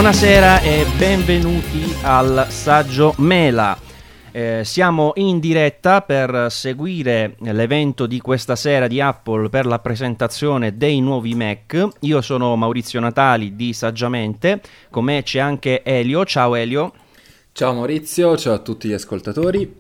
Buonasera e benvenuti al Saggio Mela. Siamo in diretta per seguire l'evento di questa sera di Apple per la presentazione dei nuovi Mac. Io sono Maurizio Natali di Saggiamente, con me c'è anche Elio. Ciao Elio. Ciao Maurizio, ciao a tutti gli ascoltatori.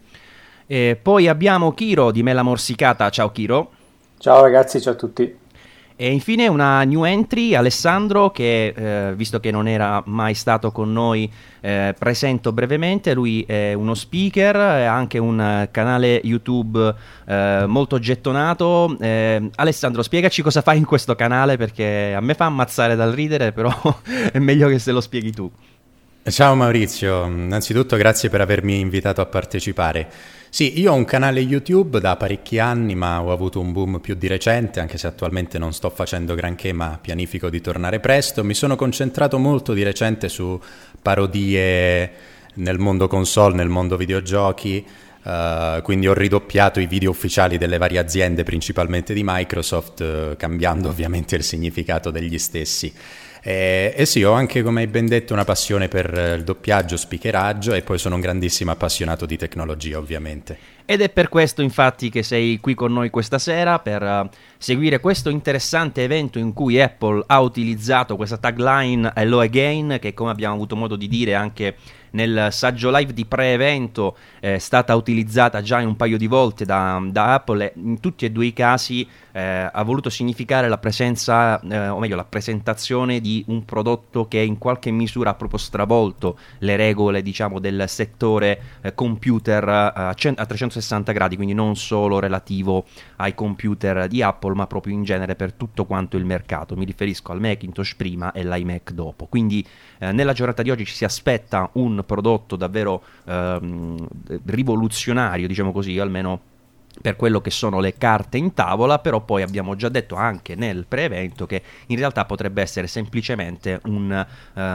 Poi abbiamo Chiro di Mela Morsicata. Ciao Chiro. Ciao ragazzi, ciao a tutti. E infine una new entry, Alessandro, che visto che non era mai stato con noi, presento brevemente. Lui è uno speaker, ha anche un canale YouTube molto gettonato. Alessandro, spiegaci cosa fai in questo canale, perché a me fa ammazzare dal ridere, però è meglio che se lo spieghi tu. Ciao Maurizio, innanzitutto grazie per avermi invitato a partecipare. Sì, io ho un canale YouTube da parecchi anni, ma ho avuto un boom più di recente, anche se attualmente non sto facendo granché, ma pianifico di tornare presto. Mi sono concentrato molto di recente su parodie nel mondo console, nel mondo videogiochi, quindi ho ridoppiato i video ufficiali delle varie aziende, principalmente di Microsoft, cambiando ovviamente il significato degli stessi. E sì, ho anche, come hai ben detto, una passione per il doppiaggio, speakeraggio, e poi sono un grandissimo appassionato di tecnologia, ovviamente. Ed è per questo infatti che sei qui con noi questa sera, per seguire questo interessante evento in cui Apple ha utilizzato questa tagline Hello Again, che, come abbiamo avuto modo di dire anche nel saggio live di pre-evento, è stata utilizzata già un paio di volte da Apple, e in tutti e due i casi ha voluto significare la presenza, o meglio la presentazione di un prodotto che in qualche misura ha proprio stravolto le regole, diciamo, del settore computer a 360 gradi, quindi non solo relativo ai computer di Apple, ma proprio in genere per tutto quanto il mercato. Mi riferisco al Macintosh prima e l'iMac dopo. Quindi nella giornata di oggi ci si aspetta un prodotto davvero rivoluzionario, diciamo così, almeno per quello che sono le carte in tavola. Però poi abbiamo già detto anche nel pre-evento che in realtà potrebbe essere semplicemente un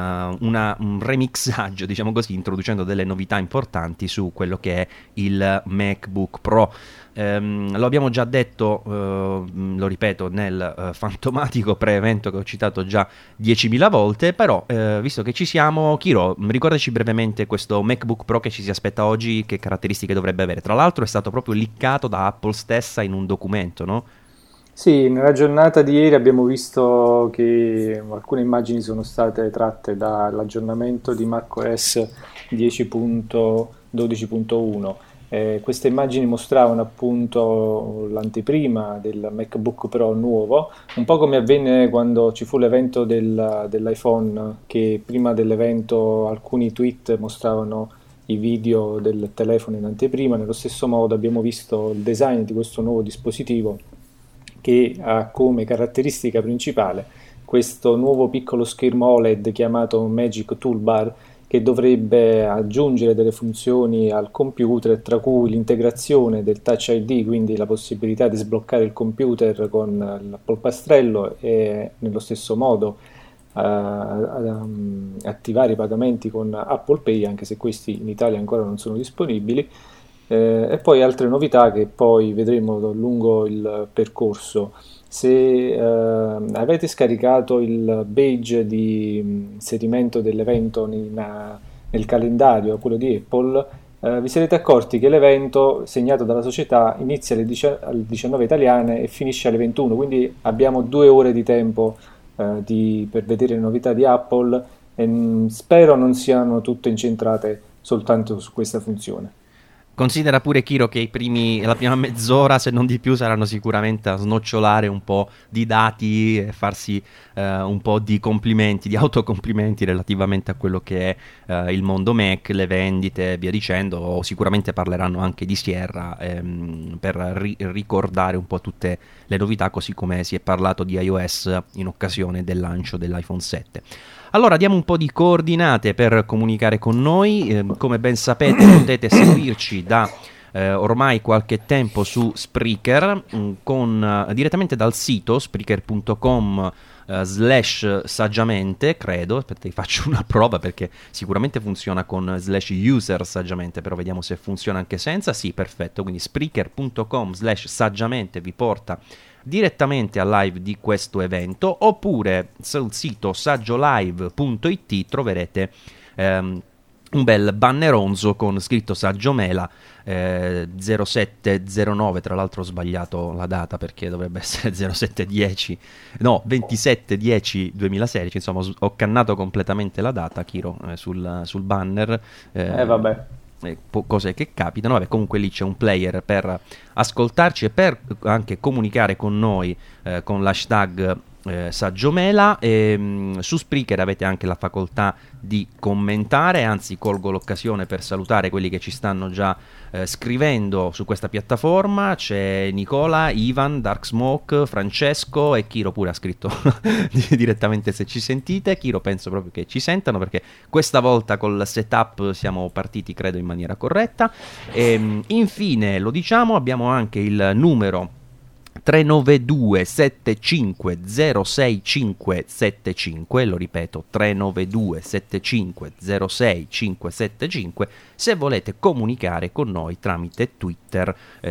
remixaggio, diciamo così, introducendo delle novità importanti su quello che è il MacBook Pro. Lo abbiamo già detto, lo ripeto, nel fantomatico pre-evento che ho citato già 10.000 volte, però visto che ci siamo, Chiro, ricordaci brevemente questo MacBook Pro che ci si aspetta oggi, che caratteristiche dovrebbe avere. Tra l'altro è stato proprio liccato da Apple stessa in un documento, no? Sì, nella giornata di ieri abbiamo visto che alcune immagini sono state tratte dall'aggiornamento di macOS 10.12.1. Queste immagini mostravano appunto l'anteprima del MacBook Pro nuovo, un po' come avvenne quando ci fu l'evento dell'iPhone, che prima dell'evento alcuni tweet mostravano i video del telefono in anteprima. Nello stesso modo abbiamo visto il design di questo nuovo dispositivo, che ha come caratteristica principale questo nuovo piccolo schermo OLED chiamato Magic Toolbar, che dovrebbe aggiungere delle funzioni al computer, tra cui l'integrazione del Touch ID, quindi la possibilità di sbloccare il computer con il polpastrello, e nello stesso modo attivare i pagamenti con Apple Pay, anche se questi in Italia ancora non sono disponibili, e poi altre novità che poi vedremo lungo il percorso. Se avete scaricato il badge di inserimento dell'evento nel calendario, quello di Apple, vi sarete accorti che l'evento segnato dalla società inizia alle 19 italiane e finisce alle 21, quindi abbiamo 2 ore di tempo per vedere le novità di Apple, e spero non siano tutte incentrate soltanto su questa funzione. Considera pure, Chiro, che la prima mezz'ora, se non di più, saranno sicuramente a snocciolare un po' di dati e farsi un po' di complimenti, di autocomplimenti relativamente a quello che è il mondo Mac, le vendite e via dicendo. O sicuramente parleranno anche di Sierra per ricordare un po' tutte le novità, così come si è parlato di iOS in occasione del lancio dell'iPhone 7. Allora diamo un po' di coordinate per comunicare con noi. Come ben sapete potete seguirci da ormai qualche tempo su Spreaker, direttamente dal sito spreaker.com /saggiamente, credo. Aspetta, faccio una prova perché sicuramente funziona con /user saggiamente, però vediamo se funziona anche senza. Sì, perfetto, quindi spreaker.com /saggiamente vi porta direttamente al live di questo evento, oppure sul sito saggiolive.it troverete un bel banneronzo con scritto Saggiomela 0709, tra l'altro ho sbagliato la data perché dovrebbe essere 0710, no 27/10/2016, insomma ho cannato completamente la data, Chiro, sul banner. Vabbè. Cose che capitano. Vabbè, comunque lì c'è un player per ascoltarci e per anche comunicare con noi con l'hashtag Saggiomela. Su Spreaker avete anche la facoltà di commentare, anzi colgo l'occasione per salutare quelli che ci stanno già scrivendo su questa piattaforma. C'è Nicola, Ivan, Dark Smoke, Francesco e Chiro pure ha scritto direttamente se ci sentite. Chiro penso proprio che ci sentano, perché questa volta col setup siamo partiti credo in maniera corretta. Infine lo diciamo, abbiamo anche il numero 392 75 06 575, lo ripeto 392 75 06 575, se volete comunicare con noi tramite Twitter,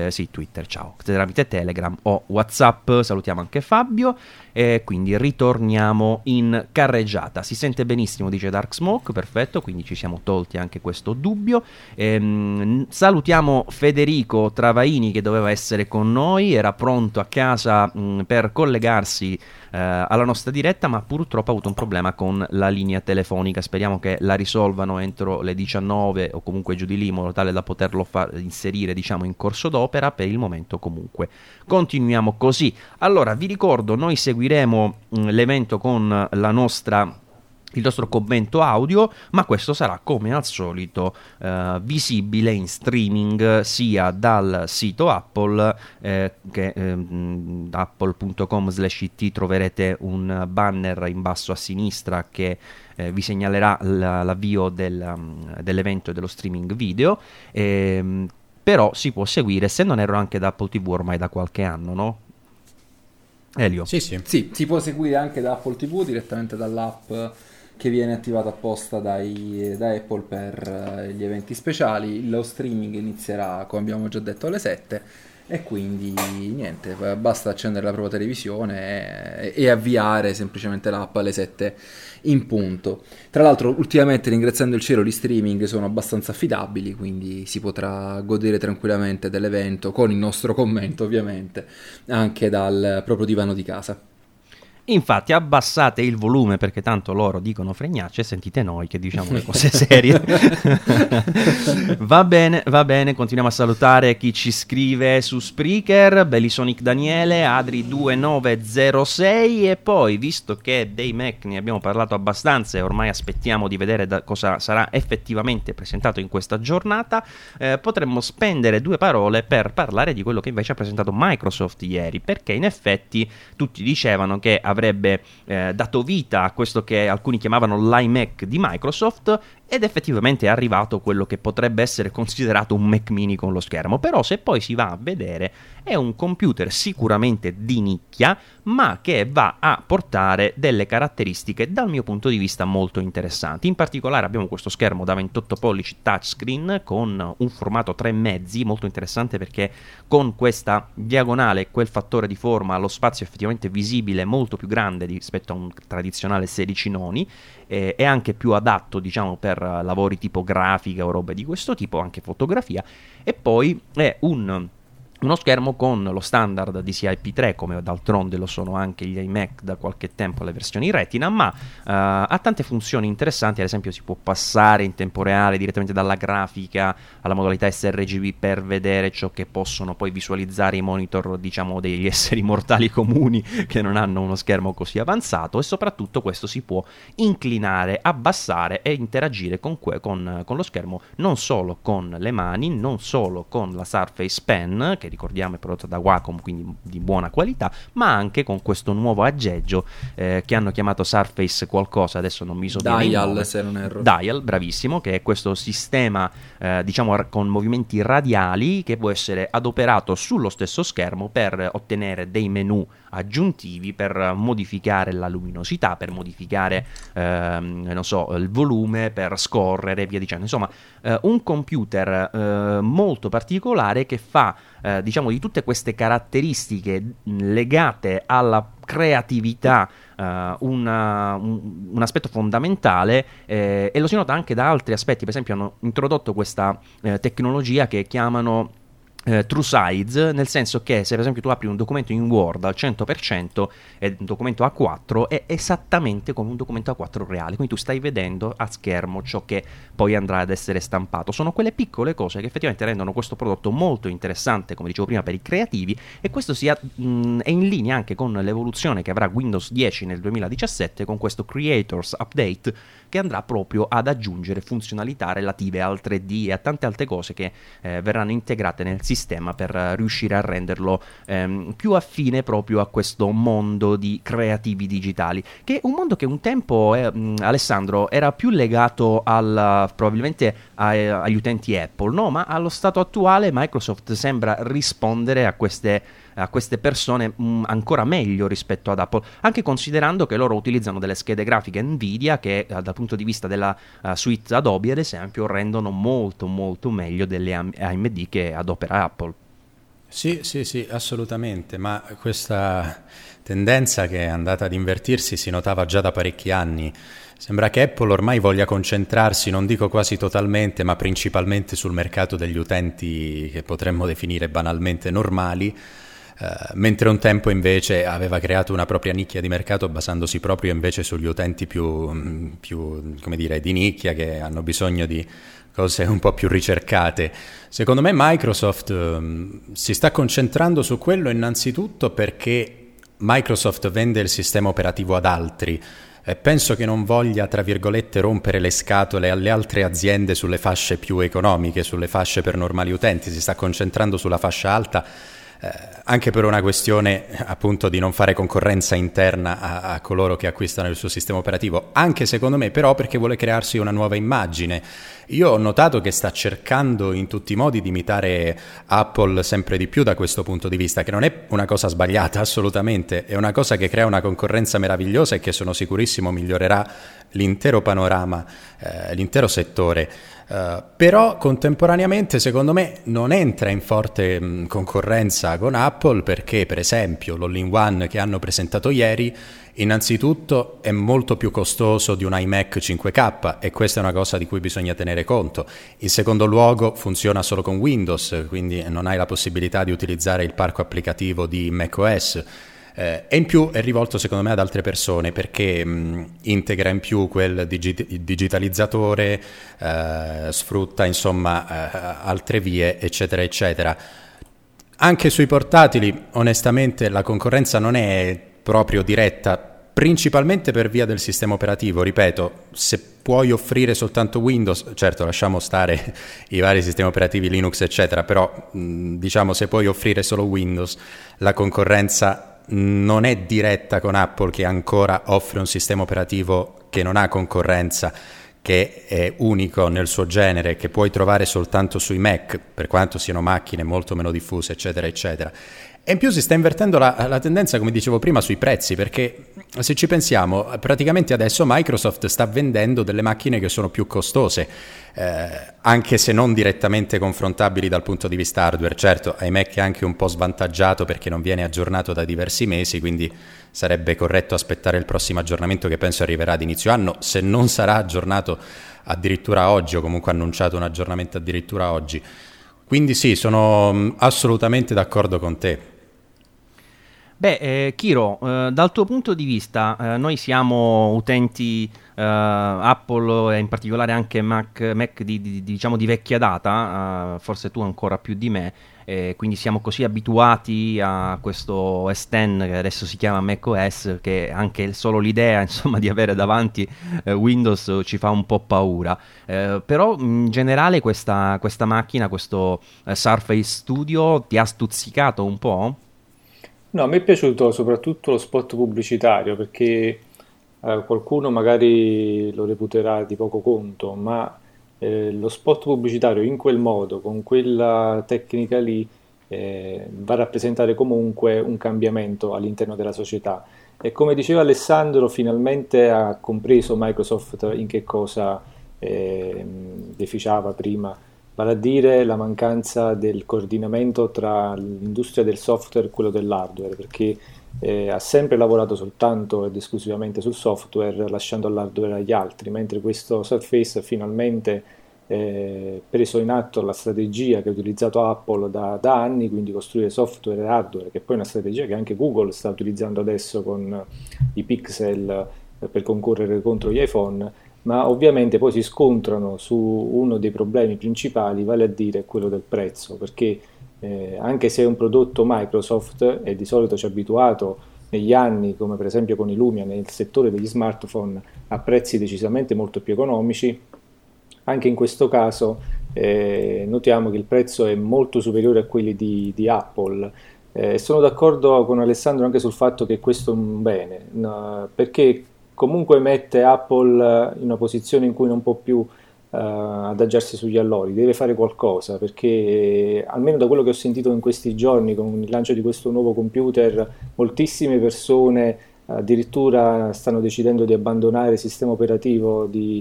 tramite Telegram o WhatsApp. Salutiamo anche Fabio e quindi ritorniamo in carreggiata. Si sente benissimo, dice Dark Smoke, perfetto, quindi ci siamo tolti anche questo dubbio. Salutiamo Federico Travaini che doveva essere con noi, era pronto a casa per collegarsi alla nostra diretta, ma purtroppo ha avuto un problema con la linea telefonica. Speriamo che la risolvano entro le 19 o comunque giù di lì, in modo tale da poterlo inserire diciamo in corso d'opera. Per il momento comunque continuiamo così. Allora vi ricordo, noi seguiremo l'evento con il nostro commento audio, ma questo sarà come al solito visibile in streaming sia dal sito Apple che apple.com/it troverete un banner in basso a sinistra che vi segnalerà l'avvio dell'evento e dello streaming video. Però si può seguire, se non erro, anche da Apple TV ormai da qualche anno, no? Elio? Sì, si può seguire anche da Apple TV direttamente dall'app che viene attivata apposta da Apple per gli eventi speciali. Lo streaming inizierà, come abbiamo già detto, alle 7 e quindi niente, basta accendere la propria televisione e avviare semplicemente l'app alle 7 in punto. Tra l'altro ultimamente, ringraziando il cielo, gli streaming sono abbastanza affidabili, quindi si potrà godere tranquillamente dell'evento con il nostro commento ovviamente anche dal proprio divano di casa. Infatti abbassate il volume perché tanto loro dicono fregnacce e sentite noi che diciamo le cose serie. Va bene, continuiamo a salutare chi ci scrive su Spreaker, Bellisonic Daniele, Adri2906 e poi, visto che dei Mac ne abbiamo parlato abbastanza e ormai aspettiamo di vedere cosa sarà effettivamente presentato in questa giornata, potremmo spendere due parole per parlare di quello che invece ha presentato Microsoft ieri, perché in effetti tutti dicevano che avrebbe dato vita a questo che alcuni chiamavano l'iMac di Microsoft, ed effettivamente è arrivato quello che potrebbe essere considerato un Mac mini con lo schermo. Però se poi si va a vedere è un computer sicuramente di nicchia, ma che va a portare delle caratteristiche dal mio punto di vista molto interessanti. In particolare abbiamo questo schermo da 28 pollici touchscreen con un formato 3,5 molto interessante, perché con questa diagonale e quel fattore di forma lo spazio è effettivamente visibile molto più grande rispetto a un tradizionale 16 noni. È anche più adatto, diciamo, per lavori tipo grafica o robe di questo tipo, anche fotografia. E poi è uno schermo con lo standard DCI-P3, come d'altronde lo sono anche gli iMac da qualche tempo, le versioni Retina, ma ha tante funzioni interessanti. Ad esempio si può passare in tempo reale direttamente dalla grafica alla modalità sRGB per vedere ciò che possono poi visualizzare i monitor, diciamo, degli esseri mortali comuni che non hanno uno schermo così avanzato, e soprattutto questo si può inclinare, abbassare e interagire con lo schermo non solo con le mani, non solo con la Surface Pen, che che ricordiamo è prodotta da Wacom, quindi di buona qualità, ma anche con questo nuovo aggeggio che hanno chiamato Surface qualcosa, adesso non mi so bene il nome. Se non erro. Dial, bravissimo, che è questo sistema diciamo con movimenti radiali che può essere adoperato sullo stesso schermo per ottenere dei menu aggiuntivi, per modificare la luminosità, per modificare non so, il volume, per scorrere e via dicendo. Insomma, un computer molto particolare che fa diciamo di tutte queste caratteristiche legate alla creatività un aspetto fondamentale, e lo si nota anche da altri aspetti. Per esempio hanno introdotto questa tecnologia che chiamano True Size, nel senso che se per esempio tu apri un documento in Word al 100% e un documento A4 è esattamente come un documento A4 reale, quindi tu stai vedendo a schermo ciò che poi andrà ad essere stampato. Sono quelle piccole cose che effettivamente rendono questo prodotto molto interessante, come dicevo prima, per i creativi, e questo è in linea anche con l'evoluzione che avrà Windows 10 nel 2017 con questo Creators Update, che andrà proprio ad aggiungere funzionalità relative al 3D e a tante altre cose che verranno integrate nel sistema per riuscire a renderlo più affine proprio a questo mondo di creativi digitali, che è un mondo che un tempo, Alessandro, era più legato probabilmente agli utenti Apple, no? Ma allo stato attuale Microsoft sembra rispondere a queste persone ancora meglio rispetto ad Apple, anche considerando che loro utilizzano delle schede grafiche Nvidia che dal punto di vista della suite Adobe ad esempio rendono molto molto meglio delle AMD che adopera Apple. Sì, assolutamente, ma questa tendenza che è andata ad invertirsi si notava già da parecchi anni. Sembra che Apple ormai voglia concentrarsi, non dico quasi totalmente, ma principalmente sul mercato degli utenti che potremmo definire banalmente normali, mentre un tempo invece aveva creato una propria nicchia di mercato basandosi proprio invece sugli utenti più come dire, di nicchia, che hanno bisogno di cose un po' più ricercate. Secondo me Microsoft si sta concentrando su quello innanzitutto perché Microsoft vende il sistema operativo ad altri. Penso che non voglia, tra virgolette, rompere le scatole alle altre aziende sulle fasce più economiche, sulle fasce per normali utenti. Si sta concentrando sulla fascia alta, anche per una questione appunto di non fare concorrenza interna a coloro che acquistano il suo sistema operativo, anche secondo me però perché vuole crearsi una nuova immagine. Io ho notato che sta cercando in tutti i modi di imitare Apple sempre di più da questo punto di vista, che non è una cosa sbagliata assolutamente, è una cosa che crea una concorrenza meravigliosa e che sono sicurissimo migliorerà l'intero panorama, l'intero settore. Però contemporaneamente secondo me non entra in forte concorrenza con Apple perché per esempio l'all-in-one che hanno presentato ieri innanzitutto è molto più costoso di un iMac 5K e questa è una cosa di cui bisogna tenere conto. In secondo luogo funziona solo con Windows, quindi non hai la possibilità di utilizzare il parco applicativo di macOS. E in più è rivolto secondo me ad altre persone perché integra in più quel digitalizzatore, sfrutta insomma altre vie eccetera eccetera. Anche sui portatili onestamente la concorrenza non è proprio diretta, principalmente per via del sistema operativo. Ripeto, se puoi offrire soltanto Windows, certo lasciamo stare i vari sistemi operativi Linux eccetera, però diciamo se puoi offrire solo Windows la concorrenza non è diretta con Apple, che ancora offre un sistema operativo che non ha concorrenza, che è unico nel suo genere, che puoi trovare soltanto sui Mac, per quanto siano macchine molto meno diffuse, eccetera, eccetera. E in più si sta invertendo la tendenza, come dicevo prima, sui prezzi, perché se ci pensiamo, praticamente adesso Microsoft sta vendendo delle macchine che sono più costose, anche se non direttamente confrontabili dal punto di vista hardware. Certo, iMac è anche un po' svantaggiato perché non viene aggiornato da diversi mesi, quindi sarebbe corretto aspettare il prossimo aggiornamento che penso arriverà ad inizio anno, se non sarà aggiornato addirittura oggi o comunque annunciato un aggiornamento addirittura oggi. Quindi sì, sono assolutamente d'accordo con te. Kiro, dal tuo punto di vista, noi siamo utenti Apple e in particolare anche Mac diciamo di vecchia data, forse tu ancora più di me, quindi siamo così abituati a questo OS X che adesso si chiama macOS che anche solo l'idea insomma di avere davanti Windows ci fa un po' paura, però in generale questa macchina, questo Surface Studio ti ha stuzzicato un po'? No, a me è piaciuto soprattutto lo spot pubblicitario perché qualcuno magari lo reputerà di poco conto, ma lo spot pubblicitario in quel modo, con quella tecnica lì, va a rappresentare comunque un cambiamento all'interno della società. E come diceva Alessandro, finalmente ha compreso Microsoft in che cosa deficiava prima, vale a dire la mancanza del coordinamento tra l'industria del software e quello dell'hardware, perché ha sempre lavorato soltanto ed esclusivamente sul software, lasciando l'hardware agli altri, mentre questo Surface ha finalmente preso in atto la strategia che ha utilizzato Apple da anni, quindi costruire software e hardware, che poi è una strategia che anche Google sta utilizzando adesso con i Pixel per concorrere contro gli iPhone, ma ovviamente poi si scontrano su uno dei problemi principali, vale a dire quello del prezzo, perché anche se è un prodotto Microsoft e di solito ci ha abituato negli anni, come per esempio con i Lumia nel settore degli smartphone, a prezzi decisamente molto più economici, anche in questo caso notiamo che il prezzo è molto superiore a quelli di Apple. Sono d'accordo con Alessandro anche sul fatto che questo è un bene, no, perché comunque mette Apple in una posizione in cui non può più adagiarsi sugli allori, deve fare qualcosa, perché almeno da quello che ho sentito in questi giorni con il lancio di questo nuovo computer, moltissime persone addirittura stanno decidendo di abbandonare il sistema operativo di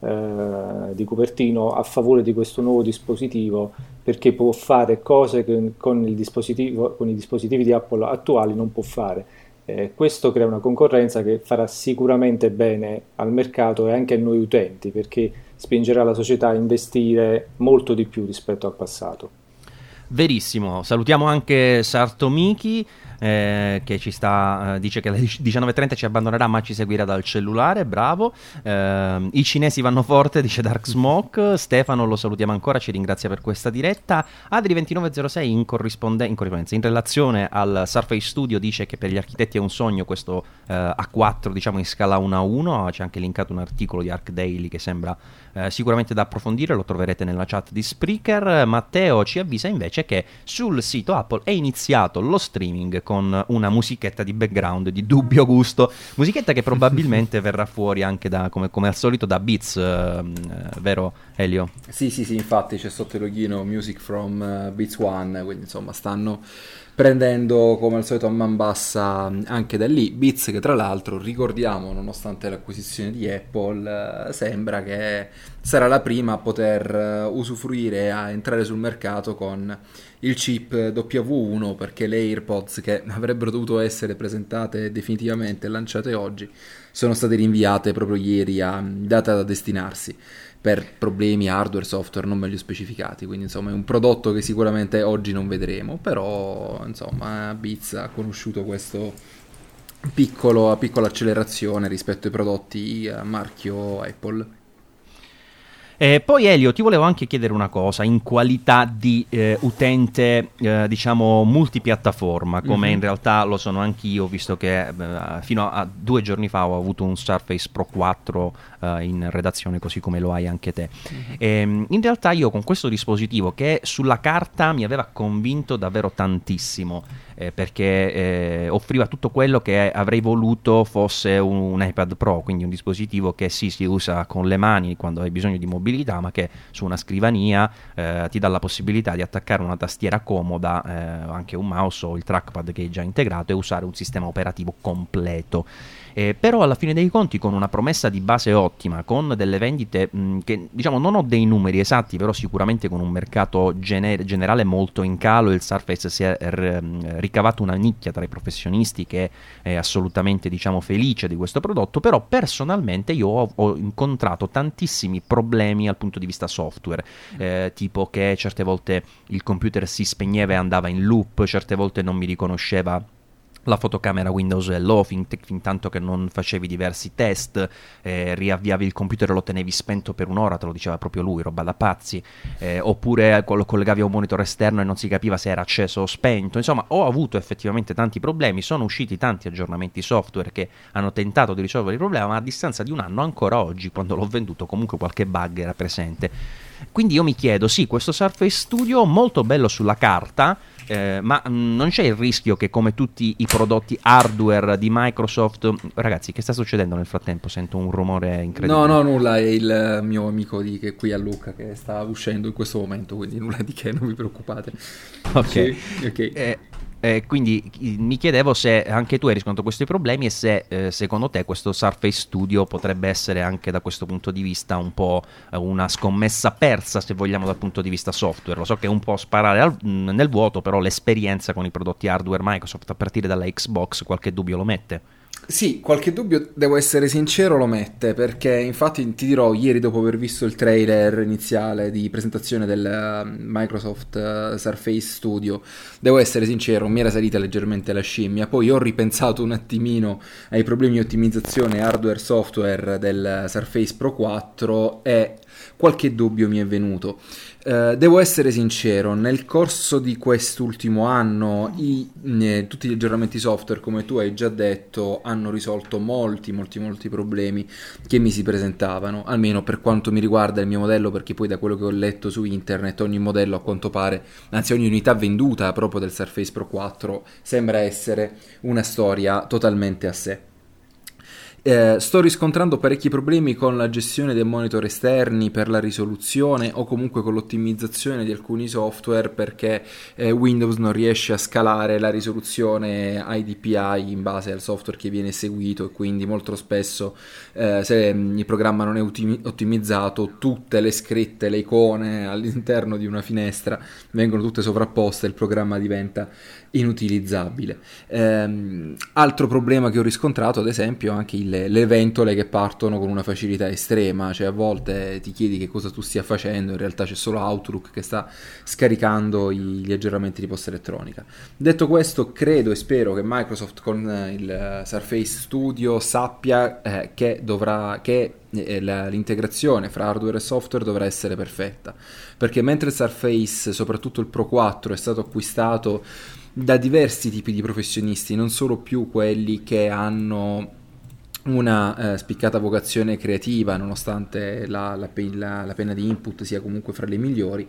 Cupertino a favore di questo nuovo dispositivo, perché può fare cose che con i dispositivi di Apple attuali non può fare. Questo crea una concorrenza che farà sicuramente bene al mercato e anche a noi utenti, perché spingerà la società a investire molto di più rispetto al passato. Verissimo, salutiamo anche Sartomiki che ci sta, dice che alle 19:30 ci abbandonerà ma ci seguirà dal cellulare, bravo. I cinesi vanno forte, dice Dark Smoke. Stefano lo salutiamo ancora, ci ringrazia per questa diretta. Adri2906 in corrispondenza in relazione al Surface Studio dice che per gli architetti è un sogno questo A4 diciamo in scala 1:1, c'è anche linkato un articolo di Arc Daily che sembra sicuramente da approfondire, lo troverete nella chat di Spreaker. Matteo ci avvisa invece che sul sito Apple è iniziato lo streaming con una musichetta di background di dubbio gusto, musichetta che probabilmente verrà fuori anche da, come al solito da Beats, vero Elio? Sì, infatti c'è sotto il loghino Music from Beats One, quindi insomma stanno prendendo come al solito a man bassa anche da lì. Beats che tra l'altro ricordiamo, nonostante l'acquisizione di Apple, sembra che sarà la prima a poter usufruire, a entrare sul mercato con il chip W1, perché le AirPods che avrebbero dovuto essere presentate definitivamente e lanciate oggi sono state rinviate proprio ieri a data da destinarsi per problemi hardware, software non meglio specificati, quindi insomma è un prodotto che sicuramente oggi non vedremo, però insomma Beats ha conosciuto questo piccola accelerazione rispetto ai prodotti a marchio Apple. Poi Elio, ti volevo anche chiedere una cosa, in qualità di utente diciamo multipiattaforma, come in realtà lo sono anch'io, visto che fino a 2 giorni fa ho avuto un Surface Pro 4 in redazione, così come lo hai anche te. In realtà io con questo dispositivo, che sulla carta mi aveva convinto davvero tantissimo, perché offriva tutto quello che avrei voluto fosse un iPad Pro, quindi un dispositivo che sì, si usa con le mani quando hai bisogno di mobilità, ma che su una scrivania ti dà la possibilità di attaccare una tastiera comoda, anche un mouse o il trackpad che è già integrato, e usare un sistema operativo completo. Però alla fine dei conti, con una promessa di base ottima, con delle vendite che diciamo non ho dei numeri esatti, però sicuramente con un mercato generale molto in calo, il Surface si è ricavato una nicchia tra i professionisti che è assolutamente diciamo felice di questo prodotto. Però personalmente io ho incontrato tantissimi problemi al punto di vista software, tipo che certe volte il computer si spegneva e andava in loop, certe volte non mi riconosceva la fotocamera Windows Hello fin tanto che non facevi diversi test, riavviavi il computer e lo tenevi spento per un'ora, te lo diceva proprio lui, roba da pazzi, oppure lo collegavi a un monitor esterno e non si capiva se era acceso o spento. Insomma, ho avuto effettivamente tanti problemi, sono usciti tanti aggiornamenti software che hanno tentato di risolvere il problema, ma a distanza di un anno, ancora oggi, quando l'ho venduto, comunque qualche bug era presente. Quindi io mi chiedo, sì, questo Surface Studio molto bello sulla carta, ma non c'è il rischio che, come tutti i prodotti hardware di Microsoft... Ragazzi, che sta succedendo nel frattempo? Sento un rumore incredibile. No, nulla, è il mio amico che è qui a Lucca che sta uscendo in questo momento, quindi nulla di che, non vi preoccupate. Ok, sì, okay. Quindi mi chiedevo se anche tu hai riscontrato questi problemi e se secondo te questo Surface Studio potrebbe essere anche da questo punto di vista un po' una scommessa persa, se vogliamo, dal punto di vista software. Lo so che è un po' sparare nel vuoto, però l'esperienza con i prodotti hardware Microsoft a partire dalla Xbox qualche dubbio lo mette. Sì, qualche dubbio, devo essere sincero, lo mette, perché infatti ti dirò, ieri dopo aver visto il trailer iniziale di presentazione del Microsoft Surface Studio, devo essere sincero, mi era salita leggermente la scimmia. Poi ho ripensato un attimino ai problemi di ottimizzazione hardware-software del Surface Pro 4 e qualche dubbio mi è venuto. Devo essere sincero, nel corso di quest'ultimo anno tutti gli aggiornamenti software, come tu hai già detto, hanno risolto molti problemi che mi si presentavano, almeno per quanto mi riguarda il mio modello, perché poi da quello che ho letto su internet ogni modello, a quanto pare, anzi ogni unità venduta proprio del Surface Pro 4 sembra essere una storia totalmente a sé. Sto riscontrando parecchi problemi con la gestione dei monitor esterni per la risoluzione o comunque con l'ottimizzazione di alcuni software, perché Windows non riesce a scalare la risoluzione IDPI in base al software che viene eseguito, e quindi molto spesso se il programma non è ottimizzato, tutte le scritte, le icone all'interno di una finestra vengono tutte sovrapposte e il programma diventa inutilizzabile. Altro problema che ho riscontrato, ad esempio, anche le ventole che partono con una facilità estrema, cioè a volte ti chiedi che cosa tu stia facendo, in realtà c'è solo Outlook che sta scaricando gli aggiornamenti di posta elettronica. Detto questo, credo e spero che Microsoft con il Surface Studio sappia che l'integrazione fra hardware e software dovrà essere perfetta, perché mentre il Surface, soprattutto il Pro 4, è stato acquistato da diversi tipi di professionisti, non solo più quelli che hanno una spiccata vocazione creativa, nonostante la penna di input sia comunque fra le migliori.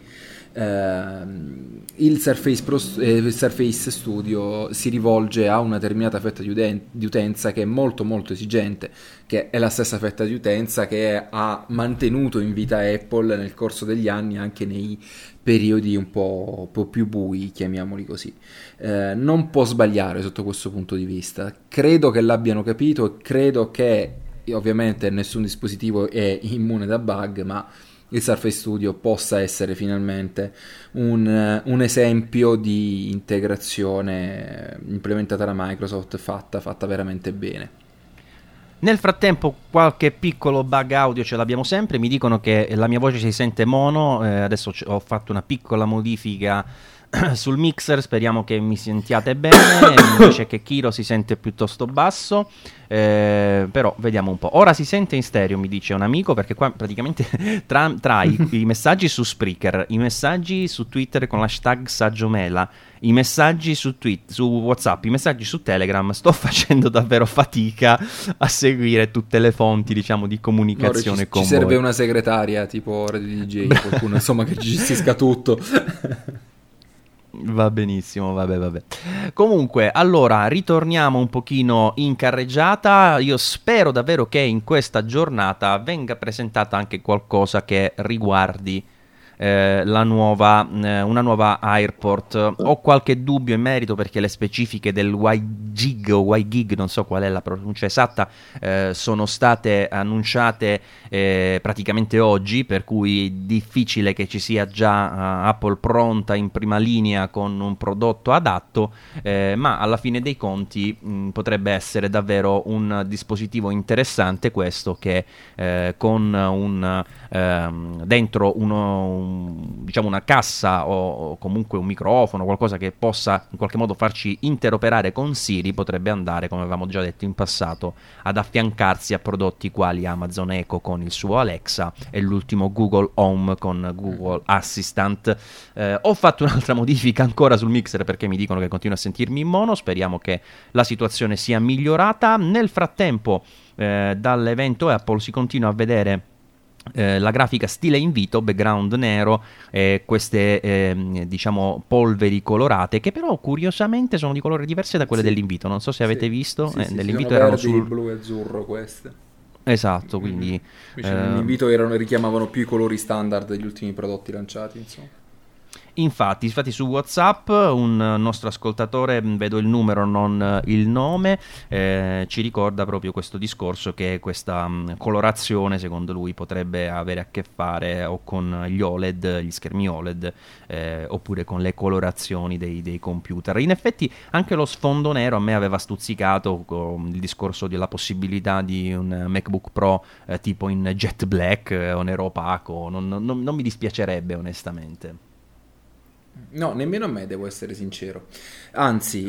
Il Surface Studio si rivolge a una determinata fetta di utenza che è molto molto esigente, che è la stessa fetta di utenza che ha mantenuto in vita Apple nel corso degli anni, anche nei periodi un po' più bui, chiamiamoli così. Non può sbagliare sotto questo punto di vista. Credo che l'abbiano capito e credo che, ovviamente nessun dispositivo è immune da bug, ma il Surface Studio possa essere finalmente un esempio di integrazione implementata da Microsoft fatta veramente bene. Nel frattempo qualche piccolo bug audio ce l'abbiamo sempre, mi dicono che la mia voce si sente mono, adesso ho fatto una piccola modifica sul mixer, speriamo che mi sentiate bene, invece che Kiro si sente piuttosto basso, però vediamo un po'. Ora si sente in stereo, mi dice un amico, perché qua praticamente tra i messaggi su Spreaker, i messaggi su Twitter con l'hashtag Saggiomela, i messaggi su WhatsApp, i messaggi su Telegram, sto facendo davvero fatica a seguire tutte le fonti, diciamo, di comunicazione con voi. Ci serve una segretaria tipo Radio DJ, qualcuno insomma che gestisca tutto. Va benissimo, vabbè. Comunque, allora, ritorniamo un pochino in carreggiata. Io spero davvero che in questa giornata venga presentata anche qualcosa che riguardi una nuova Airport. Ho qualche dubbio in merito, perché le specifiche del YGIG o YGIG, non so qual è la pronuncia esatta, sono state annunciate praticamente oggi, per cui è difficile che ci sia già Apple pronta in prima linea con un prodotto adatto, ma alla fine dei conti potrebbe essere davvero un dispositivo interessante questo, che con dentro diciamo una cassa o comunque un microfono, qualcosa che possa in qualche modo farci interoperare con Siri, potrebbe andare, come avevamo già detto in passato, ad affiancarsi a prodotti quali Amazon Echo con il suo Alexa e l'ultimo Google Home con Google Assistant. Ho fatto un'altra modifica ancora sul mixer perché mi dicono che continuo a sentirmi in mono, speriamo che la situazione sia migliorata. Nel frattempo dall'evento Apple si continua a vedere la grafica stile invito, background nero, queste diciamo polveri colorate che però curiosamente sono di colore diverse da quelle dell'invito, non so se avete visto, nell'invito erano verdi, sul blu e azzurro queste. Esatto, quindi nell'invito richiamavano più i colori standard degli ultimi prodotti lanciati, insomma. Infatti su WhatsApp un nostro ascoltatore, vedo il numero non il nome, ci ricorda proprio questo discorso che questa colorazione secondo lui potrebbe avere a che fare o con gli OLED, gli schermi OLED, oppure con le colorazioni dei computer. In effetti anche lo sfondo nero a me aveva stuzzicato con il discorso della possibilità di un MacBook Pro tipo in jet black o nero opaco, non mi dispiacerebbe onestamente. No, nemmeno a me, devo essere sincero. Anzi,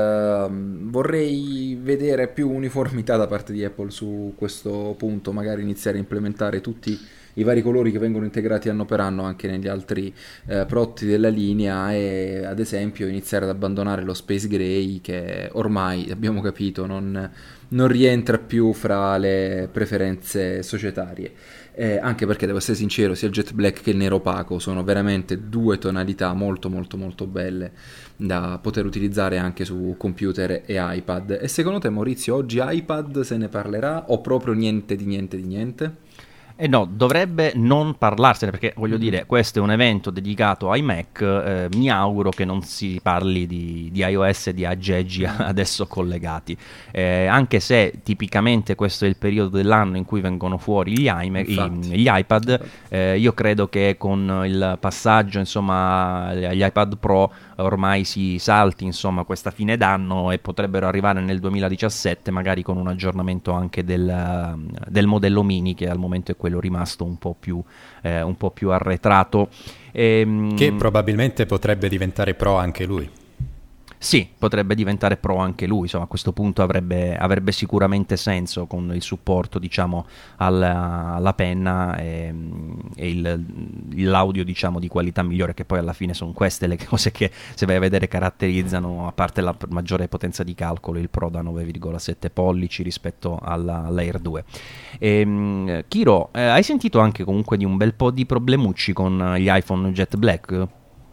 vorrei vedere più uniformità da parte di Apple su questo punto, magari iniziare a implementare tutti i vari colori che vengono integrati anno per anno anche negli altri prodotti della linea e ad esempio iniziare ad abbandonare lo Space Gray che ormai abbiamo capito non rientra più fra le preferenze societarie. Anche perché devo essere sincero, sia il jet black che il nero opaco sono veramente due tonalità molto molto molto belle da poter utilizzare anche su computer e iPad. E secondo te, Maurizio, oggi iPad se ne parlerà o proprio niente di niente di niente? No, dovrebbe non parlarsene perché voglio dire, questo è un evento dedicato ai Mac, mi auguro che non si parli di iOS e di aggeggi adesso collegati, anche se tipicamente questo è il periodo dell'anno in cui vengono fuori gli iPad, io credo che con il passaggio insomma agli iPad Pro ormai si salti insomma questa fine d'anno e potrebbero arrivare nel 2017 magari con un aggiornamento anche del modello mini che al momento è quello rimasto un po' più arretrato. Che probabilmente potrebbe diventare Pro anche lui. Sì, potrebbe diventare Pro anche lui, insomma a questo punto avrebbe sicuramente senso con il supporto diciamo alla penna e l'audio diciamo di qualità migliore, che poi alla fine sono queste le cose che se vai a vedere caratterizzano, a parte la maggiore potenza di calcolo, il Pro da 9,7 pollici rispetto all'Air 2. Kiro, hai sentito anche comunque di un bel po' di problemucci con gli iPhone Jet Black?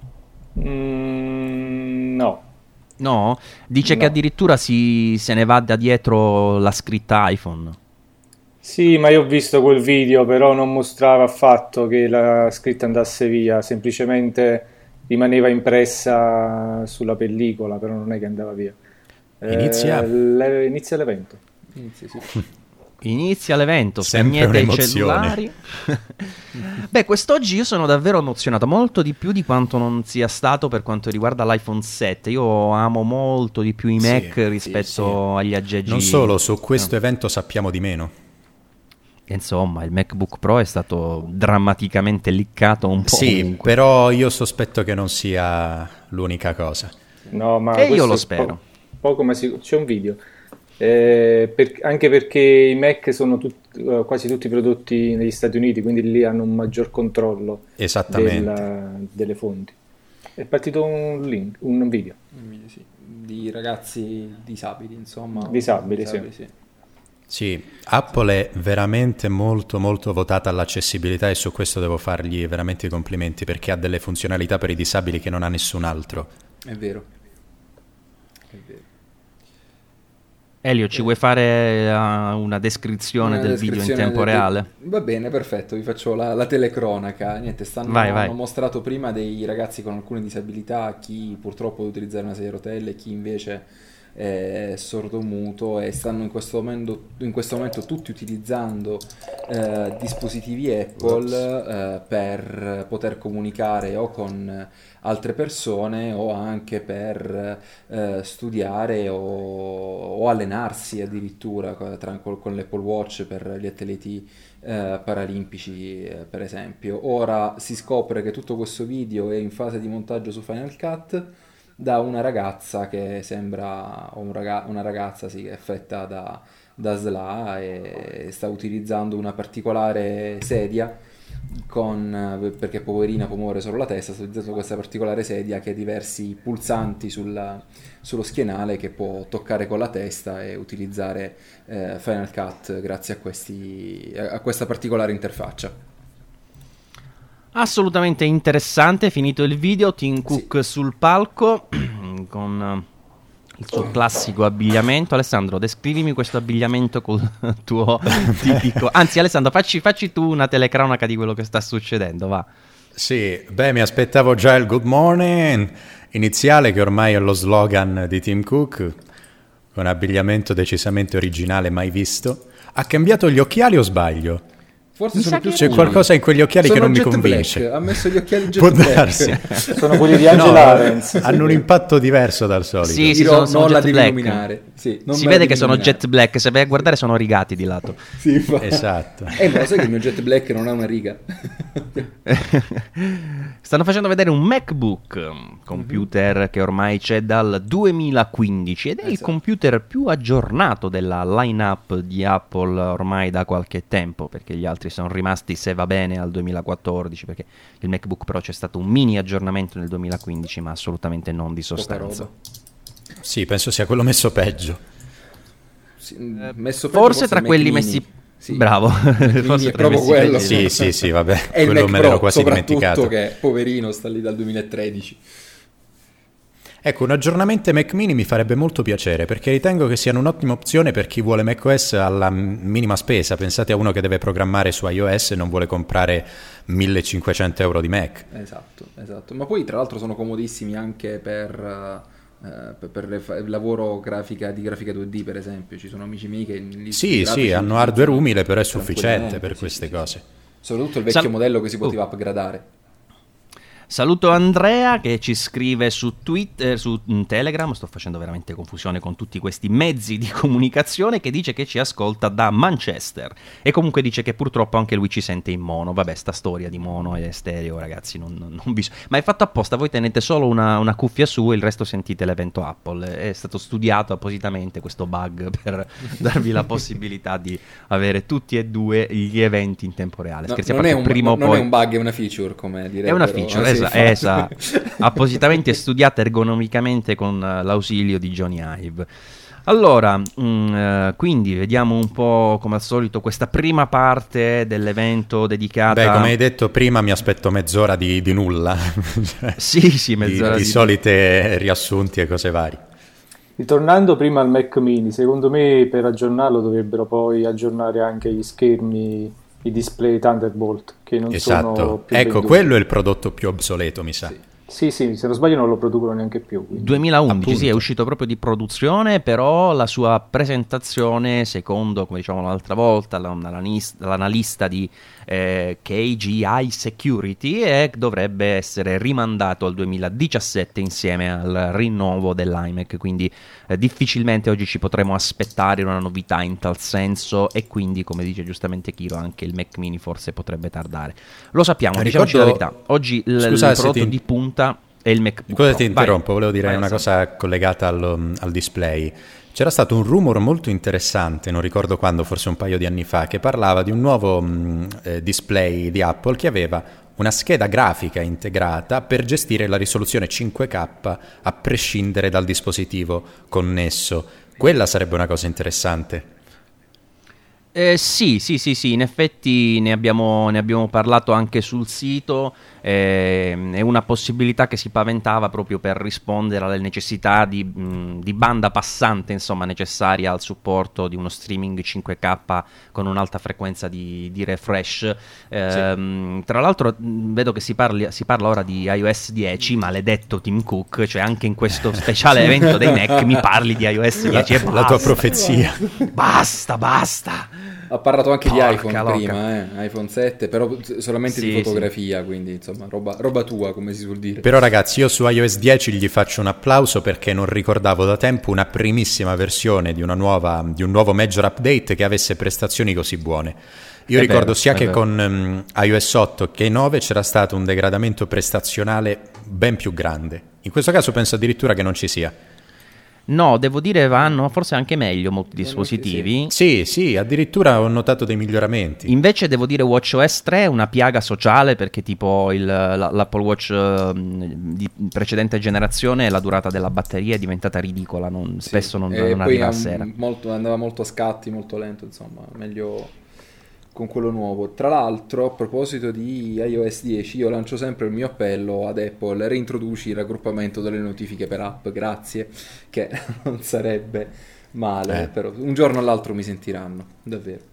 No. No? Dice No. che addirittura se ne va da dietro la scritta iPhone. Sì, ma io ho visto quel video, però non mostrava affatto che la scritta andasse via, semplicemente rimaneva impressa sulla pellicola, però non è che andava via. Inizia l'evento. Inizia l'evento, Sempre spegnete i un'emozione. cellulari. Beh, quest'oggi io sono davvero emozionato, molto di più di quanto non sia stato per quanto riguarda l'iPhone 7. Io amo molto di più i Mac rispetto agli aggeggi. Non solo, su questo evento sappiamo di meno. Insomma, il MacBook Pro è stato drammaticamente liccato un po' Sì, ovunque. però io sospetto che non sia l'unica cosa. No, ma E io questo lo è spero. poco ma c'è un video. Anche perché i Mac sono quasi tutti prodotti negli Stati Uniti, quindi lì hanno un maggior controllo delle fonti. È partito un video. Sì, di ragazzi disabili, insomma. Disabili, sì. Sì, Apple è veramente molto molto votata all'accessibilità e su questo devo fargli veramente i complimenti perché ha delle funzionalità per i disabili che non ha nessun altro. È vero. È vero. Elio, ci vuoi fare una descrizione del video in tempo reale? Va bene, perfetto, vi faccio la telecronaca. Niente, Vai. hanno mostrato prima dei ragazzi con alcune disabilità, chi purtroppo deve utilizzare una sedia a rotelle, chi invece sordomuto, e stanno in questo momento tutti utilizzando dispositivi Apple per poter comunicare o con altre persone o anche per studiare o allenarsi addirittura con l'Apple Watch per gli atleti paralimpici, per esempio. Ora si scopre che tutto questo video è in fase di montaggio su Final Cut da una ragazza che sembra una ragazza, sì, che è affetta da SLA e sta utilizzando una particolare sedia perché poverina può muovere solo la testa. Sta utilizzando questa particolare sedia che ha diversi pulsanti sullo schienale che può toccare con la testa e utilizzare Final Cut grazie a questa particolare interfaccia. Assolutamente interessante. Finito il video, Tim Cook sul palco con il suo classico abbigliamento. Alessandro, descrivimi questo abbigliamento col tuo tipico... Anzi, Alessandro, facci tu una telecronaca di quello che sta succedendo, va. Sì, mi aspettavo già il good morning iniziale, che ormai è lo slogan di Tim Cook, con abbigliamento decisamente originale, mai visto. Ha cambiato gli occhiali o sbaglio? Forse sono più c'è qualcosa in quegli occhiali che non mi convince. Black. Ha messo gli occhiali jet Può black. darsi. Sono quelli di Angela Arenz. Hanno un impatto diverso dal solito. Sì, Dirò, sono non la jet devi black. nominare. Sì, non Si me vede la che devi sono nominare. jet black, se vai a guardare sono rigati di lato. Sì, Esatto. ma lo sai che il mio jet black non ha una riga? Stanno facendo vedere un MacBook, computer che ormai c'è dal 2015 ed è il computer più aggiornato della line-up di Apple ormai da qualche tempo, perché gli altri sono rimasti, se va bene, al 2014, perché il MacBook Pro c'è stato un mini aggiornamento nel 2015, ma assolutamente non di sostanza. Sì, penso sia quello messo peggio. Sì, messo Forse tra Mac quelli Mini. messi... Sì. Bravo, forse è tra i proprio messi quello. peggio. Sì, vabbè, È il quello Mac me l'ero Pro, quasi soprattutto, dimenticato. che poverino sta lì dal 2013. Ecco, un aggiornamento Mac Mini mi farebbe molto piacere, perché ritengo che siano un'ottima opzione per chi vuole macOS alla minima spesa. Pensate a uno che deve programmare su iOS e non vuole comprare 1.500 euro di Mac. Esatto. Ma poi tra l'altro sono comodissimi anche per il lavoro di grafica 2D, per esempio. Ci sono amici miei che Sì, hanno hardware umile, però è sufficiente tranquillamente, per sì, queste sì, cose. soprattutto il vecchio modello che si poteva upgradare. Saluto Andrea che ci scrive su Twitter, su Telegram, sto facendo veramente confusione con tutti questi mezzi di comunicazione, che dice che ci ascolta da Manchester e comunque dice che purtroppo anche lui ci sente in mono. Vabbè, sta storia di mono e stereo, ragazzi, non ma è fatto apposta, voi tenete solo una cuffia su e il resto sentite l'evento Apple. È stato studiato appositamente questo bug per darvi la possibilità di avere tutti e due gli eventi in tempo reale. No, Scherziamo, non è perché un poi... bug, è una feature, come direbbero. È una feature, appositamente studiata ergonomicamente con l'ausilio di Johnny Ive. Allora, quindi vediamo un po' come al solito questa prima parte dell'evento dedicata... Come hai detto prima, mi aspetto mezz'ora di nulla. Sì, mezz'ora di solite riassunti e cose varie. Ritornando prima al Mac Mini, secondo me per aggiornarlo dovrebbero poi aggiornare anche gli schermi, i display Thunderbolt, che non sono più Ecco, venduti. quello è il prodotto più obsoleto, mi sa. Sì, se non sbaglio non lo producono neanche più. Quindi. 2011, Appunto. sì, è uscito proprio di produzione, però la sua presentazione, secondo, come dicevamo l'altra volta, l'analista di KGI Security, dovrebbe essere rimandato al 2017 insieme al rinnovo dell'iMac, quindi difficilmente oggi ci potremo aspettare una novità in tal senso, e quindi, come dice giustamente Kiro, anche il Mac Mini forse potrebbe tardare. Lo sappiamo, diciamoci la verità, oggi il prodotto di punta è il MacBook Scusa, Pro. ti interrompo, Vai. volevo dire Vai, una Alessandro. cosa collegata al display. C'era stato un rumor molto interessante, non ricordo quando, forse un paio di anni fa, che parlava di un nuovo display di Apple che aveva una scheda grafica integrata per gestire la risoluzione 5K a prescindere dal dispositivo connesso. Quella sarebbe una cosa interessante. Sì, in effetti ne abbiamo parlato anche sul sito, è una possibilità che si paventava proprio per rispondere alle necessità di banda passante, insomma, necessaria al supporto di uno streaming 5K con un'alta frequenza di refresh. Tra l'altro vedo che si parla ora di iOS 10, maledetto Tim Cook, cioè anche in questo speciale evento dei Mac mi parli di iOS 10 e basta. La tua profezia. Basta. Ha parlato anche Porca di iPhone loca. prima, iPhone 7, però solamente di Sì, fotografia, quindi insomma roba tua, come si suol dire. Però ragazzi, io su iOS 10 gli faccio un applauso perché non ricordavo da tempo una primissima versione di un nuovo major update che avesse prestazioni così buone. Io ricordo sia che con iOS 8 che 9 c'era stato un degradamento prestazionale ben più grande. In questo caso penso addirittura che non ci sia. No, devo dire vanno forse anche meglio molti dispositivi. Sì, addirittura ho notato dei miglioramenti. Invece devo dire WatchOS 3 è una piaga sociale perché tipo l'Apple Watch di precedente generazione la durata della batteria è diventata ridicola, spesso non arriva a sera. Andava molto a scatti, molto lento, insomma, meglio con quello nuovo. Tra l'altro, a proposito di iOS 10, io lancio sempre il mio appello ad Apple: reintroduci il raggruppamento delle notifiche per app, grazie, che non sarebbe male, però un giorno o l'altro mi sentiranno, davvero.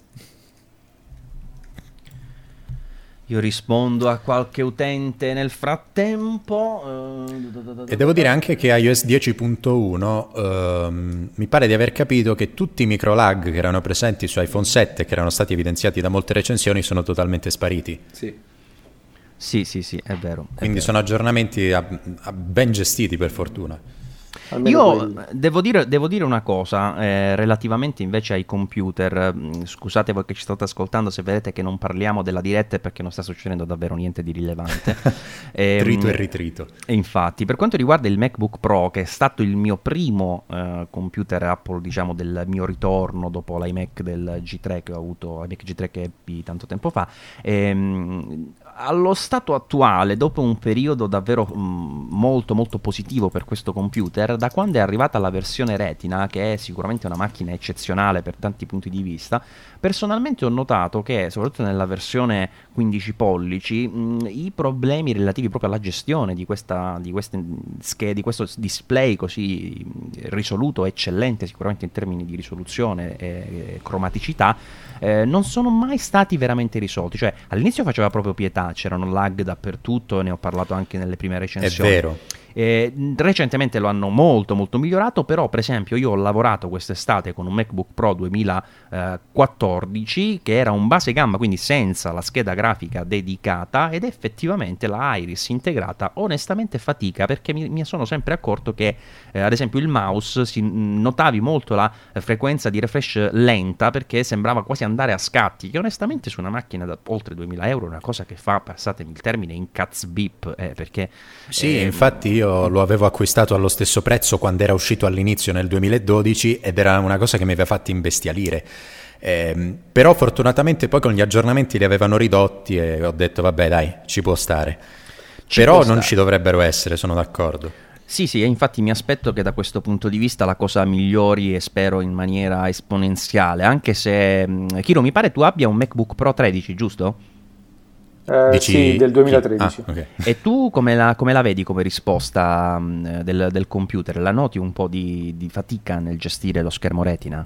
Io rispondo a qualche utente nel frattempo. E devo dire anche che iOS 10.1 mi pare di aver capito che tutti i microlag che erano presenti su iPhone 7, che erano stati evidenziati da molte recensioni, sono totalmente spariti. Sì, è vero. Quindi sono aggiornamenti ben gestiti, per fortuna. Io devo dire una cosa relativamente invece ai computer. Scusate voi che ci state ascoltando se vedete che non parliamo della diretta, perché non sta succedendo davvero niente di rilevante. Trito e ritrito. E infatti, per quanto riguarda il MacBook Pro, che è stato il mio primo computer Apple, diciamo, del mio ritorno dopo l'iMac del G3 che ho avuto, l'iMac G3 che ebbi tanto tempo fa, allo stato attuale, dopo un periodo davvero molto molto positivo per questo computer, da quando è arrivata la versione Retina, che è sicuramente una macchina eccezionale per tanti punti di vista, personalmente ho notato che, soprattutto nella versione 15 pollici, i problemi relativi proprio alla gestione di queste schede, di questo display così risoluto, eccellente sicuramente in termini di risoluzione e cromaticità, non sono mai stati veramente risolti. Cioè, all'inizio faceva proprio pietà, c'erano lag dappertutto, ne ho parlato anche nelle prime recensioni. È vero. Recentemente lo hanno molto molto migliorato, però per esempio io ho lavorato quest'estate con un MacBook Pro 2014 che era un base gamma, quindi senza la scheda grafica dedicata, ed effettivamente la Iris integrata onestamente fatica, perché mi sono sempre accorto che ad esempio il mouse notavi molto la frequenza di refresh lenta, perché sembrava quasi andare a scatti, che onestamente su una macchina da oltre 2000 euro è una cosa che fa, passatemi il termine, incazzbip, perché sì, infatti io lo avevo acquistato allo stesso prezzo quando era uscito all'inizio nel 2012 ed era una cosa che mi aveva fatto imbestialire. Però fortunatamente poi con gli aggiornamenti li avevano ridotti e ho detto vabbè dai, ci può stare. Però non ci dovrebbero essere, sono d'accordo. Sì, e infatti mi aspetto che da questo punto di vista la cosa migliori, e spero in maniera esponenziale, anche se, Kiro, mi pare tu abbia un MacBook Pro 13, giusto? Sì, del 2013. Okay. E tu come la vedi come risposta del computer? La noti un po' di fatica nel gestire lo schermo Retina?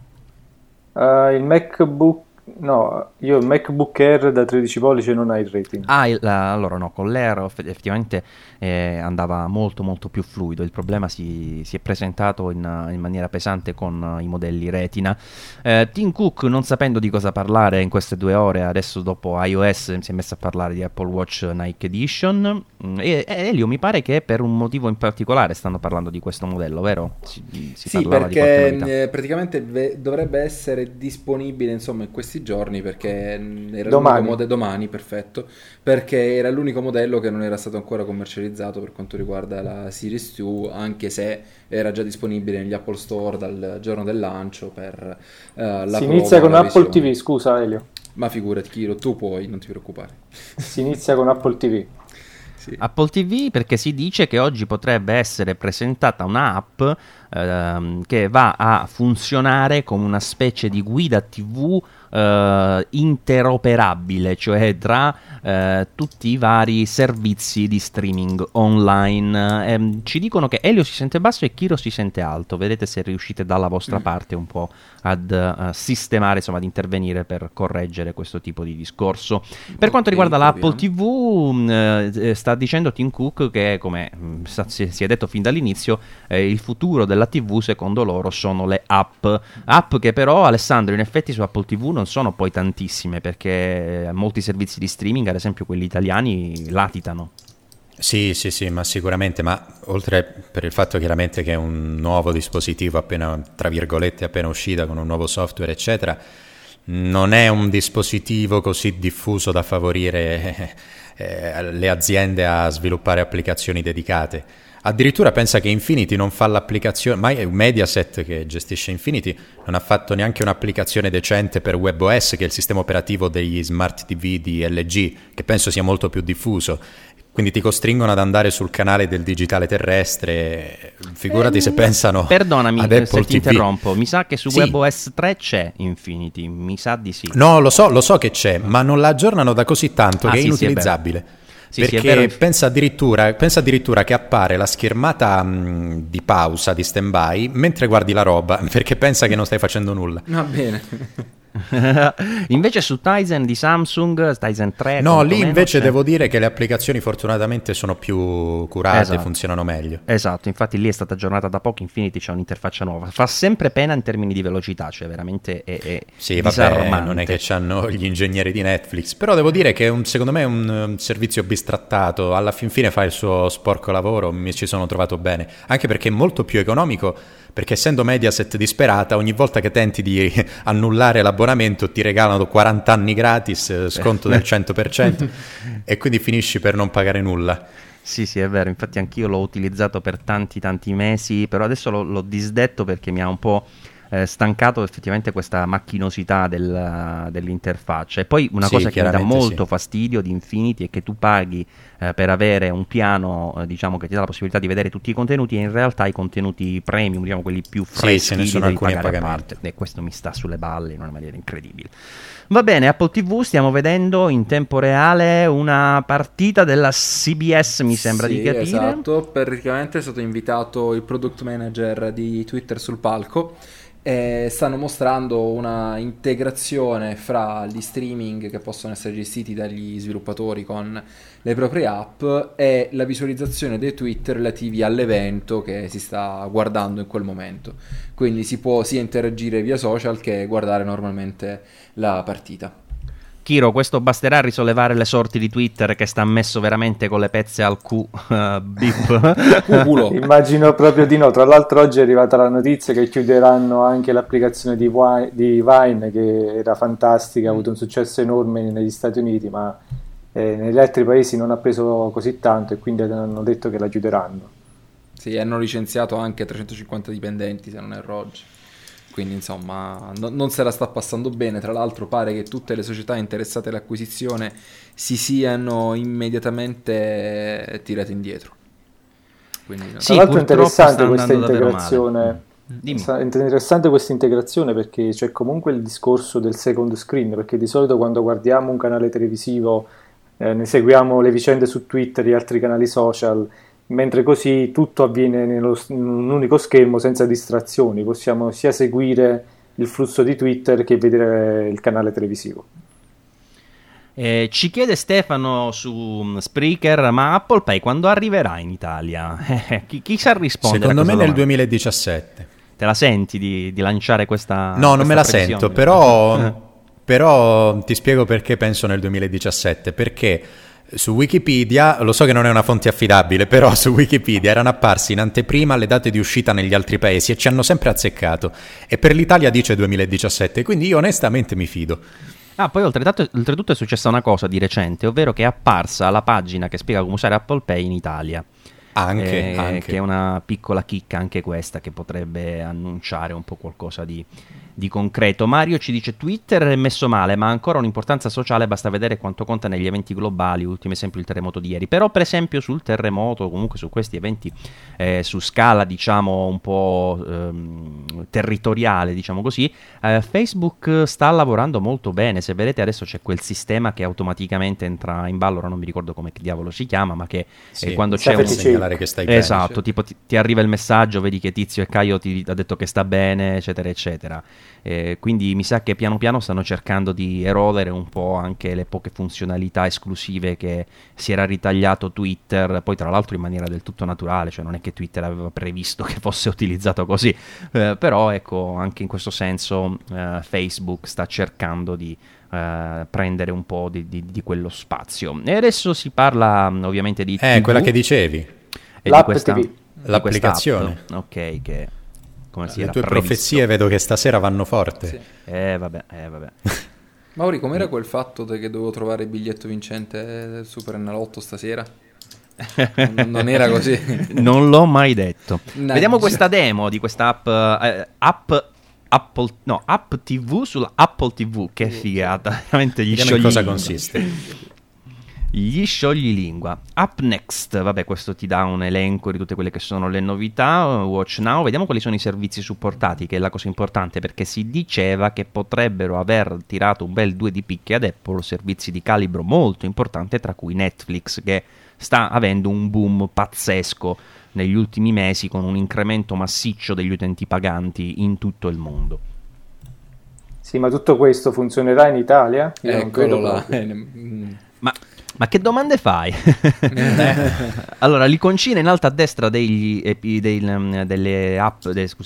Il MacBook io il MacBook Air da 13 pollici non ha il rating. Allora no, con l'Air effettivamente andava molto molto più fluido. Il problema si è presentato in maniera pesante con i modelli Retina. Tim Cook, non sapendo di cosa parlare in queste 2 ore, adesso dopo iOS si è messo a parlare di Apple Watch Nike Edition, e Elio, mi pare che per un motivo in particolare stanno parlando di questo modello, vero? Sì, perché praticamente dovrebbe essere disponibile insomma in questi giorni, perché era domani, perfetto, perché era l'unico modello che non era stato ancora commercializzato per quanto riguarda la Series 2, anche se era già disponibile negli Apple Store dal giorno del lancio per la si inizia con Apple TV, scusa Elio. Ma figurati Kiro, tu puoi, non ti preoccupare. Si inizia con Apple TV. Sì. Apple TV, perché si dice che oggi potrebbe essere presentata un'app che va a funzionare come una specie di guida TV interoperabile, cioè tra tutti i vari servizi di streaming online. Ci dicono che Elio si sente basso e Kiro si sente alto. Vedete se riuscite dalla vostra parte un po' ad sistemare, insomma, ad intervenire per correggere questo tipo di discorso. Per quanto riguarda l'Apple TV, sta dicendo Tim Cook che, come si è detto fin dall'inizio, il futuro della TV secondo loro sono le app che però, Alessandro, in effetti su Apple TV non sono poi tantissime, perché molti servizi di streaming, ad esempio quelli italiani, latitano. Sì, ma sicuramente, ma oltre per il fatto chiaramente che è un nuovo dispositivo appena, tra virgolette, appena uscita con un nuovo software eccetera, non è un dispositivo così diffuso da favorire le aziende a sviluppare applicazioni dedicate. Addirittura pensa che Infinity non fa l'applicazione, ma Mediaset, che gestisce Infinity, non ha fatto neanche un'applicazione decente per WebOS, che è il sistema operativo degli smart TV di LG, che penso sia molto più diffuso. Quindi ti costringono ad andare sul canale del digitale terrestre, figurati se pensano perdonami ad Apple se ti TV. Interrompo, mi sa che su Sì. WebOS 3 c'è Infinity, mi sa di sì. No, lo so che c'è, ma non la aggiornano da così tanto che è sì, inutilizzabile. Sì, perché sì, è vero. pensa addirittura che appare la schermata di pausa, di stand-by, mentre guardi la roba, perché pensa che non stai facendo nulla. Va bene. Invece su Tizen di Samsung, Tizen 3, No, lì invece c'è. devo dire che le applicazioni fortunatamente sono più curate, Esatto. funzionano meglio. Esatto, infatti lì è stata aggiornata da poco, Infinity c'è un'interfaccia nuova, fa sempre pena in termini di velocità, cioè veramente è Sì, vabbè, disarmante. non è che c'hanno gli ingegneri di Netflix, però devo dire che secondo me è un servizio bistrattato, alla fin fine fa il suo sporco lavoro, mi ci sono trovato bene, anche perché è molto più economico, perché essendo Mediaset disperata, ogni volta che tenti di annullare l'abbonamento ti regalano 40 anni gratis, sconto del 100%, e quindi finisci per non pagare nulla. Sì, è vero, infatti anch'io l'ho utilizzato per tanti mesi, però adesso l'ho disdetto perché mi ha un po' stancato effettivamente questa macchinosità dell'interfaccia. E poi una Sì, cosa che mi dà chiaramente molto sì. fastidio di Infinity è che tu paghi per avere un piano diciamo che ti dà la possibilità di vedere tutti i contenuti, e in realtà i contenuti premium, diciamo quelli più freschi, ce ne sono li devi alcuni a pagare a pagamento. parte, e questo mi sta sulle balle in una maniera incredibile. Va bene, Apple TV, stiamo vedendo in tempo reale una partita della CBS, mi sembra di capire. Esatto, praticamente è stato invitato il product manager di Twitter sul palco e stanno mostrando una integrazione fra gli streaming che possono essere gestiti dagli sviluppatori con le proprie app e la visualizzazione dei tweet relativi all'evento che si sta guardando in quel momento. Quindi si può sia interagire via social che guardare normalmente la partita. Kiro, questo basterà a risollevare le sorti di Twitter, che sta messo veramente con le pezze al bip. Culo. Immagino proprio di no. Tra l'altro oggi è arrivata la notizia che chiuderanno anche l'applicazione di Vine, che era fantastica, ha avuto un successo enorme negli Stati Uniti, ma negli altri paesi non ha preso così tanto, e quindi hanno detto che la chiuderanno. Sì, hanno licenziato anche 350 dipendenti, se non erro oggi. Quindi insomma non se la sta passando bene. Tra l'altro pare che tutte le società interessate all'acquisizione si siano immediatamente tirate indietro. Quindi, Sì, Tra l'altro è purtroppo interessante sta questa andando davvero integrazione. Dimmi. È interessante questa integrazione perché c'è comunque il discorso del second screen, perché di solito quando guardiamo un canale televisivo ne seguiamo le vicende su Twitter e altri canali social, mentre così tutto avviene in un unico schermo senza distrazioni. Possiamo sia seguire il flusso di Twitter che vedere il canale televisivo. Ci chiede Stefano su Spreaker, ma Apple Pay quando arriverà in Italia? Chi sa rispondere? Secondo a me questa nel domanda? 2017. Te la senti di lanciare questa? No, non me la questa previsione? sento, però ti spiego perché penso nel 2017, perché su Wikipedia, lo so che non è una fonte affidabile, però su Wikipedia erano apparsi in anteprima le date di uscita negli altri paesi e ci hanno sempre azzeccato, e per l'Italia dice 2017, quindi io onestamente mi fido. Ah, poi oltretutto è successa una cosa di recente, ovvero che è apparsa la pagina che spiega come usare Apple Pay in Italia. Anche. che è una piccola chicca anche questa, che potrebbe annunciare un po' qualcosa di concreto. Mario ci dice: Twitter è messo male, ma ha ancora un'importanza sociale, basta vedere quanto conta negli eventi globali, ultimo esempio il terremoto di ieri. Però per esempio sul terremoto, comunque su questi eventi su scala diciamo un po' territoriale, diciamo così, Facebook sta lavorando molto bene. Se vedete adesso c'è quel sistema che automaticamente entra in ballo, ora non mi ricordo come diavolo si chiama, ma che quando c'è un segnalare che stai esatto, bene, tipo ti arriva il messaggio, vedi che Tizio e Caio ti ha detto che sta bene, eccetera eccetera. Quindi mi sa che piano piano stanno cercando di erodere un po' anche le poche funzionalità esclusive che si era ritagliato Twitter, poi tra l'altro in maniera del tutto naturale, cioè non è che Twitter aveva previsto che fosse utilizzato così, però ecco, anche in questo senso Facebook sta cercando di prendere un po' di quello spazio. E adesso si parla ovviamente di TV, quella che dicevi, e l'app di questa, TV. L'applicazione. Ok, che come si Le era tue previsto. profezie vedo che stasera vanno forte. Sì. Vabbè. Mauri, com'era quel fatto che dovevo trovare il biglietto vincente del Super Enalotto stasera? Non era così. Non l'ho mai detto. Naggia. Vediamo questa demo di questa app TV sulla Apple TV. Che figata, veramente gli Vediamo in cosa scioglilingua. consiste. Gli scioglilingua. Up Next, vabbè, questo ti dà un elenco di tutte quelle che sono le novità. Watch Now, vediamo quali sono i servizi supportati, che è la cosa importante, perché si diceva che potrebbero aver tirato un bel 2 di picche ad Apple servizi di calibro molto importante, tra cui Netflix, che sta avendo un boom pazzesco negli ultimi mesi, con un incremento massiccio degli utenti paganti in tutto il mondo. Sì, ma tutto questo funzionerà in Italia? Io non Eccolo credo là. Ma Ma che domande fai? Allora, l'iconcina in alto a destra delle app,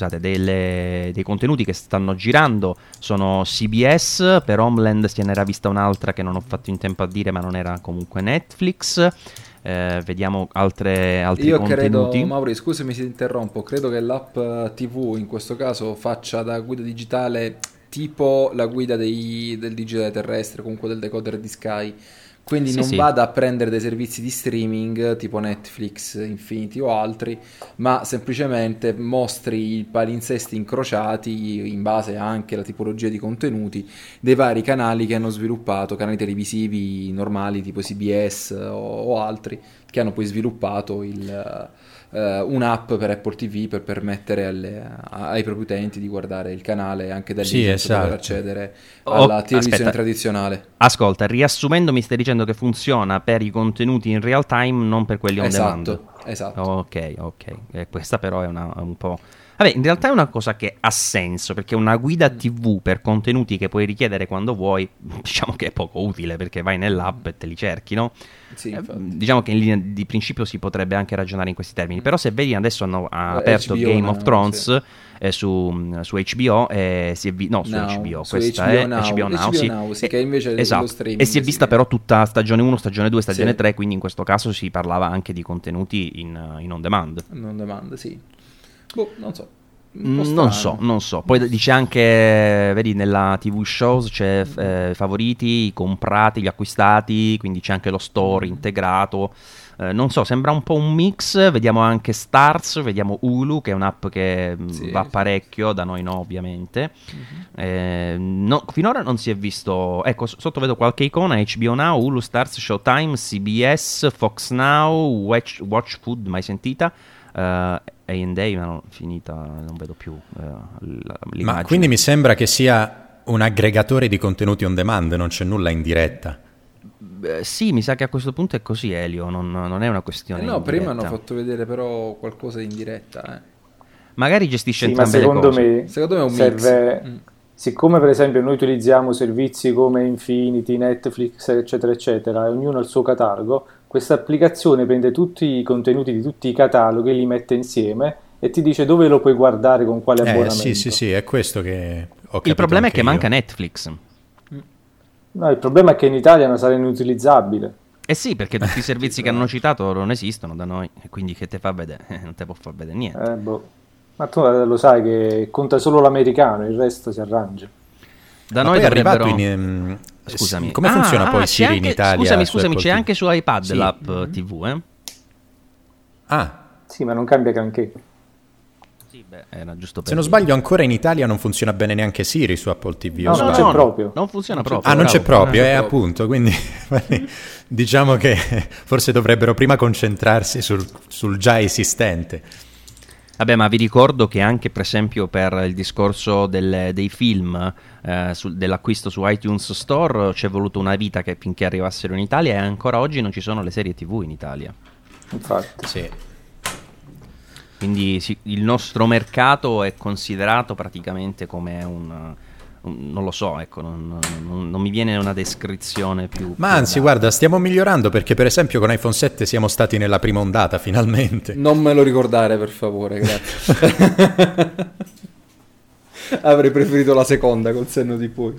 dei contenuti che stanno girando sono CBS. Per Homeland se ne era vista un'altra che non ho fatto in tempo a dire, ma non era comunque Netflix. Vediamo altri contenuti. Credo, Mauri, scusami se ti interrompo, credo che l'app TV in questo caso faccia da guida digitale tipo la guida del digitale terrestre, comunque del decoder di Sky. Quindi non vada a prendere dei servizi di streaming tipo Netflix, Infinity o altri, ma semplicemente mostri i palinsesti incrociati in base anche alla tipologia di contenuti dei vari canali che hanno sviluppato, canali televisivi normali tipo CBS o altri, che hanno poi sviluppato un'app per Apple TV per permettere ai propri utenti di guardare il canale anche da lì, senza dover accedere alla televisione tradizionale. Ascolta, riassumendo, mi stai dicendo che funziona per i contenuti in real time, non per quelli on demand. Esatto. Ok. Questa però è un po'... Vabbè, in realtà è una cosa che ha senso, perché una guida TV per contenuti che puoi richiedere quando vuoi, diciamo che è poco utile, perché vai nell'app e te li cerchi, no? Sì, diciamo che in linea di principio si potrebbe anche ragionare in questi termini, però se vedi adesso hanno aperto HBO Game Now, of Thrones su HBO, su HBO, questa è HBO Now, sì, che invece esatto, dello streaming, e si è vista però tutta stagione 1, stagione 2, stagione sì. 3, quindi in questo caso si parlava anche di contenuti in on demand. On demand, sì. Non so. Non so. Poi dice anche, vedi, nella TV shows c'è favoriti, i comprati, gli acquistati, quindi c'è anche lo store integrato. Non so, sembra un po' un mix. Vediamo anche Stars, vediamo Hulu, che è un'app che va parecchio, da noi no ovviamente. Finora non si è visto. Ecco, sotto vedo qualche icona: HBO Now, Hulu, Stars, Showtime, CBS, Fox Now, Watch Food, mai sentita, A&A, ma non finita, non vedo più l'immagine. Ma quindi mi sembra che sia un aggregatore di contenuti on demand, non c'è nulla in diretta. Sì, mi sa che a questo punto è così, Elio, non è una questione no, in prima diretta. hanno fatto vedere però qualcosa in diretta. Magari gestisce sì, entrambe ma le cose. Secondo me è un serve, mix. Siccome per esempio noi utilizziamo servizi come Infinity, Netflix, eccetera, eccetera, e ognuno ha il suo catalogo, questa applicazione prende tutti i contenuti di tutti i cataloghi, li mette insieme e ti dice dove lo puoi guardare, con quale abbonamento. Sì, è questo che ho capito. Il problema è che io. manca Netflix. No, il problema è che in Italia sarà inutilizzabile. Sì, perché tutti i servizi che hanno citato non esistono da noi, e quindi che te fa vedere? Non te può far vedere niente. Ma tu lo sai che conta solo l'americano, il resto si arrangia. Da ma noi poi è arrivato in... Scusami. Come funziona poi Siri in Italia? Scusami, c'è anche su iPad sì. l'app TV, Ah, Sì, ma non cambia granché. Sì, beh, era giusto per se non dire. sbaglio ancora in Italia non funziona bene neanche Siri su Apple TV. No, o non sbaglio? c'è proprio. Non funziona proprio. Ah, non c'è bravo. proprio, proprio. appunto, quindi diciamo che forse dovrebbero prima concentrarsi sul già esistente. Vabbè, ma vi ricordo che anche per esempio per il discorso dei film, dell'acquisto su iTunes Store, c'è voluto una vita finché arrivassero in Italia, e ancora oggi non ci sono le serie TV in Italia. Infatti. Sì. Quindi il nostro mercato è considerato praticamente come non lo so, ecco, non mi viene una descrizione più... Ma più anzi, adatta. guarda, stiamo migliorando perché per esempio con iPhone 7 siamo stati nella prima ondata finalmente. Non me lo ricordare, per favore, grazie. Avrei preferito la seconda, col senno di poi.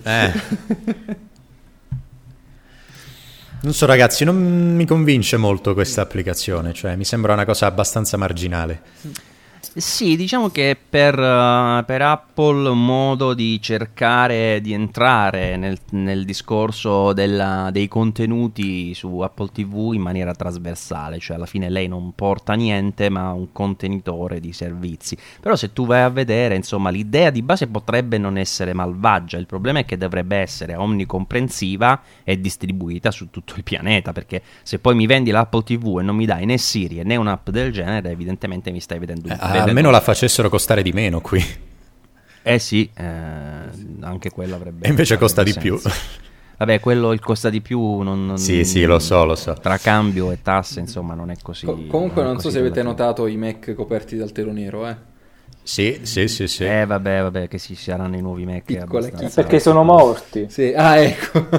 Non so ragazzi, non mi convince molto questa applicazione, cioè mi sembra una cosa abbastanza marginale. Sì, diciamo che per Apple un modo di cercare di entrare nel discorso dei contenuti su Apple TV in maniera trasversale, cioè alla fine lei non porta niente ma un contenitore di servizi. Però se tu vai a vedere, insomma, l'idea di base potrebbe non essere malvagia, il problema è che dovrebbe essere omnicomprensiva e distribuita su tutto il pianeta, perché se poi mi vendi l'Apple TV e non mi dai né Siri né un'app del genere, evidentemente mi stai vedendo Almeno la facessero costare di meno qui. Sì, anche quello avrebbe... E invece costa di senso. più. Vabbè, quello il costa di più Sì, lo so. Tra cambio e tasse, insomma, non è così. Comunque non è so così se avete relativo. notato i Mac coperti dal telo nero, Sì. Vabbè, che ci saranno i nuovi Mac. Piccole abbastanza- Perché sono morti. Sì, ecco.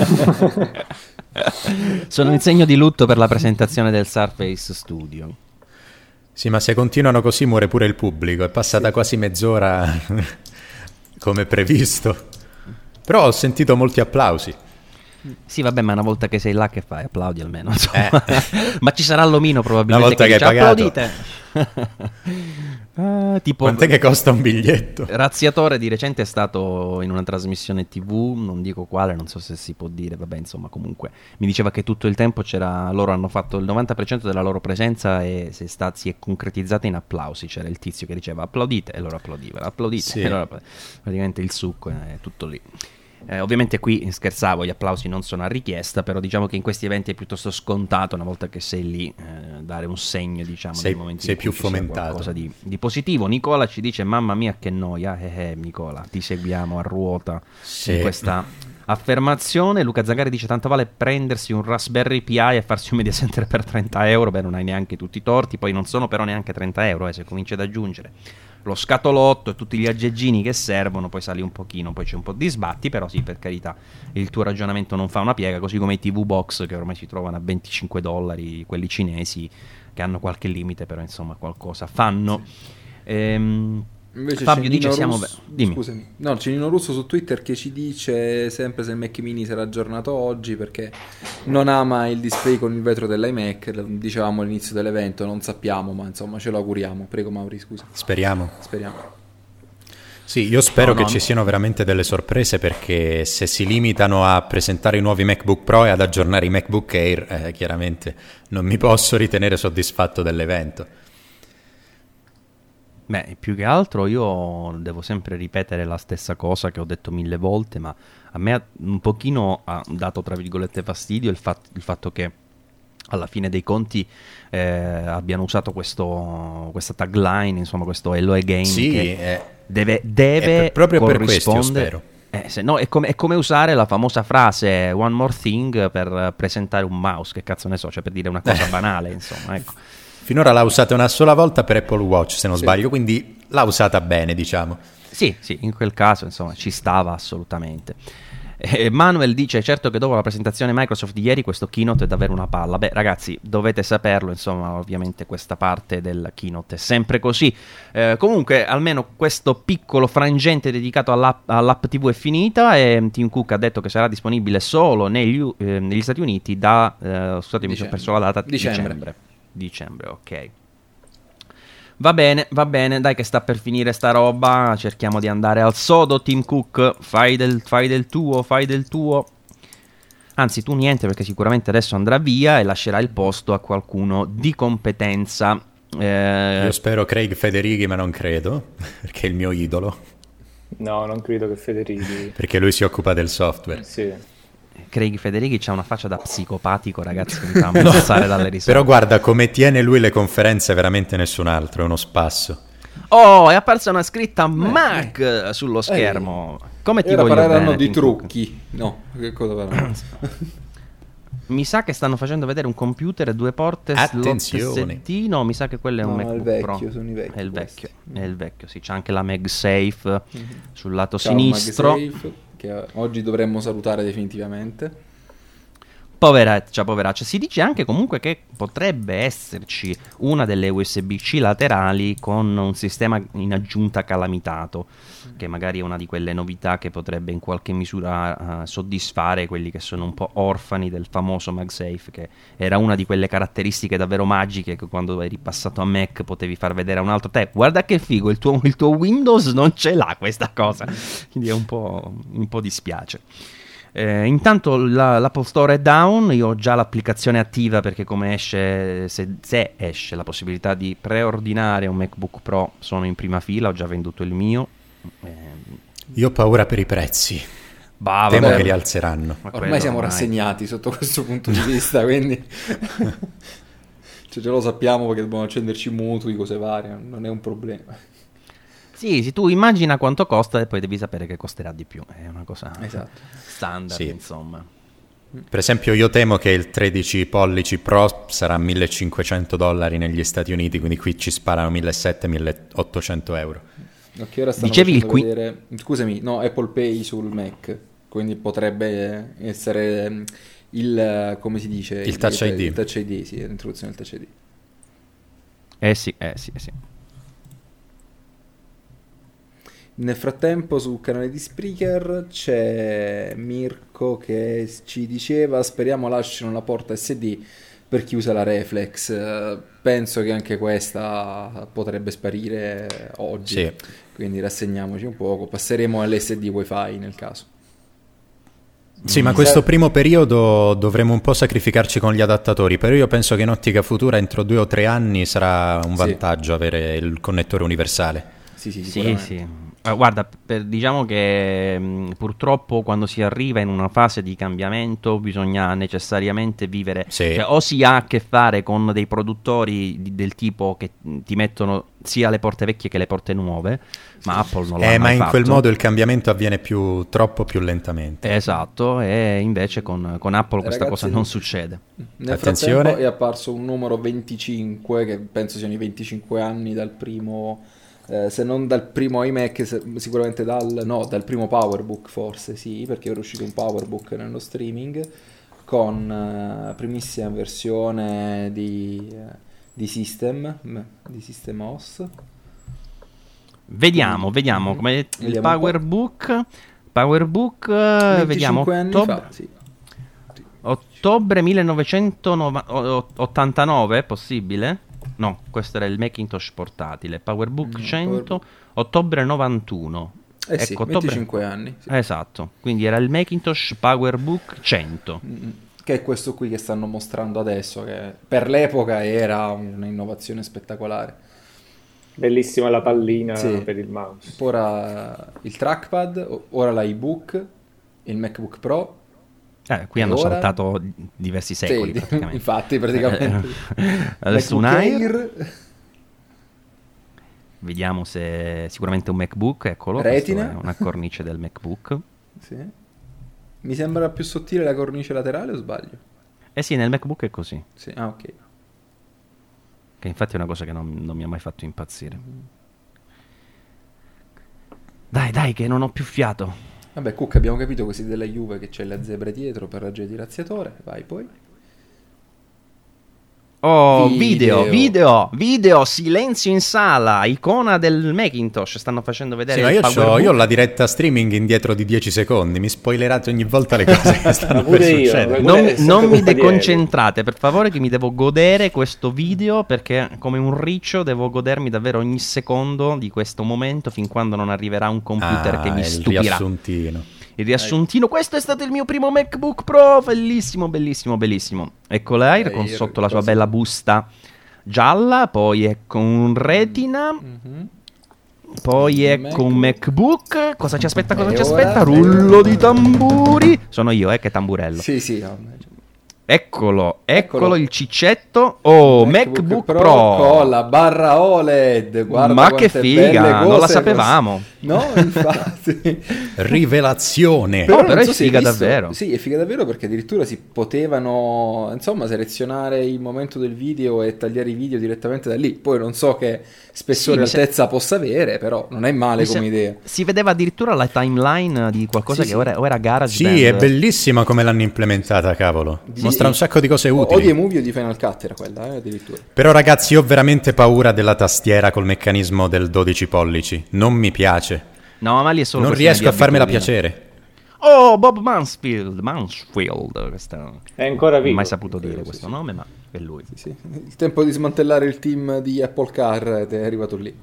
Sono in segno di lutto per la presentazione del Surface Studio. Sì, ma se continuano così muore pure il pubblico, è passata quasi mezz'ora come previsto. Però ho sentito molti applausi. Sì, vabbè, ma una volta che sei là, che fai? Applaudi almeno, insomma. Ma ci sarà l'omino probabilmente Una volta che hai dice, pagato. applaudite. Tipo Quant'è che costa un biglietto? Razziatore di recente è stato in una trasmissione TV, non dico quale, non so se si può dire, vabbè, insomma, comunque mi diceva che tutto il tempo loro hanno fatto il 90% della loro presenza e si è concretizzata in applausi. C'era il tizio che diceva applaudite e loro applaudivano, applaudite Sì. e loro praticamente il succo è tutto lì. Ovviamente qui scherzavo, gli applausi non sono a richiesta, però diciamo che in questi eventi è piuttosto scontato, una volta che sei lì, dare un segno, diciamo, Sei- nel momento sei in cui più ci sia fomentato. qualcosa di positivo. Nicola ci dice, mamma mia che noia, Nicola, ti seguiamo a ruota Sì. in questa affermazione. Luca Zagari dice, tanto vale prendersi un Raspberry Pi e farsi un media center per 30 euro, beh non hai neanche tutti i torti, poi non sono però neanche 30 euro, se cominci ad aggiungere lo scatolotto e tutti gli aggeggini che servono, poi sali un pochino, poi c'è un po' di sbatti, però sì, per carità, il tuo ragionamento non fa una piega, così come i TV box che ormai si trovano a $25, quelli cinesi, che hanno qualche limite, però insomma qualcosa fanno. Invece Fabio c'è dice, Nino siamo... Russo- Dimmi. Scusami. No, c'è Nino Russo su Twitter che ci dice sempre se il Mac mini sarà aggiornato oggi, perché non ama il display con il vetro dell'iMac. Dicevamo all'inizio dell'evento, non sappiamo, ma insomma ce lo auguriamo. Prego Mauri, scusa. Speriamo. Speriamo. Sì, io spero No, che no. ci siano veramente delle sorprese, perché se si limitano a presentare i nuovi MacBook Pro e ad aggiornare i MacBook Air, chiaramente non mi posso ritenere soddisfatto dell'evento. Beh, più che altro io devo sempre ripetere la stessa cosa che ho detto 1000 volte, ma a me un pochino ha dato, tra virgolette, fastidio il fatto che alla fine dei conti abbiano usato questa tagline, insomma questo Hello Again, Sì, che è deve proprio per questo, io corrispondere. spero. Se no, è come usare la famosa frase one more thing per presentare un mouse, che cazzo ne so, cioè per dire una cosa banale, insomma, ecco. Finora l'ha usata una sola volta per Apple Watch, se non Sì. sbaglio, quindi l'ha usata bene, diciamo. Sì, in quel caso, insomma, ci stava assolutamente. Manuel dice, certo che dopo la presentazione Microsoft di ieri questo keynote è davvero una palla. Beh ragazzi, dovete saperlo, insomma, ovviamente questa parte del keynote è sempre così. Comunque almeno questo piccolo frangente dedicato all'app TV è finita, e Tim Cook ha detto che sarà disponibile solo negli Stati Uniti da scusate, mi sono perso la data. Dicembre, ok. Va bene, dai che sta per finire sta roba, cerchiamo di andare al sodo. Tim Cook, fai del tuo. Anzi, tu niente, perché sicuramente adesso andrà via e lascerà il posto a qualcuno di competenza. Io spero Craig Federighi, ma non credo, perché è il mio idolo. No, non credo che Federighi... Perché lui si occupa del software. Sì. Craig Federighi c'ha una faccia da psicopatico, ragazzi, che mi fa ammazzare dalle risate. Però guarda, come tiene lui le conferenze, veramente nessun altro, è uno spasso. Oh, è apparsa una scritta Mac sullo schermo. Come ti ora voglio parleranno bene, di Tim Cook. trucchi. No, che cosa parleranno? Mi sa che stanno facendo vedere un computer e 2 porte Attenzione. SD. No, mi sa che quello è un No, MacBook il vecchio, Pro. sono i vecchi È il questi. vecchio, è il vecchio, sì. C'è anche la MagSafe sul lato Ciao, sinistro. MagSafe, che oggi dovremmo salutare definitivamente. Poveraccia. Si dice anche comunque che potrebbe esserci una delle USB-C laterali con un sistema in aggiunta calamitato, che magari è una di quelle novità che potrebbe in qualche misura soddisfare quelli che sono un po' orfani del famoso MagSafe, che era una di quelle caratteristiche davvero magiche che quando eri passato a Mac potevi far vedere a un altro te. Guarda che figo, il tuo Windows non ce l'ha questa cosa, quindi è un po' dispiace. Intanto l'Apple Store è down, io ho già l'applicazione attiva perché come esce, se esce la possibilità di preordinare un MacBook Pro, sono in prima fila, ho già venduto il mio. Io ho paura per i prezzi. Bah, Temo vabbè. che li alzeranno. Ma Ormai quello siamo rassegnati sotto questo punto di vista, quindi cioè, ce lo sappiamo perché dobbiamo accenderci mutui, cose varie, non è un problema. Sì, tu immagina quanto costa e poi devi sapere che costerà di più, è una cosa Esatto. standard, Sì. insomma. Per esempio io temo che il 13 pollici Pro sarà $1.500 negli Stati Uniti, quindi qui ci sparano 1.700-1.800 euro. Ok, ora stanno Dicevi il facendo vedere, scusami, no, Apple Pay sul Mac, quindi potrebbe essere il, come si dice? Il Touch ID. Il Touch ID, sì, l'introduzione del Touch ID. Sì. Nel frattempo sul canale di Spreaker c'è Mirko che ci diceva speriamo lasciano la porta SD per chi usa la Reflex. Penso che anche questa potrebbe sparire oggi, Sì. quindi rassegniamoci un poco, passeremo all'SD Wi-Fi nel caso. Sì, ma questo primo periodo dovremo un po' sacrificarci con gli adattatori, però io penso che in ottica futura entro 2 o 3 anni sarà un vantaggio avere il connettore universale. Sì, Sì. Guarda, diciamo che purtroppo quando si arriva in una fase di cambiamento bisogna necessariamente vivere, Sì. cioè, o si ha a che fare con dei produttori del tipo che ti mettono sia le porte vecchie che le porte nuove, ma Apple non l'ha mai Ma in fatto. quel modo il cambiamento avviene troppo più lentamente. Esatto, e invece con Apple questa Ragazzi, cosa non succede. Nel Attenzione. frattempo è apparso un numero 25 che penso siano i 25 anni dal primo, se non dal primo iMac, sicuramente dal primo PowerBook forse, sì, perché era uscito un PowerBook nello streaming con primissima versione di System OS. Vediamo come il Vediamo un PowerBook 25 vediamo anni fa, sì. ottobre 1989, è possibile? No, questo era il Macintosh portatile, PowerBook 100, ottobre 91. Sì, ecco, 25 anni. Sì. Esatto, quindi era il Macintosh PowerBook 100. Che è questo qui che stanno mostrando adesso, che per l'epoca era un'innovazione spettacolare. Bellissima la pallina Sì. per il mouse. Ora il trackpad, ora l'iBook, il MacBook Pro. Qui E hanno ora? saltato diversi secoli, Sì, praticamente. infatti, praticamente. Adesso un MacBook Air. Vediamo se sicuramente un MacBook, eccolo, Retina. questa è una cornice del MacBook. Sì. Mi sembra più sottile la cornice laterale o sbaglio? Eh sì, nel MacBook è così, Sì, ah ok. che infatti è una cosa che non mi ha mai fatto impazzire. Dai, che non ho più fiato. Vabbè, Cook, abbiamo capito così della Juve che c'è le zebre dietro per ragione di razziatore. Vai poi. Oh, video, silenzio in sala, icona del Macintosh, stanno facendo vedere Sì, ma il PowerBook. io ho la diretta streaming indietro di 10 secondi, mi spoilerate ogni volta le cose che stanno per Pure io, succedere. Non mi deconcentrate, per favore, che mi devo godere questo video, perché come un riccio devo godermi davvero ogni secondo di questo momento fin quando non arriverà un computer che mi il stupirà. riassuntino. il riassuntino. Questo è stato il mio primo MacBook Pro, bellissimo, bellissimo, bellissimo. Ecco l'Air con sotto la sua bella busta gialla, poi ecco un Retina, poi ecco un MacBook. Cosa ci aspetta, cosa ci aspetta? Rullo di tamburi. Sono io, che tamburello. Sì. Eccolo il ciccetto. Oh, MacBook Pro con la barra OLED. Guarda, ma che figa, non la sapevamo. No, infatti. Rivelazione. Però è so figa davvero. Sì, è figa davvero, perché addirittura si potevano, insomma, selezionare il momento del video e tagliare i video direttamente da lì. Poi non so che spessore e altezza possa avere, però non è male come idea. Si vedeva addirittura la timeline di qualcosa che ora era GarageBand. Sì, è bellissima come l'hanno implementata, cavolo. Mostra un sacco di cose utili. O di Movie o di Final Cut era quella, addirittura. Però ragazzi, io ho veramente paura della tastiera col meccanismo del 12 pollici. Non mi piace. No, ma lì è solo non riesco a farmela piacere. Oh, Bob Mansfield, questa... È ancora vivo. Non ho mai saputo dire questo nome, ma è lui. Sì. Il tempo di smantellare il team di Apple Car è arrivato lì.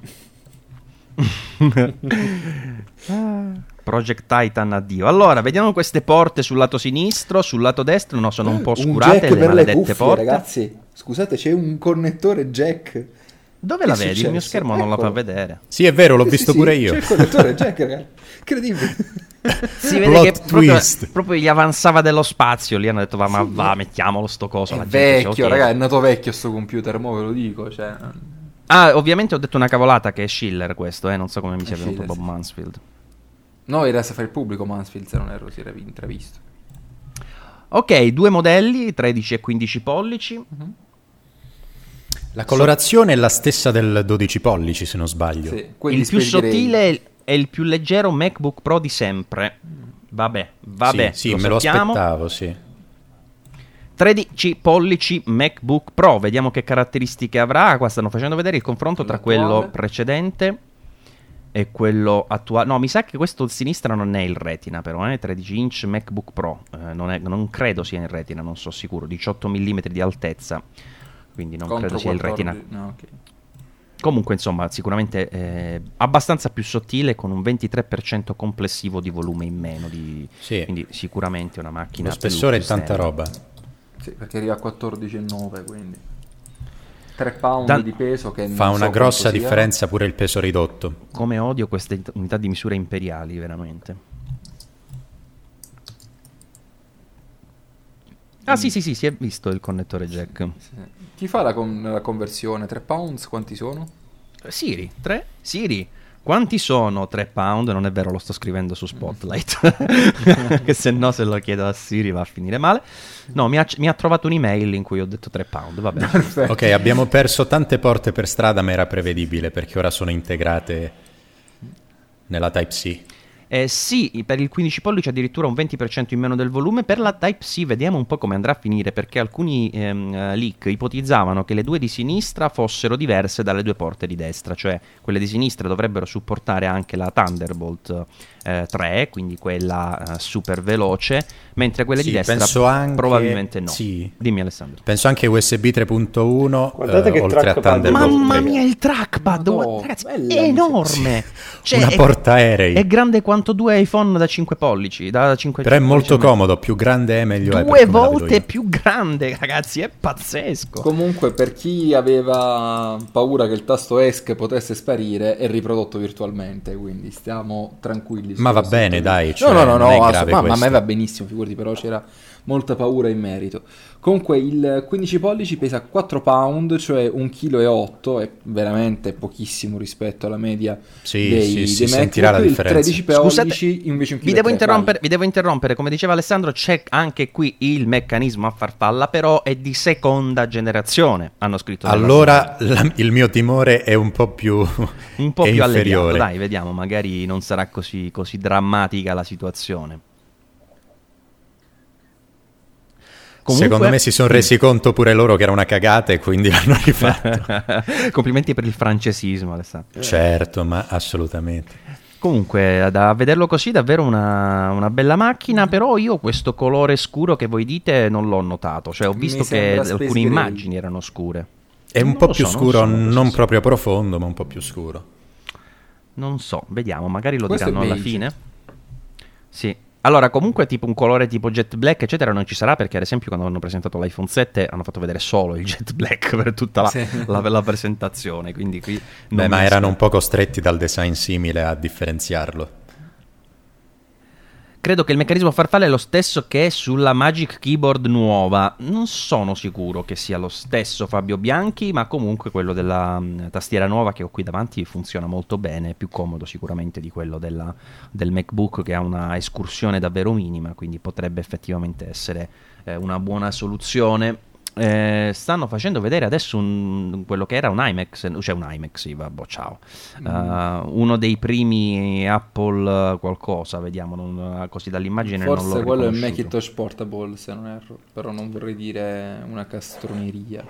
Project Titan, addio. Allora, vediamo queste porte sul lato sinistro, sul lato destro. No, sono un po' oscurate le maledette cuffie, porte. Ragazzi, scusate, c'è un connettore jack. Dove la vedi? Il mio schermo non la fa vedere. Sì, è vero, l'ho visto pure io. C'è il connettore jack, ragazzi. Incredibile. Si vede che proprio gli avanzava dello spazio. Lì hanno detto va, mettiamolo sto coso. È vecchio, raga, è nato vecchio sto computer, mo ve lo dico, cioè. Ah, ovviamente ho detto una cavolata, che è Schiller questo, non so come mi sia venuto Bob Mansfield. No, era se fa il pubblico Mansfield, se non erro, si era intravisto. Ok, due modelli, 13 e 15 pollici. La colorazione è la stessa del 12 pollici, se non sbaglio. Sì, il più sottile è il più leggero MacBook Pro di sempre. Vabbè, sì, me lo aspettavo, sì. 13 pollici MacBook Pro, vediamo che caratteristiche avrà. Qua stanno facendo vedere il confronto tra quello precedente e quello attuale. No, mi sa che questo a sinistra non è il Retina, però 13 inch MacBook Pro, non credo sia il Retina, non so sicuro, 18 mm di altezza, quindi non credo sia il Retina. No, okay. Comunque, insomma, sicuramente abbastanza più sottile, con un 23% complessivo di volume in meno, quindi sicuramente una macchina. Lo spessore è tanta roba. Sì, perché arriva a 14,9, quindi 3 pound di peso, che fa una grossa differenza pure il peso ridotto. Come odio queste unità di misura imperiali, veramente. Ah sì, si è visto il connettore jack. Sì. Chi fa la conversione? 3 pounds quanti sono? Siri, quanti sono 3 pound? Non è vero, lo sto scrivendo su Spotlight. Che se no, se lo chiedo a Siri va a finire male. No, mi ha trovato un'email in cui ho detto 3 pound, vabbè. Ok, abbiamo perso tante porte per strada, ma era prevedibile perché ora sono integrate nella Type-C. Sì, per il 15 pollici addirittura un 20% in meno del volume. Per la Type-C vediamo un po' come andrà a finire, perché alcuni leak ipotizzavano che le due di sinistra fossero diverse dalle due porte di destra, cioè quelle di sinistra dovrebbero supportare anche la Thunderbolt 3, quindi quella super veloce, mentre quelle di destra anche, probabilmente no. Sì. Dimmi, Alessandro. Penso anche USB 3.1. Guardate che oltre a Thunderbolt. Mamma mia, il trackpad, ragazzi, è enorme. Cioè, una portaerei. È grande quanto due iPhone da 5 pollici. Da 5 Però è molto comodo, più grande è meglio è. 2 volte più grande, ragazzi, è pazzesco. Comunque, per chi aveva paura che il tasto ESC potesse sparire, è riprodotto virtualmente, quindi stiamo tranquilli. Ma va bene, dai. Cioè, no, ma a me va benissimo, figurati, però c'era molta paura in merito. Comunque il 15 pollici pesa 4 pound, cioè 1,8 kg, è veramente pochissimo rispetto alla media dei sentirà la differenza. Il 13 pollici invece 1,3 kg. Vi devo interrompere, come diceva Alessandro, c'è anche qui il meccanismo a farfalla, però è di seconda generazione, hanno scritto. Allora il mio timore è un po' più alleviato, dai, vediamo, magari non sarà così drammatica la situazione. Comunque, secondo me si sono resi conto pure loro che era una cagata e quindi l'hanno rifatto. Complimenti per il francesismo, Alessandro. Certo, ma assolutamente. Comunque, da vederlo così, davvero una bella macchina, però io questo colore scuro che voi dite non l'ho notato, cioè ho visto che alcune immagini erano scure. È un po' più scuro, non proprio profondo, ma un po' più scuro. Non so, vediamo, magari lo diranno alla fine. Sì. Allora, comunque tipo un colore tipo jet black, eccetera, non ci sarà, perché ad esempio quando hanno presentato l'iPhone 7 hanno fatto vedere solo il jet black per tutta la presentazione, quindi qui ma erano un po' costretti dal design simile a differenziarlo. Credo che il meccanismo a farfalla è lo stesso che sulla Magic Keyboard nuova. Non sono sicuro che sia lo stesso, Fabio Bianchi, ma comunque quello della tastiera nuova che ho qui davanti funziona molto bene, è più comodo sicuramente di quello del MacBook, che ha una escursione davvero minima, quindi potrebbe effettivamente essere una buona soluzione. Stanno facendo vedere adesso quello che era un iMac, cioè un iMac, sì, vabbè, ciao. Uno dei primi Apple qualcosa, vediamo, così dall'immagine forse non l'ho quello è riconosciuto. il Macintosh Portable, se non erro, però non vorrei dire una castroneria.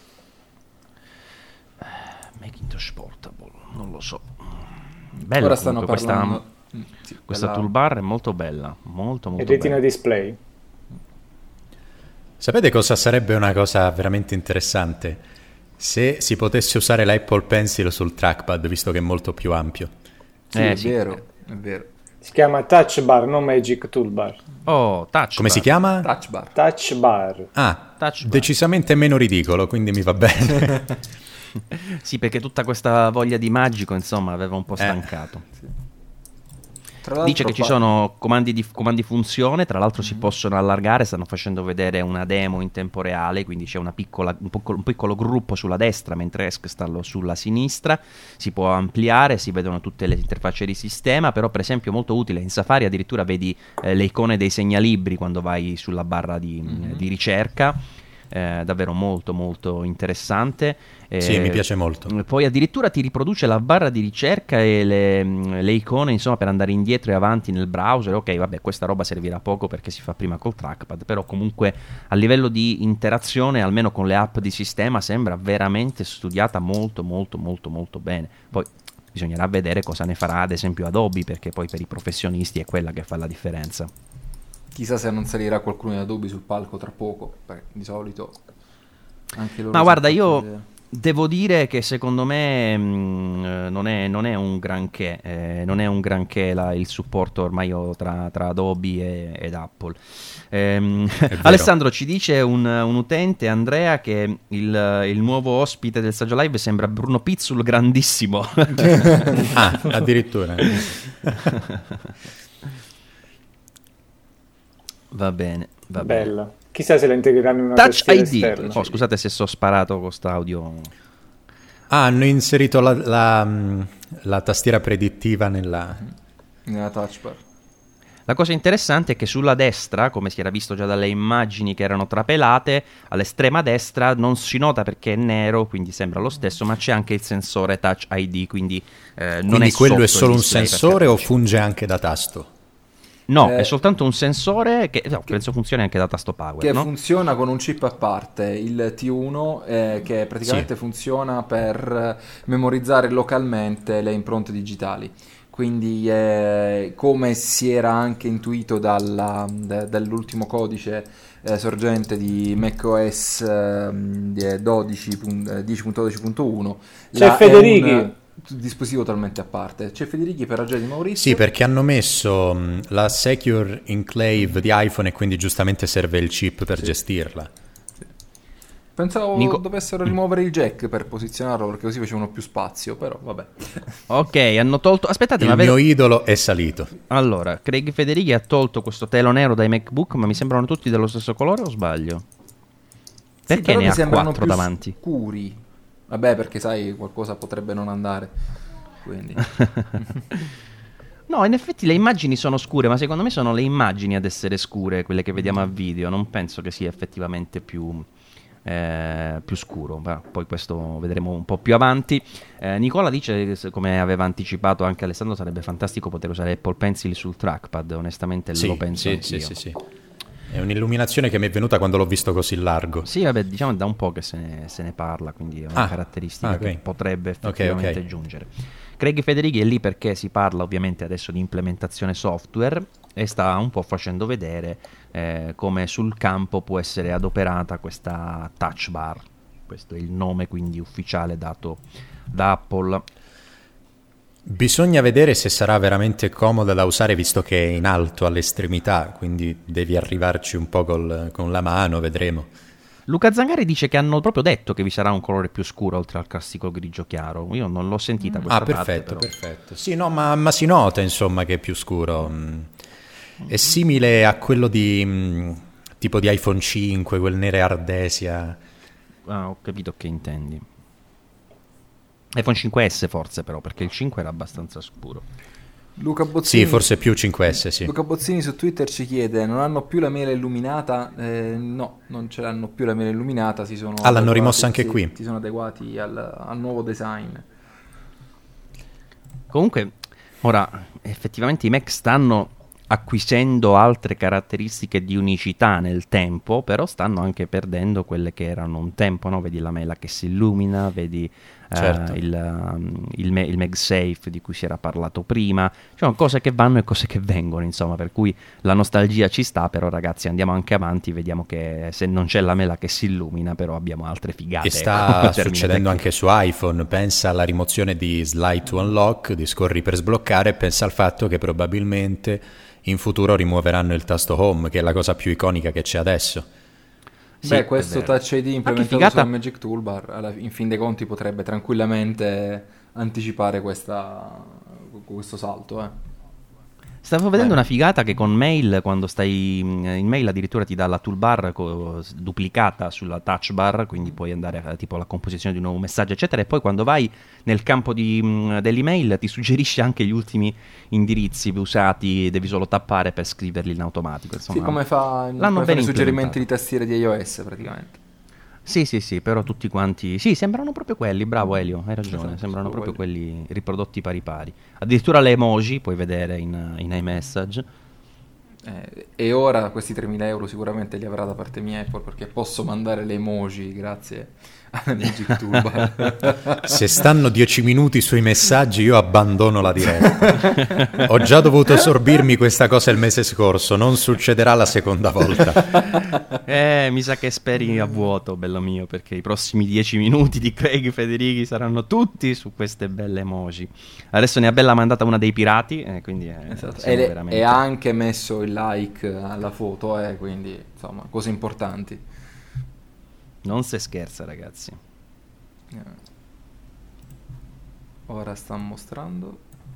Macintosh Portable, non lo so. Bella, Ora stanno comunque, parlando questa bella... toolbar è molto bella, molto E Retina bella. Display. Sapete cosa sarebbe una cosa veramente interessante? Se si potesse usare l'Apple Pencil sul trackpad, visto che è molto più ampio. Sì, è sì. vero, è vero. Si chiama Touch Bar, non Magic Toolbar. Oh, touch Come bar. si chiama? Touch bar. Touch Bar. Ah, Touch bar. decisamente meno ridicolo, quindi mi va bene. Sì, perché tutta questa voglia di magico, insomma, aveva un po' stancato. Sì. Tra l'altro Dice che ci sono comandi funzione, tra l'altro si possono allargare, stanno facendo vedere una demo in tempo reale, quindi c'è un piccolo gruppo sulla destra, mentre ESC sta sulla sinistra, si può ampliare, si vedono tutte le interfacce di sistema, però per esempio molto utile, in Safari addirittura vedi le icone dei segnalibri quando vai sulla barra di ricerca. Davvero molto molto interessante. Sì, mi piace molto. Poi addirittura ti riproduce la barra di ricerca e le icone, insomma, per andare indietro e avanti nel browser. Ok, vabbè, questa roba servirà poco perché si fa prima col trackpad, però comunque a livello di interazione, almeno con le app di sistema, sembra veramente studiata molto molto molto molto bene. Poi bisognerà vedere cosa ne farà ad esempio Adobe, perché poi per i professionisti è quella che fa la differenza. Chissà se non salirà qualcuno di Adobe sul palco tra poco, perché di solito anche loro... Ma guarda, io devo dire che secondo me non è un granché, il supporto ormai tra Adobe ed Apple. Alessandro, ci dice un utente, Andrea, che il nuovo ospite del Saggio Live sembra Bruno Pizzul grandissimo. Ah, addirittura. Va bene. Bella. Chissà se la integreranno in una Touch tastiera ID. esterna. Oh, scusate se so sparato con quest'audio. Ah, hanno inserito la tastiera predittiva nella touch bar. La cosa interessante è che sulla destra, come si era visto già dalle immagini che erano trapelate, all'estrema destra non si nota perché è nero, quindi sembra lo stesso, ma c'è anche il sensore Touch ID, quindi non è quello è sotto solo il un display, sensore o perché- funge anche da tasto? No, è soltanto un sensore che penso funzioni anche da tasto power, Che no? funziona con un chip a parte, il T1, che praticamente funziona per memorizzare localmente le impronte digitali. Quindi come si era anche intuito dall'ultimo codice sorgente di macOS 10.12.1, C'è Federighi. dispositivo totalmente a parte. C'è Federighi per ragione di Maurizio. Sì, perché hanno messo la Secure Enclave di iPhone e quindi giustamente serve il chip per gestirla. Pensavo dovessero rimuovere il jack per posizionarlo, perché così facevano più spazio, però vabbè. Ok, hanno tolto... Aspettate, Il ma mio idolo è salito. Allora, Craig Federighi ha tolto questo telo nero dai MacBook, ma mi sembrano tutti dello stesso colore o sbaglio? Perché però ne mi ha sembrano 4 più davanti? scuri. Vabbè, perché sai, qualcosa potrebbe non andare. Quindi No, in effetti le immagini sono scure, ma secondo me sono le immagini ad essere scure, quelle che vediamo a video. Non penso che sia effettivamente più scuro. Poi questo vedremo un po' più avanti. Nicola dice, come aveva anticipato anche Alessandro, sarebbe fantastico poter usare Apple Pencil sul trackpad. Onestamente lo penso anch'io. Sì. È un'illuminazione che mi è venuta quando l'ho visto così largo. Sì, vabbè, diciamo da un po' che se ne parla, quindi è una caratteristica che potrebbe effettivamente giungere. Craig Federighi è lì perché si parla ovviamente adesso di implementazione software e sta un po' facendo vedere come sul campo può essere adoperata questa touch bar. Questo è il nome quindi ufficiale dato da Apple. Bisogna vedere se sarà veramente comoda da usare, visto che è in alto all'estremità, quindi devi arrivarci un po' con la mano, vedremo. Luca Zangari dice che hanno proprio detto che vi sarà un colore più scuro oltre al classico grigio chiaro. Io non l'ho sentita questa parte. Perfetto, però. perfetto. Sì, no, ma si nota insomma che è più scuro. È simile a quello di tipo di iPhone 5, quel nere ardesia. Ah, ho capito che intendi. iPhone 5S forse però, perché il 5 era abbastanza scuro. Luca Bozzini, Sì, forse più 5S, sì. Luca Bozzini su Twitter ci chiede: non hanno più la mela illuminata? No, non ce l'hanno più la mela illuminata, si sono l'hanno adeguati, rimossa anche qui. Si sono adeguati al nuovo design. Comunque, ora, effettivamente i Mac stanno acquisendo altre caratteristiche di unicità nel tempo, però stanno anche perdendo quelle che erano un tempo, no? Vedi la mela che si illumina, vedi Certo. il MagSafe di cui si era parlato prima, cioè cose che vanno e cose che vengono, insomma, per cui la nostalgia ci sta, però ragazzi andiamo anche avanti, vediamo che se non c'è la mela che si illumina, però abbiamo altre figate. E sta succedendo anche su iPhone, pensa alla rimozione di Slide to Unlock, di scorri per sbloccare, pensa al fatto che probabilmente in futuro rimuoveranno il tasto Home, che è la cosa più iconica che c'è adesso. Beh, questo Touch ID implementato figata. sul Magic Toolbar, in fin dei conti potrebbe tranquillamente anticipare questo salto. Stavo vedendo una figata che con Mail, quando stai in Mail addirittura ti dà la toolbar duplicata sulla touch bar, quindi puoi andare a tipo alla composizione di un nuovo messaggio eccetera, e poi quando vai nel campo dell'email ti suggerisce anche gli ultimi indirizzi usati, devi solo tappare per scriverli in automatico. Insomma, Sì, come fa i suggerimenti di tastiere di iOS praticamente. Sì, però tutti quanti... Sì, sembrano proprio quelli, bravo Elio, hai ragione, Esatto, sembrano proprio quelli riprodotti pari pari. Addirittura le emoji puoi vedere in iMessage. E ora questi 3.000 euro sicuramente li avrà da parte mia Apple, perché posso mandare le emoji grazie alla Magic Toolbar. Se stanno 10 minuti sui messaggi io abbandono la diretta. Ho già dovuto sorbirmi questa cosa il mese scorso, non succederà la seconda volta. Mi sa che speri a vuoto, bello mio, perché i prossimi 10 minuti di Craig Federighi saranno tutti su queste belle emoji. Adesso ne ha bella mandata una dei pirati, quindi Esatto. veramente... E ha anche messo il like alla foto, quindi insomma cose importanti. Non si scherza, ragazzi. Ora sta mostrando.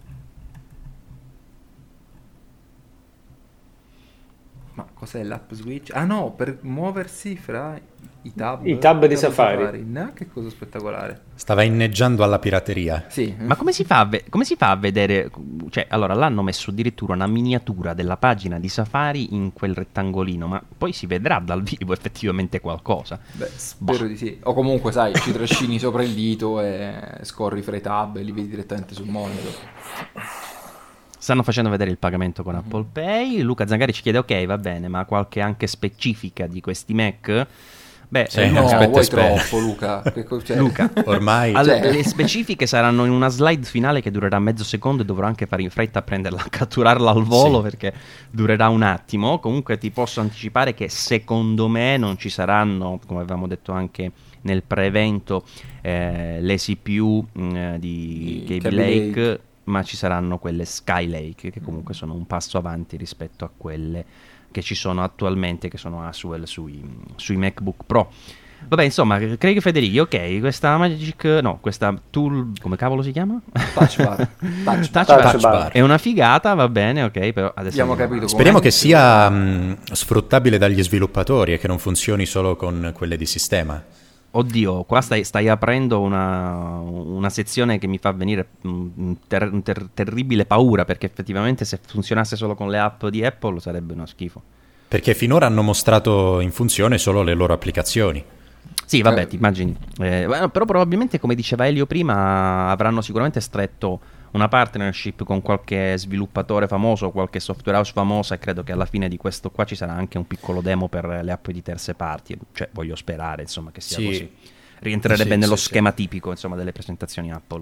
Ma cos'è l'app Switch? Ah no, per muoversi fra i tab di Safari. No, che cosa spettacolare. Stava inneggiando alla pirateria. Sì. Ma come si fa a vedere? Cioè, allora l'hanno messo addirittura una miniatura della pagina di Safari in quel rettangolino, ma poi si vedrà dal vivo effettivamente qualcosa. Beh, spero di sì. O comunque, sai, ci trascini sopra il dito e scorri fra i tab e li vedi direttamente sul monitor. Stanno facendo vedere il pagamento con Apple Pay. Luca Zangari ci chiede: ok, va bene, ma qualche anche specifica di questi Mac? Beh, Sì, no, vuoi aspetta. troppo, Luca. Luca, Ormai le specifiche saranno in una slide finale che durerà mezzo secondo e dovrò anche fare in fretta a prenderla, a catturarla al volo, Sì. perché durerà un attimo. Comunque ti posso anticipare che secondo me non ci saranno, come avevamo detto anche nel pre-evento, le CPU di Kaby Lake, ma ci saranno quelle Skylake, che comunque sono un passo avanti rispetto a quelle che ci sono attualmente, che sono Haswell sui MacBook Pro. Vabbè, insomma, Craig Federighi, ok, questa tool, come cavolo si chiama? Touch Bar. È una figata, va bene, ok, però adesso Abbiamo capito. speriamo che sia sfruttabile dagli sviluppatori e che non funzioni solo con quelle di sistema. Oddio, qua stai aprendo una sezione che mi fa venire terribile paura, perché effettivamente se funzionasse solo con le app di Apple sarebbe uno schifo. Perché finora hanno mostrato in funzione solo le loro applicazioni. Sì, vabbè, ti immagini. Però probabilmente, come diceva Elio prima, avranno sicuramente stretto una partnership con qualche sviluppatore famoso, qualche software house famosa, e credo che alla fine di questo qua ci sarà anche un piccolo demo per le app di terze parti. Cioè, voglio sperare, insomma, che sia così. Rientrerebbe nello schema tipico, insomma, delle presentazioni Apple.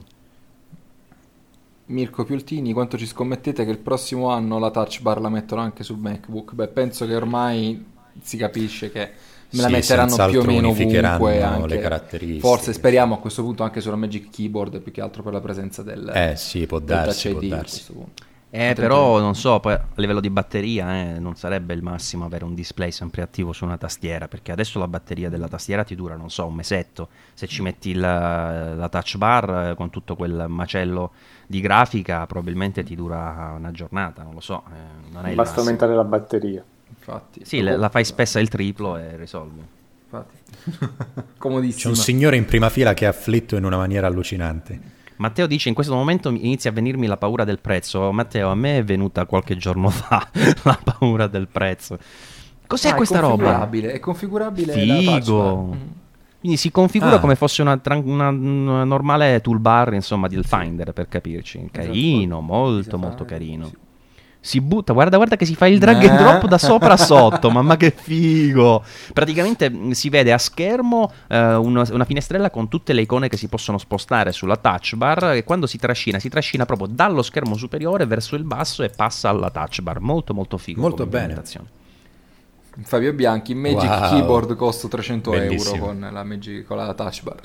Mirko Pioltini, quanto ci scommettete che il prossimo anno la touch bar la mettono anche sul MacBook? Beh, penso che ormai si capisce che la metteranno più o meno ovunque, anche, le caratteristiche. Forse speriamo a questo punto anche sulla Magic Keyboard, più che altro per la presenza del sì, può darsi, Touch può ID darsi. a questo punto. Però non so, poi a livello di batteria non sarebbe il massimo avere un display sempre attivo su una tastiera, perché adesso la batteria della tastiera ti dura, non so, un mesetto. Se ci metti la touch bar con tutto quel macello di grafica, probabilmente ti dura una giornata, non lo so. Non è il Basta massimo. aumentare la batteria. Infatti, Sì, la fai spessa il triplo e risolvi. infatti. C'è Comodissimo. un signore in prima fila che è afflitto in una maniera allucinante. Matteo dice: in questo momento inizia a venirmi la paura del prezzo. Matteo, a me è venuta qualche giorno fa la paura del prezzo. Cos'è questa roba? È configurabile la touch Figo. bar. Quindi si configura come fosse una normale toolbar, insomma, del Finder, per capirci. Carino, molto molto carino. Sì. Si butta, guarda che si fa il drag and drop da sopra a sotto, mamma che figo! Praticamente si vede a schermo una finestrella con tutte le icone che si possono spostare sulla touch bar, e quando si trascina proprio dallo schermo superiore verso il basso e passa alla touch bar. Molto molto figo. Molto come bene. implementazione. Fabio Bianchi, Magic Wow. Keyboard costa 300 Bellissimo. euro con la touch bar.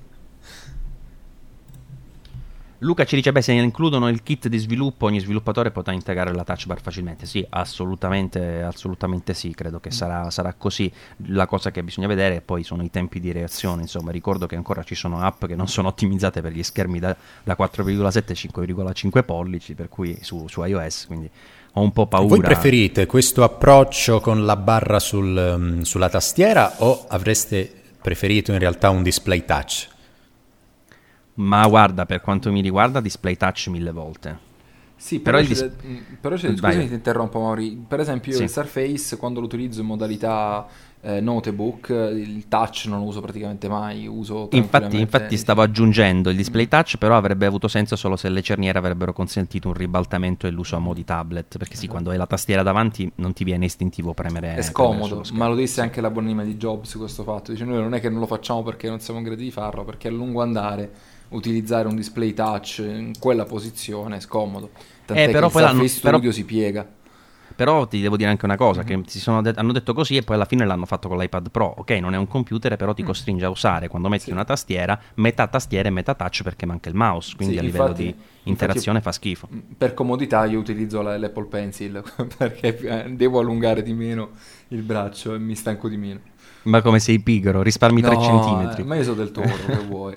Luca ci dice: beh, se includono il kit di sviluppo, ogni sviluppatore potrà integrare la touch bar facilmente. Sì, assolutamente sì, credo che sarà così. La cosa che bisogna vedere poi sono i tempi di reazione. Insomma, ricordo che ancora ci sono app che non sono ottimizzate per gli schermi da 4,7 e 5,5 pollici, per cui su iOS, quindi ho un po' paura. Voi preferite questo approccio con la barra sulla tastiera, o avreste preferito in realtà un display touch? Ma guarda, per quanto mi riguarda, display touch 1000 volte. Sì, Però però, il scusami, Vai. ti interrompo, Mauri. Per esempio, Sì. il Surface, quando lo utilizzo in modalità notebook, il touch non lo uso praticamente mai. Uso tranquillamente. Infatti stavo aggiungendo il display touch, però avrebbe avuto senso solo se le cerniere avrebbero consentito un ribaltamento e l'uso a mo' di tablet, perché sì, quando hai la tastiera davanti non ti viene istintivo premere. È scomodo, sullo schermo. ma lo disse anche la buona anima di Jobs questo fatto. Dice: noi non è che non lo facciamo perché non siamo in grado di farlo, perché a lungo andare utilizzare un display touch in quella posizione è scomodo. Tant'è però che poi il l'hanno- Surface Studio si piega. Però ti devo dire anche una cosa, che hanno detto così e poi alla fine l'hanno fatto con l'iPad Pro. Ok, non è un computer, però ti costringe a usare, quando metti una tastiera e metà touch, perché manca il mouse, quindi Sì, a livello infatti- di interazione fa schifo. Per comodità io utilizzo l'Apple Pencil perché devo allungare di meno il braccio e mi stanco di meno. Ma come sei pigro, risparmi 3 centimetri. Ma io so del toro, che vuoi?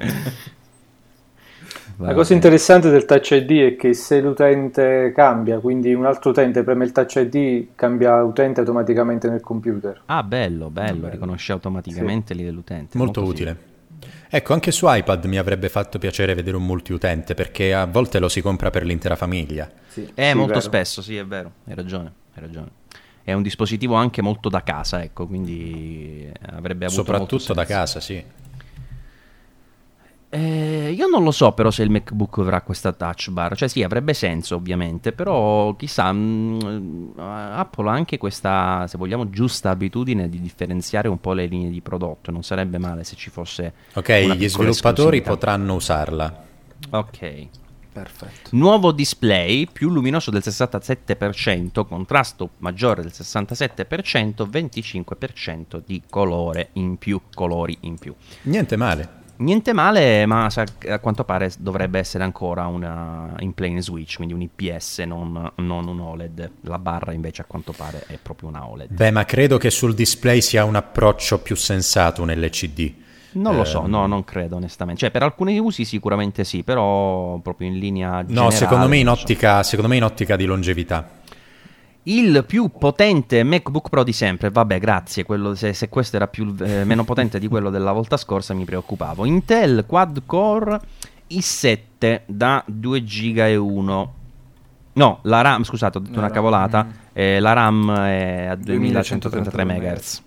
La cosa interessante del Touch ID è che se l'utente cambia, quindi un altro utente preme il Touch ID, cambia utente automaticamente nel computer. Ah, bello, riconosce automaticamente lì dell'utente. Molto figo. utile. Ecco, anche su iPad mi avrebbe fatto piacere vedere un multiutente, perché a volte lo si compra per l'intera famiglia. Sì. Molto vero. spesso, sì, è vero, hai ragione. È un dispositivo anche molto da casa, ecco, quindi avrebbe avuto molto Soprattutto da senso. casa, sì. Io non lo so però se il MacBook avrà questa touch bar, cioè sì, avrebbe senso ovviamente, però chissà, Apple ha anche questa, se vogliamo, giusta abitudine di differenziare un po' le linee di prodotto, non sarebbe male se ci fosse Ok, una gli piccola sviluppatori esclusività. potranno usarla. Ok. Perfetto. Nuovo display, più luminoso del 67%, contrasto maggiore del 67%, 25% di colore in più, colori in più. Niente male. Niente male, ma a quanto pare dovrebbe essere ancora una in plane switch, quindi un IPS, non un OLED. La barra invece a quanto pare è proprio una OLED. Beh, ma credo che sul display sia un approccio più sensato un LCD. Non lo so, no, non credo onestamente. Cioè per alcuni usi sicuramente sì, però proprio in linea generale. No, secondo me non so. in ottica di longevità. Il più potente MacBook Pro di sempre, vabbè grazie, se questo era meno potente di quello della volta scorsa mi preoccupavo. Intel Quad Core i7 da 2 GB e 1. No, la RAM, scusate, ho detto una cavolata, la RAM è a 2133 MHz.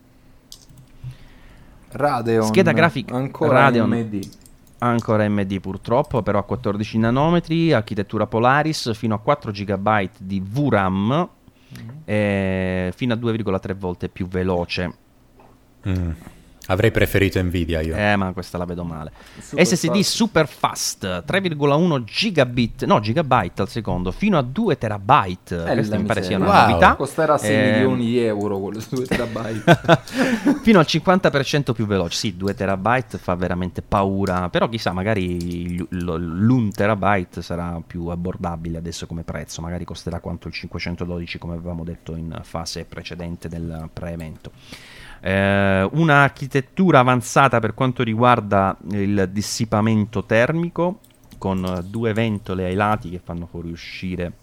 Radeon, Scheda grafica ancora Radeon. AMD. Ancora AMD purtroppo, però a 14 nanometri, architettura Polaris, fino a 4 GB di VRAM, fino a 2,3 volte più veloce. Avrei preferito Nvidia io. Ma questa la vedo male. Super SSD fast. super fast, 3,1 gigabyte al secondo, fino a 2 terabyte. Questa mi pare sia una Wow. novità. Costerà 6 milioni di euro quello su 2 terabyte. Fino al 50% più veloce. Sì, 2 terabyte fa veramente paura, però chissà, magari l'1 terabyte sarà più abbordabile adesso come prezzo, magari costerà quanto il 512 come avevamo detto in fase precedente del pre-evento. Un'architettura avanzata per quanto riguarda il dissipamento termico, con 2 ventole ai lati che fanno fuoriuscire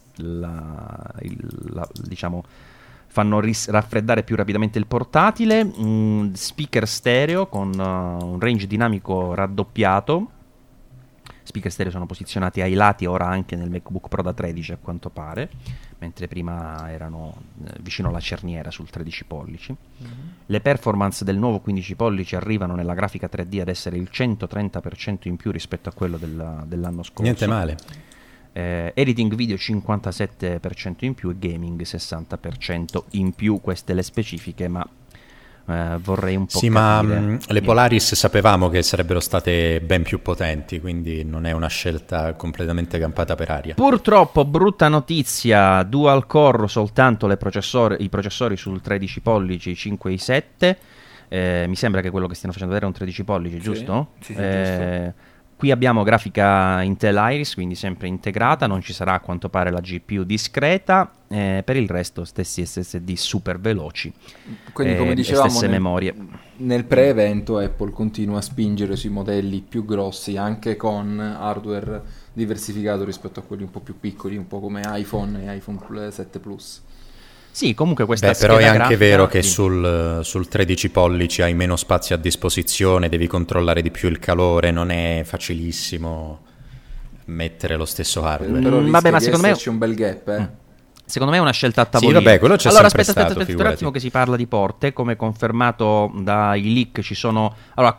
diciamo, fanno raffreddare più rapidamente il portatile, speaker stereo con un range dinamico raddoppiato. Speaker stereo sono posizionati ai lati ora anche nel MacBook Pro da 13 a quanto pare, mentre prima erano vicino alla cerniera sul 13 pollici. Le performance del nuovo 15 pollici arrivano nella grafica 3D ad essere il 130% in più rispetto a quello dell'anno scorso. Niente male. Editing video 57% in più e gaming 60% in più, queste le specifiche, ma vorrei un po' Sì, capire. ma le Polaris sapevamo che sarebbero state ben più potenti, quindi non è una scelta completamente campata per aria. Purtroppo, brutta notizia, dual core soltanto i processori sul 13 pollici 5 i7. Mi sembra che quello che stiano facendo vedere è un 13 pollici, giusto? Sì, giusto. Qui abbiamo grafica Intel Iris, quindi sempre integrata, non ci sarà a quanto pare la GPU discreta, per il resto stessi SSD super veloci, Quindi come dicevamo stesse memorie. nel pre-evento Apple continua a spingere sui modelli più grossi anche con hardware diversificato rispetto a quelli un po' più piccoli, un po' come iPhone e iPhone 7 Plus. Sì, comunque questa Però è scheda anche grafica, vero che sì. sul 13 pollici hai meno spazio a disposizione, devi controllare di più il calore, non è facilissimo mettere lo stesso hardware. Però rischia vabbè, ma di secondo me- esserci un bel gap, Secondo me è una scelta a tavolino. vabbè, quello c'è allora, sempre aspetta stato, un figurati. attimo che si parla di porte. Come confermato dai leak, ci sono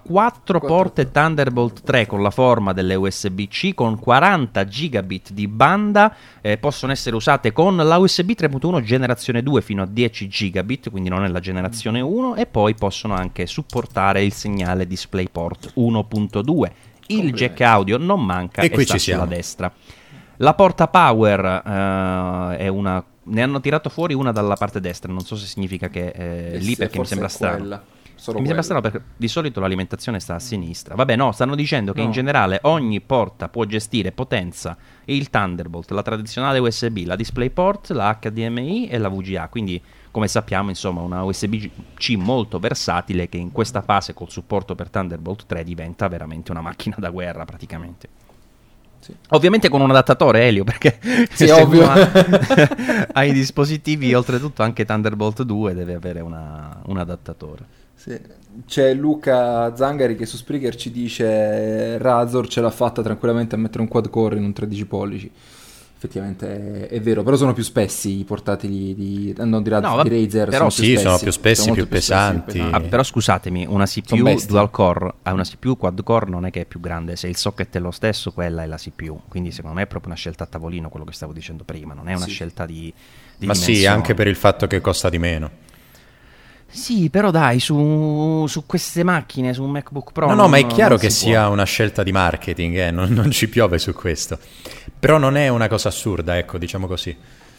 4 porte Thunderbolt 3 con la forma delle USB-C con 40 gigabit di banda. Possono essere usate con la USB 3.1 generazione 2 fino a 10 gigabit, quindi non è la generazione 1. E poi possono anche supportare il segnale DisplayPort 1.2. Il jack audio non manca E e qui sta ci sulla siamo. destra. La porta power è una. Ne hanno tirato fuori una dalla parte destra. Non so se significa che lì, perché mi sembra strano. Mi sembra strano perché di solito l'alimentazione sta a sinistra. Vabbè, no, stanno dicendo che in generale ogni porta può gestire potenza, il Thunderbolt, la tradizionale USB, la DisplayPort, la HDMI e la VGA. Quindi, come sappiamo, insomma, una USB-C molto versatile che in questa fase col supporto per Thunderbolt 3 diventa veramente una macchina da guerra praticamente. Sì. Ovviamente con un adattatore, Elio, perché Sì, se ovvio. uno ha i dispositivi, oltretutto anche Thunderbolt 2 deve avere un adattatore. Sì. C'è Luca Zangari che su Spreaker ci dice Razor ce l'ha fatta tranquillamente a mettere un quad core in un 13 pollici. Effettivamente è vero, però sono più spessi i portatili non di Razer, però sì, sono più spessi, molto più pesanti. Però scusatemi, una CPU bestie. dual core a una CPU quad core non è che è più grande, se il socket è lo stesso, quella è la CPU. Quindi secondo me è proprio una scelta a tavolino, quello che stavo dicendo prima, non è una scelta di Ma sì, dimensioni. anche per il fatto che costa di meno. Sì, però dai, su queste macchine, su un MacBook Pro No, ma è non chiaro si che può. sia una scelta di marketing, non ci piove su questo. Però non è una cosa assurda, ecco, diciamo così.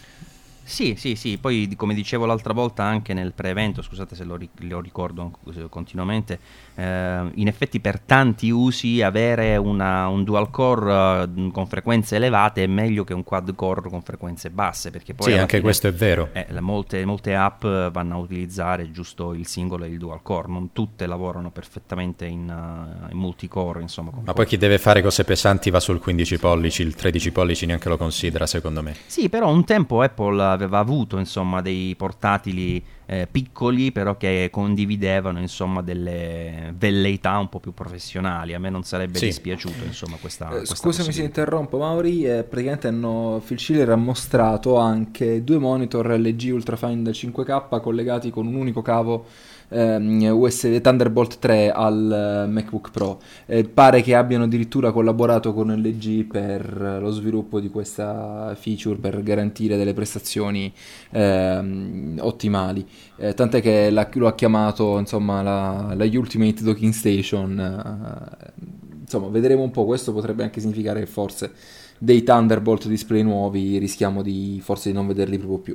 Sì, poi come dicevo l'altra volta anche nel pre-evento, scusate se lo ricordo continuamente, in effetti per tanti usi avere un dual core con frequenze elevate è meglio che un quad core con frequenze basse, perché poi Sì, alla anche fine, questo è vero. molte app vanno a utilizzare giusto il singolo e il dual core, non tutte lavorano perfettamente in multicore, insomma. Ma poi chi deve fare cose pesanti va sul 15 pollici, il 13 pollici neanche lo considera, secondo me. Sì, però un tempo Apple aveva avuto insomma dei portatili piccoli, però che condividevano insomma delle velleità un po' più professionali. A me non sarebbe dispiaciuto insomma questa Scusami se interrompo Mauri, praticamente Phil Schiller ha mostrato anche 2 monitor LG Ultrafine da 5K collegati con un unico cavo Thunderbolt 3 al MacBook Pro. Pare che abbiano addirittura collaborato con LG per lo sviluppo di questa feature per garantire delle prestazioni ottimali, tant'è che lo ha chiamato insomma la Ultimate Docking Station. Insomma, vedremo un po', questo potrebbe anche significare che forse dei Thunderbolt display nuovi rischiamo forse di non vederli proprio più.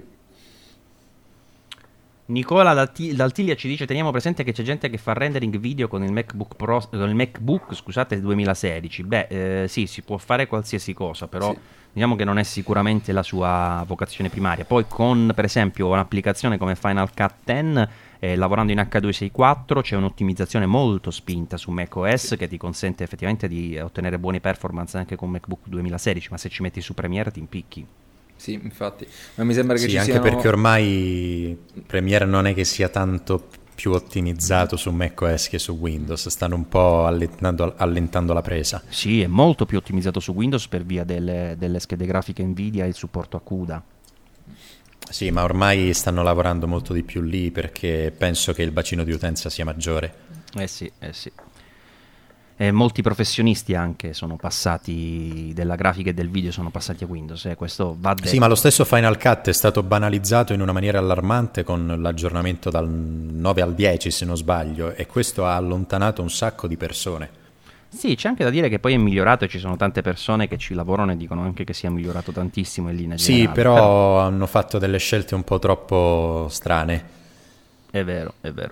Nicola Daltiglia ci dice: teniamo presente che c'è gente che fa rendering video con il MacBook Pro, con il MacBook, scusate, 2016. Sì, si può fare qualsiasi cosa, però sì, diciamo che non è sicuramente la sua vocazione primaria. Poi con, per esempio, un'applicazione come Final Cut 10, lavorando in H264, c'è un'ottimizzazione molto spinta su macOS che ti consente effettivamente di ottenere buone performance anche con MacBook 2016, ma se ci metti su Premiere ti impicchi. Sì, infatti, ma mi sembra che sì, ci anche siano... perché ormai Premiere non è che sia tanto più ottimizzato su macOS che su Windows, stanno un po' allentando la presa. Sì, è molto più ottimizzato su Windows per via delle schede grafiche Nvidia e il supporto a CUDA. Sì, ma ormai stanno lavorando molto di più lì perché penso che il bacino di utenza sia maggiore. Sì. Molti professionisti anche sono passati della grafica e del video, sono passati a Windows, questo va detto. Sì, ma lo stesso Final Cut è stato banalizzato in una maniera allarmante con l'aggiornamento dal 9 al 10 se non sbaglio, e questo ha allontanato un sacco di persone. Sì, c'è anche da dire che poi è migliorato e ci sono tante persone che ci lavorano e dicono anche che sia migliorato tantissimo in linea generale. Sì, però hanno fatto delle scelte un po' troppo strane. È vero.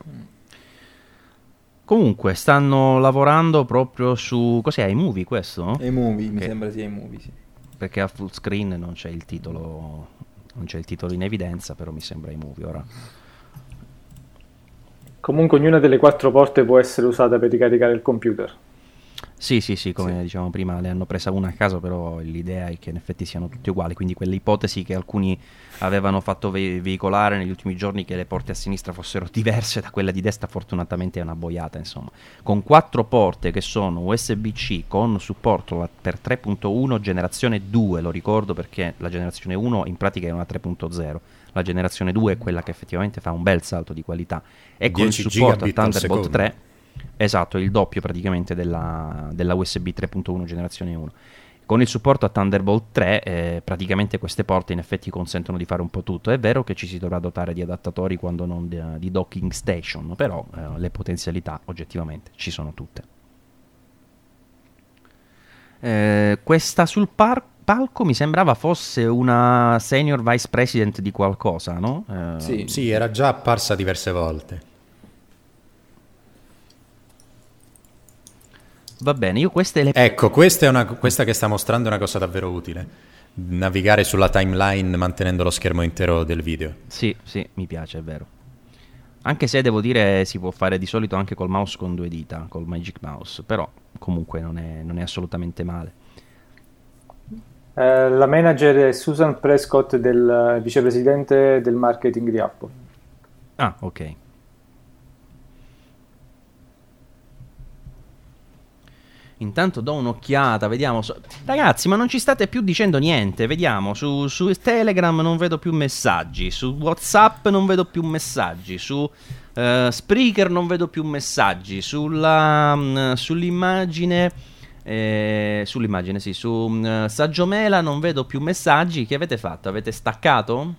Comunque stanno lavorando proprio su... Cos'è? iMovie questo? iMovie, mi sembra sia iMovie, sì. Perché a full screen non c'è il titolo in evidenza, però mi sembra iMovie ora. Comunque ognuna delle 4 porte può essere usata per ricaricare il computer. Sì, come dicevamo prima, le hanno presa una a caso, però l'idea è che in effetti siano tutte uguali, quindi quelle ipotesi che alcuni avevano fatto veicolare negli ultimi giorni che le porte a sinistra fossero diverse da quella di destra, fortunatamente è una boiata, insomma. Con 4 porte che sono USB-C con supporto per 3.1 generazione 2, lo ricordo perché la generazione 1 in pratica è una 3.0, la generazione 2 è quella che effettivamente fa un bel salto di qualità, e con il supporto a Thunderbolt 3, esatto, il doppio praticamente della USB 3.1 generazione 1. Con il supporto a Thunderbolt 3 praticamente queste porte in effetti consentono di fare un po' tutto. È vero che ci si dovrà dotare di adattatori quando non di docking station, però le potenzialità oggettivamente ci sono tutte. Questa sul palco mi sembrava fosse una senior vice president di qualcosa, no? Sì, era già apparsa diverse volte. Va bene, io queste Ecco, questa che sta mostrando è una cosa davvero utile. Navigare sulla timeline mantenendo lo schermo intero del video. Sì, mi piace, è vero. Anche se devo dire si può fare di solito anche col mouse con 2 dita, col Magic Mouse, però comunque non è assolutamente male. La manager è Susan Prescott, del vicepresidente del marketing di Apple. Ah, ok. Intanto do un'occhiata, vediamo. Ragazzi, ma non ci state più dicendo niente. Vediamo, su Telegram non vedo più messaggi, su WhatsApp non vedo più messaggi, su Spreaker non vedo più messaggi, sull'immagine sì, su Saggiomela non vedo più messaggi. Che avete fatto? Avete staccato?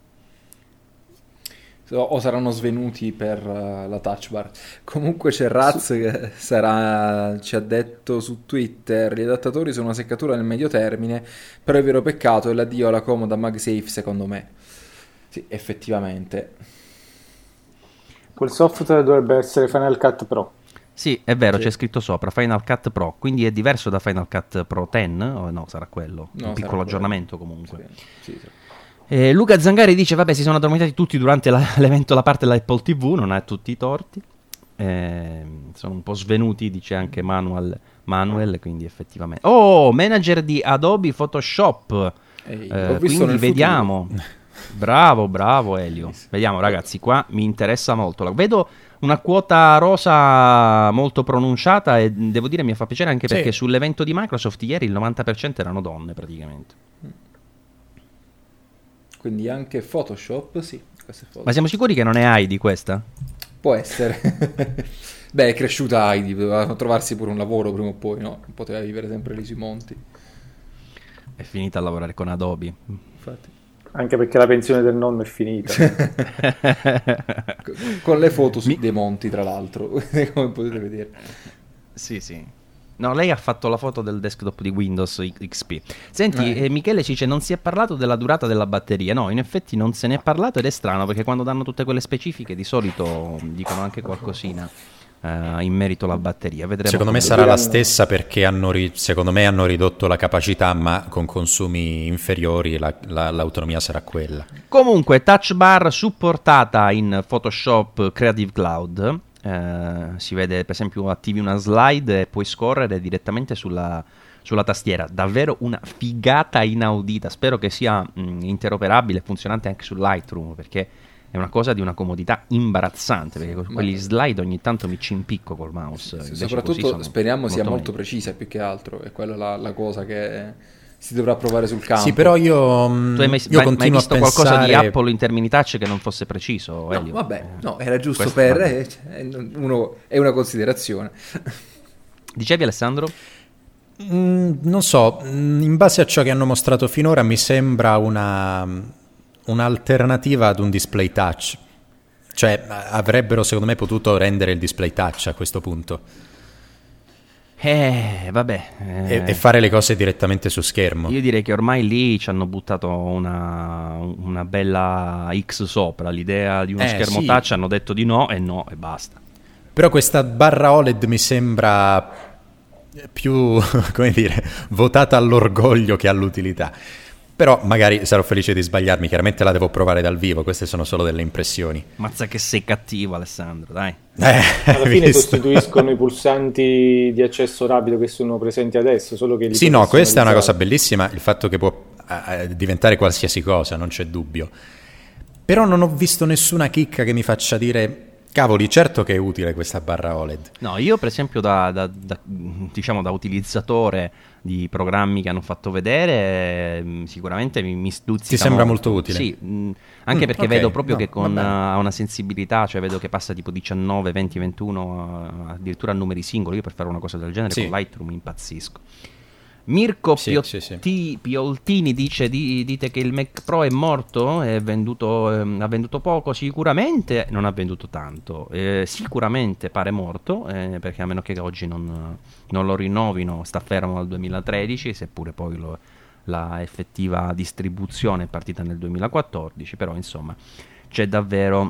O saranno svenuti per la touch bar. Comunque c'è Raz che ci ha detto su Twitter: gli adattatori sono una seccatura nel medio termine, però il vero peccato è l'addio alla comoda MagSafe, secondo me. Sì, effettivamente. Quel software dovrebbe essere Final Cut Pro. Sì, è vero, c'è scritto sopra Final Cut Pro, quindi è diverso da Final Cut Pro 10? O no, sarà quello, un piccolo aggiornamento comunque. Sì. Luca Zangari dice: vabbè, si sono addormentati tutti durante l'evento, la parte dell'Apple TV, non ha tutti i torti, sono un po' svenuti, dice anche Manuel, quindi effettivamente. Manager di Adobe Photoshop, quindi vediamo. Bravo Elio, vediamo ragazzi, qua mi interessa molto, vedo una quota rosa molto pronunciata e devo dire mi fa piacere anche perché sull'evento di Microsoft ieri il 90% erano donne praticamente. Quindi anche Photoshop, sì. Ma siamo sicuri che non è Heidi questa? Può essere. Beh, è cresciuta Heidi, doveva trovarsi pure un lavoro prima o poi, no? Non poteva vivere sempre lì sui monti. È finita a lavorare con Adobe. Infatti. Anche perché la pensione del nonno è finita. Con le foto dei monti, tra l'altro, come potete vedere. Sì, sì. No, lei ha fatto la foto del desktop di Windows XP. Senti, Michele ci dice non si è parlato della durata della batteria. No, in effetti non se ne è parlato ed è strano perché quando danno tutte quelle specifiche di solito dicono anche qualcosina in merito alla batteria. Vedremo. Secondo me sarà la stessa perché secondo me hanno ridotto la capacità, ma con consumi inferiori l'autonomia sarà quella. Comunque, touch bar supportata in Photoshop Creative Cloud. Si vede per esempio attivi una slide e puoi scorrere direttamente sulla tastiera. Davvero una figata inaudita. Spero che sia interoperabile e funzionante anche su Lightroom, perché è una cosa di una comodità imbarazzante, perché con quegli slide ogni tanto mi ci impicco col mouse. Soprattutto speriamo sia molto precisa più che altro, è quella la cosa che si dovrà provare sul campo. Sì, però io tu hai mai continuo visto a pensare qualcosa di Apple in termini touch che non fosse preciso? No, vabbè, no, era giusto per è una considerazione. Dicevi, Alessandro? Non so, in base a ciò che hanno mostrato finora mi sembra un'alternativa ad un display touch. Cioè, avrebbero secondo me potuto rendere il display touch a questo punto. Vabbè. E fare le cose direttamente su schermo. Io direi che ormai lì ci hanno buttato una bella X sopra. L'idea di uno schermo touch hanno detto di no e basta. Però questa barra OLED mi sembra più, come dire, votata all'orgoglio che all'utilità. Però magari sarò felice di sbagliarmi, chiaramente la devo provare dal vivo, queste sono solo delle impressioni. Mazza che sei cattivo, Alessandro, dai. Alla fine sostituiscono i pulsanti di accesso rapido che sono presenti adesso, solo che sì, no, questa è una cosa bellissima, il fatto che può diventare qualsiasi cosa, non c'è dubbio. Però non ho visto nessuna chicca che mi faccia dire cavoli, certo che è utile questa barra OLED. No, io per esempio da utilizzatore di programmi che hanno fatto vedere, sicuramente mi stuzzica. Ti sembra molto utile? Sì, anche perché vedo proprio che ha una sensibilità, cioè vedo che passa tipo 19, 20, 21, addirittura a numeri singoli. Io per fare una cosa del genere con Lightroom impazzisco. Mirko Pioltini dice dite che il Mac Pro è morto, ha venduto poco, sicuramente non ha venduto tanto, sicuramente pare morto, perché a meno che oggi non lo rinnovino sta fermo dal 2013, seppure poi la effettiva distribuzione è partita nel 2014, però insomma c'è davvero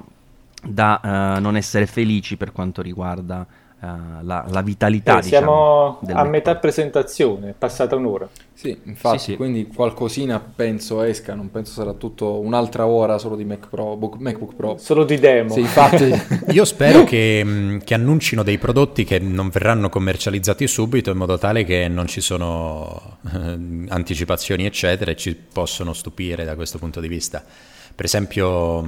da non essere felici per quanto riguarda la vitalità. Siamo a metà presentazione, è passata un'ora. Sì, infatti, sì. Quindi qualcosina penso esca, non penso sarà tutto un'altra ora solo di MacBook Pro. Solo di demo. Sì, infatti. Io spero che annuncino dei prodotti che non verranno commercializzati subito, in modo tale che non ci sono anticipazioni eccetera e ci possono stupire da questo punto di vista. Per esempio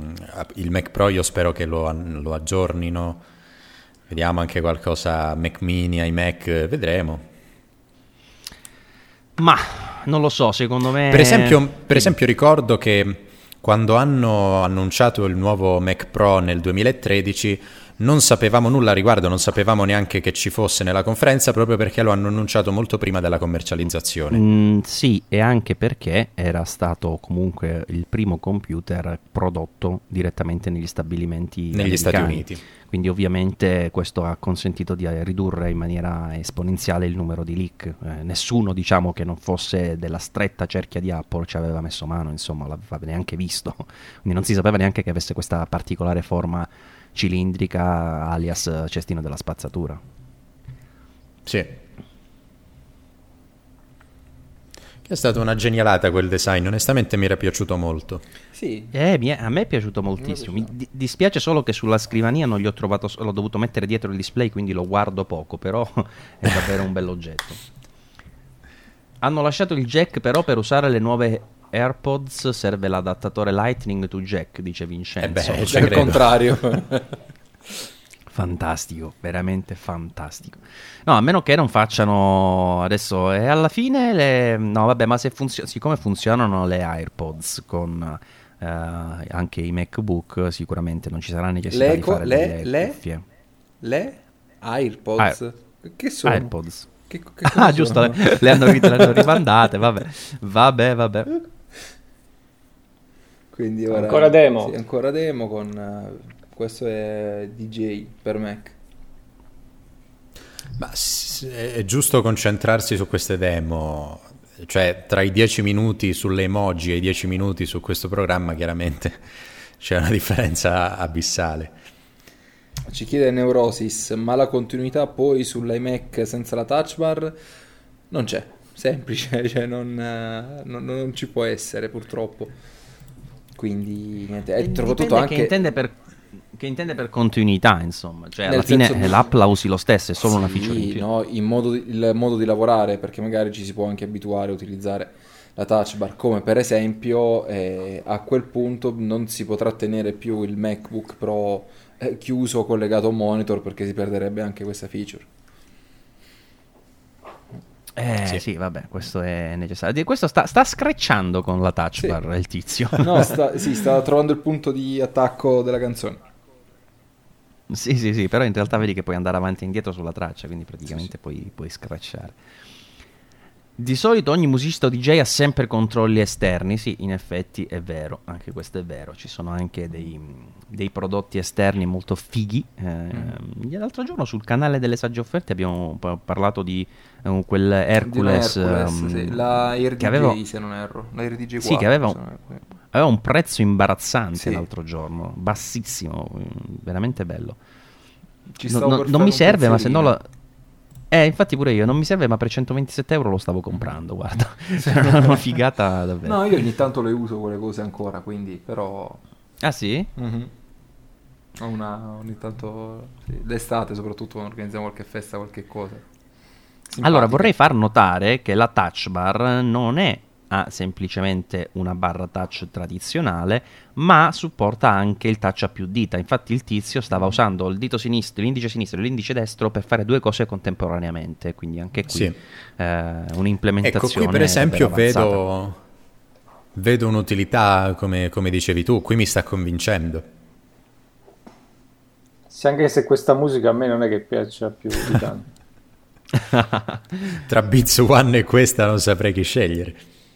il Mac Pro io spero che lo aggiornino. Vediamo anche qualcosa Mac Mini, iMac, vedremo. Ma non lo so, secondo me. Per esempio ricordo che quando hanno annunciato il nuovo Mac Pro nel 2013 non sapevamo nulla a riguardo, non sapevamo neanche che ci fosse nella conferenza, proprio perché lo hanno annunciato molto prima della commercializzazione. Sì, e anche perché era stato comunque il primo computer prodotto direttamente negli stabilimenti negli Stati Uniti. Quindi ovviamente questo ha consentito di ridurre in maniera esponenziale il numero di leak. Nessuno, diciamo, che non fosse della stretta cerchia di Apple ci aveva messo mano, insomma, l'aveva neanche visto. Quindi non si sapeva neanche che avesse questa particolare forma cilindrica, alias cestino della spazzatura. Sì. È stata una genialata quel design, onestamente mi era piaciuto molto. Sì. A me è piaciuto moltissimo. Mi dispiace solo che sulla scrivania non gli ho trovato, l'ho dovuto mettere dietro il display, quindi lo guardo poco, però è davvero un bell'oggetto. Hanno lasciato il jack, però per usare le nuove AirPods serve l'adattatore Lightning to Jack, dice Vincenzo. Cioè il contrario. Fantastico, veramente fantastico. No, a meno che non facciano adesso alla fine no vabbè, ma siccome funzionano le AirPods con anche i MacBook, sicuramente non ci sarà necessità di fare delle cuffie. Le AirPods? Che sono? AirPods. Che cosa giusto, sono? le hanno rimandate, vabbè. Quindi ora, Ancora demo. Sì, ancora demo con questo è DJ per Mac. Ma è giusto concentrarsi su queste demo, cioè tra i 10 minuti sulle emoji e i 10 minuti su questo programma chiaramente c'è una differenza abissale. Ci chiede Neurosis, ma la continuità poi sull'iMac senza la touch bar non c'è, semplice, cioè non ci può essere purtroppo. Quindi niente, trovo tutto anche... Che intende per continuità, insomma, cioè Nel alla fine senso di- l'app la usi lo stesso, è solo una Sì, feature in più. no, il modo di lavorare, perché magari ci si può anche abituare a utilizzare la touch bar, come per esempio a quel punto non si potrà tenere più il MacBook Pro chiuso collegato a un monitor, perché si perderebbe anche questa feature. Sì, vabbè, questo è necessario. Questo sta screcciando con la touch Sì. bar il tizio. No, sta trovando il punto di attacco della canzone. Sì, però in realtà vedi che puoi andare avanti e indietro sulla traccia, quindi praticamente puoi scratchare. Di solito ogni musicista o DJ ha sempre controlli esterni, sì, in effetti è vero, anche questo è vero, ci sono anche dei prodotti esterni molto fighi. L'altro giorno sul canale delle sagge offerte abbiamo parlato di quel Hercules, sì. La AirDJ, che aveva, se non erro, la AirDJ 4. sì, che aveva un prezzo imbarazzante Sì. l'altro giorno, bassissimo, veramente bello. Ci stavo per Non fare mi un serve, ma se no pensierino. infatti pure io, non mi serve, ma per 127 euro lo stavo comprando, guarda. Era una figata davvero. No, io ogni tanto le uso quelle cose ancora, quindi però... Ah sì? Mhm. Ogni tanto sì, d'estate soprattutto quando organizziamo qualche festa, qualche cosa. Simpatica. Allora vorrei far notare che la touch bar non è semplicemente una barra touch tradizionale, ma supporta anche il touch a più dita. Infatti il tizio stava usando il dito sinistro, l'indice sinistro e l'indice destro per fare due cose contemporaneamente, quindi anche qui Sì. un'implementazione. Ecco, qui per esempio davvero avanzata. vedo un'utilità, come dicevi tu, qui mi sta convincendo. Sì, anche se questa musica a me non è che piaccia più di tanto. Tra Beats One e questa non saprei chi scegliere.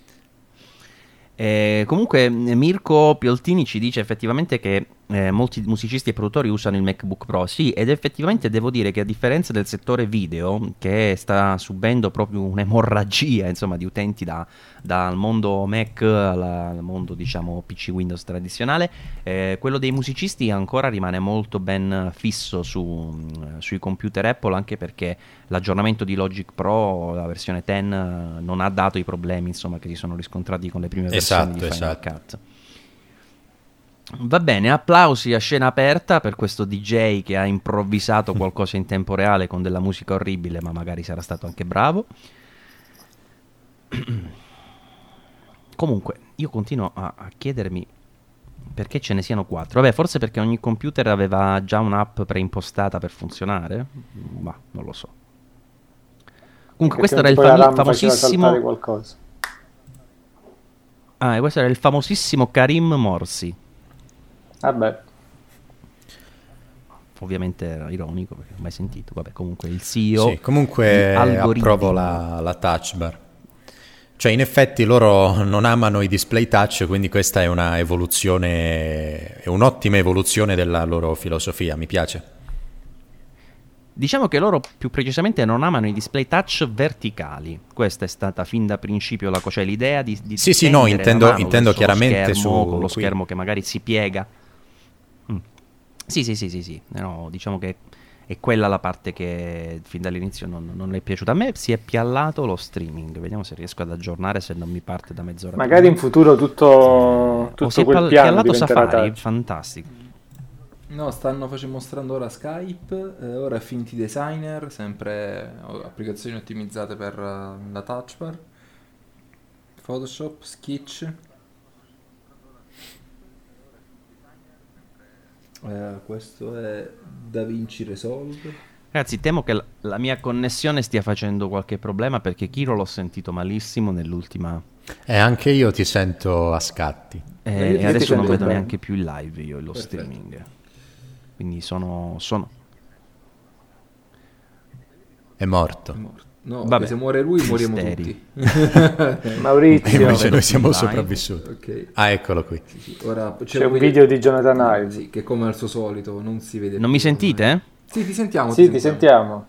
Comunque Mirko Pioltini ci dice effettivamente che molti musicisti e produttori usano il MacBook Pro, sì, ed effettivamente devo dire che a differenza del settore video, che sta subendo proprio un'emorragia, insomma, di utenti dal mondo Mac al mondo, diciamo, PC Windows tradizionale, quello dei musicisti ancora rimane molto ben fisso sui computer Apple, anche perché l'aggiornamento di Logic Pro, la versione 10, non ha dato i problemi, insomma, che si sono riscontrati con le prime versioni di Final Cut. Va bene, applausi a scena aperta per questo DJ che ha improvvisato qualcosa in tempo reale con della musica orribile, ma magari sarà stato anche bravo. Comunque, io continuo a chiedermi perché ce ne siano 4. Vabbè, forse perché ogni computer aveva già un'app preimpostata per funzionare? Ma non lo so. Comunque, questo era il famosissimo... qualcosa. Ah, e questo era il famosissimo Karim Morsi. Vabbè. Ovviamente era ironico perché non ho mai sentito. Vabbè, comunque il CEO. Sì, comunque approvo la touch bar. Cioè, in effetti loro non amano i display touch, quindi questa è una evoluzione, è un'ottima evoluzione della loro filosofia, mi piace. Diciamo che loro più precisamente non amano i display touch verticali. Questa è stata fin da principio cioè l'idea di sì, no, intendo chiaramente con lo schermo che magari si piega. Sì. No, diciamo che è quella la parte che fin dall'inizio non è piaciuta. A me si è piallato lo streaming. Vediamo se riesco ad aggiornare, se non mi parte da mezz'ora. Magari in futuro tutto si è quel piano piallato diventerà Safari, touch. Fantastico. No, stanno mostrando ora Skype, ora Affinity Designer, sempre applicazioni ottimizzate per la touch bar, Photoshop, Sketch. Questo è DaVinci Resolve. Ragazzi, temo che la mia connessione stia facendo qualche problema perché Kiro l'ho sentito malissimo Anche io ti sento a scatti. E adesso non vedo bene. neanche più il live io, lo Perfetto. streaming. Quindi sono... È morto. È morto. No, Vabbè, se muore lui moriamo misteri. tutti. E Maurizio, invece noi siamo Live. sopravvissuti. Ok. Ah, eccolo qui. Sì. Ora c'è un video di Jonathan Ive. Sì, che come al suo solito non si vede Non più mi sentite? ormai. Sì, ti sentiamo. Sì, ti sentiamo.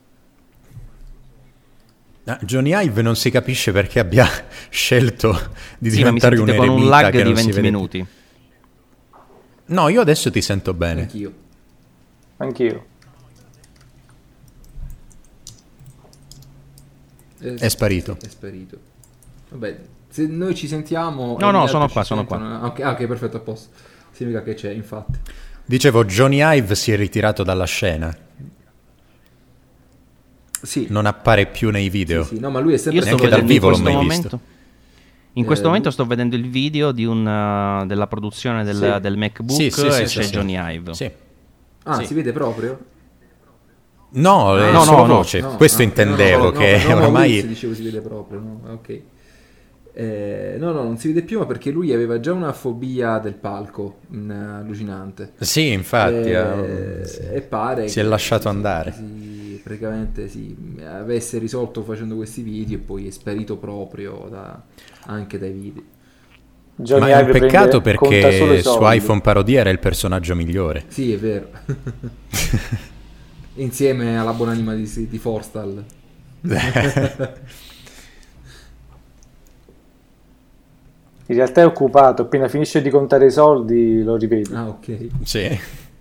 Ah, Johnny Ive non si capisce perché abbia scelto di Sì, ma mi diventare un sentite con un eremita lag che di non si 20 vede minuti. più. No, io adesso ti sento bene. Anch'io. Anch'io. È sparito. Sì, è sparito. Vabbè, se noi ci sentiamo... No, e gli no, altri sono ci qua, sono sentono- ok, perfetto, a posto. Significa che c'è, infatti. Dicevo, Johnny Ive si è ritirato dalla scena. Sì, Non appare più nei video. sì, no, ma lui è sempre Io sto Neanche dal vedendo in vivo l'ho questo mai momento... visto. In questo momento lui- sto vedendo il video di della produzione Sì. del MacBook Sì, sì, e sì, c'è sì. Johnny Ive. Sì. Ah, Sì. si vede proprio? No, è no, solo no, voce. No, Questo no, intendevo, no, che no, ormai... Maurizio, dicevo si vede proprio, no? Ok. No, non si vede più, ma perché lui aveva già una fobia del palco allucinante. Sì, infatti. E pare si è che lasciato andare. praticamente avesse risolto facendo questi video e poi è sparito proprio anche dai video. Johnny Ma è un Ive peccato conta solo perché i su soldi. iPhone Parodia era il personaggio migliore. Sì, è vero. Insieme alla buonanima di Forstal. In realtà è occupato, appena finisce di contare i soldi lo rivedi. Ah, ok. Sì.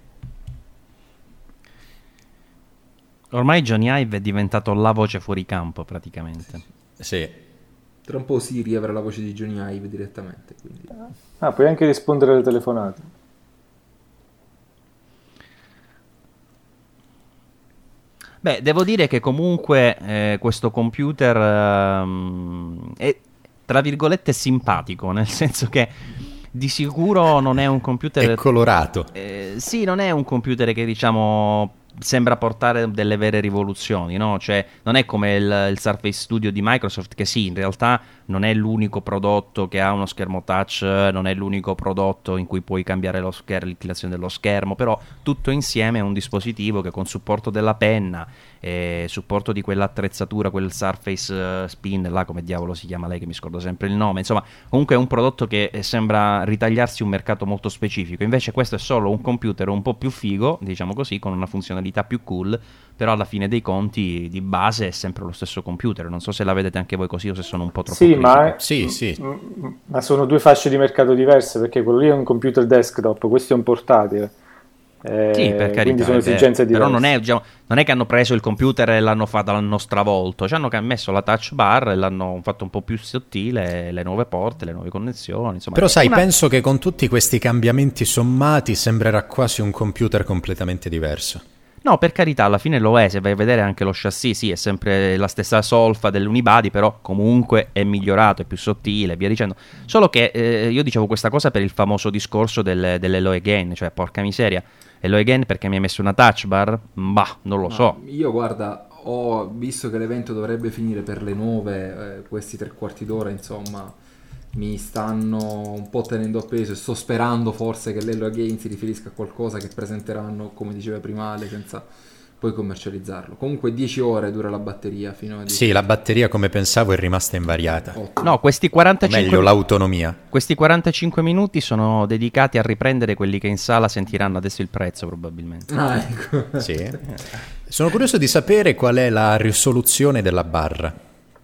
Ormai Johnny Ive è diventato la voce fuori campo praticamente. Sì. Tra un po' Siri avrà la voce di Johnny Ive direttamente. Quindi. Ah, puoi anche rispondere alle telefonate. Beh, devo dire che comunque questo computer è, tra virgolette, simpatico, nel senso che di sicuro non è un computer... È colorato. Sì, non è un computer che, diciamo, sembra portare delle vere rivoluzioni, no? Cioè, non è come il Surface Studio di Microsoft, che sì, in realtà non è l'unico prodotto che ha uno schermo touch, non è l'unico prodotto in cui puoi cambiare l'inclinazione dello schermo, però tutto insieme è un dispositivo che con supporto della penna, supporto di quell'attrezzatura, quel Surface Spin, là come diavolo si chiama lei che mi scordo sempre il nome, insomma, comunque è un prodotto che sembra ritagliarsi un mercato molto specifico. Invece questo è solo un computer un po' più figo, diciamo così, con una funzionalità più cool, però alla fine dei conti di base è sempre lo stesso computer. Non so se la vedete anche voi così o se sono un po' troppo Sì, critico. ma, Sì, sì. ma sono due fasce di mercato diverse, perché quello lì è un computer desktop, questo è un portatile. Sì, per carità, quindi sono è vero. esigenze diverse. Però non è, diciamo, non è che hanno preso il computer e l'hanno stravolto, cioè hanno messo la touch bar e l'hanno fatto un po' più sottile, le nuove porte, le nuove connessioni, insomma. Però sai, Una- penso che con tutti questi cambiamenti sommati sembrerà quasi un computer completamente diverso. No, per carità, alla fine lo è, se vai a vedere anche lo chassis, sì, è sempre la stessa solfa dell'unibody, però comunque è migliorato, è più sottile e via dicendo. Solo che io dicevo questa cosa per il famoso discorso dell'Eloy Gain, cioè porca miseria, Eloy Gain perché mi ha messo una touch bar? Bah, non lo so. Io guarda, ho visto che l'evento dovrebbe finire per le 9, questi 3/4 d'ora, insomma, mi stanno un po' tenendo appeso e sto sperando forse che l'Elo Again si riferisca a qualcosa che presenteranno, come diceva prima Ale, senza poi commercializzarlo. Comunque 10 ore dura la batteria fino a 10 Sì, la batteria come pensavo è rimasta invariata. Ottimo. No, questi O 45 meglio, l'autonomia. Questi 45 minuti sono dedicati a riprendere quelli che in sala sentiranno adesso il prezzo probabilmente. Ah, ecco. Sì. Sono curioso di sapere qual è la risoluzione della barra.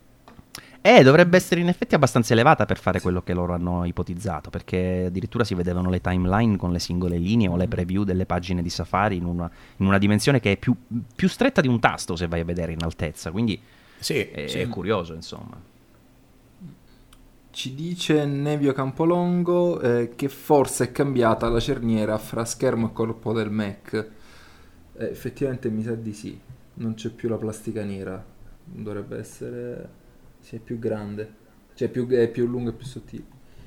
Dovrebbe essere in effetti abbastanza elevata per fare quello che loro hanno ipotizzato, perché addirittura si vedevano le timeline con le singole linee o le preview delle pagine di Safari in una dimensione che è più stretta di un tasto se vai a vedere in altezza, quindi Sì, è curioso, insomma. Ci dice Nevio Campolongo che forse è cambiata la cerniera fra schermo e corpo del Mac. Effettivamente mi sa di sì, non c'è più la plastica nera, dovrebbe essere... Sì, è più grande, cioè è più lungo e più sottile.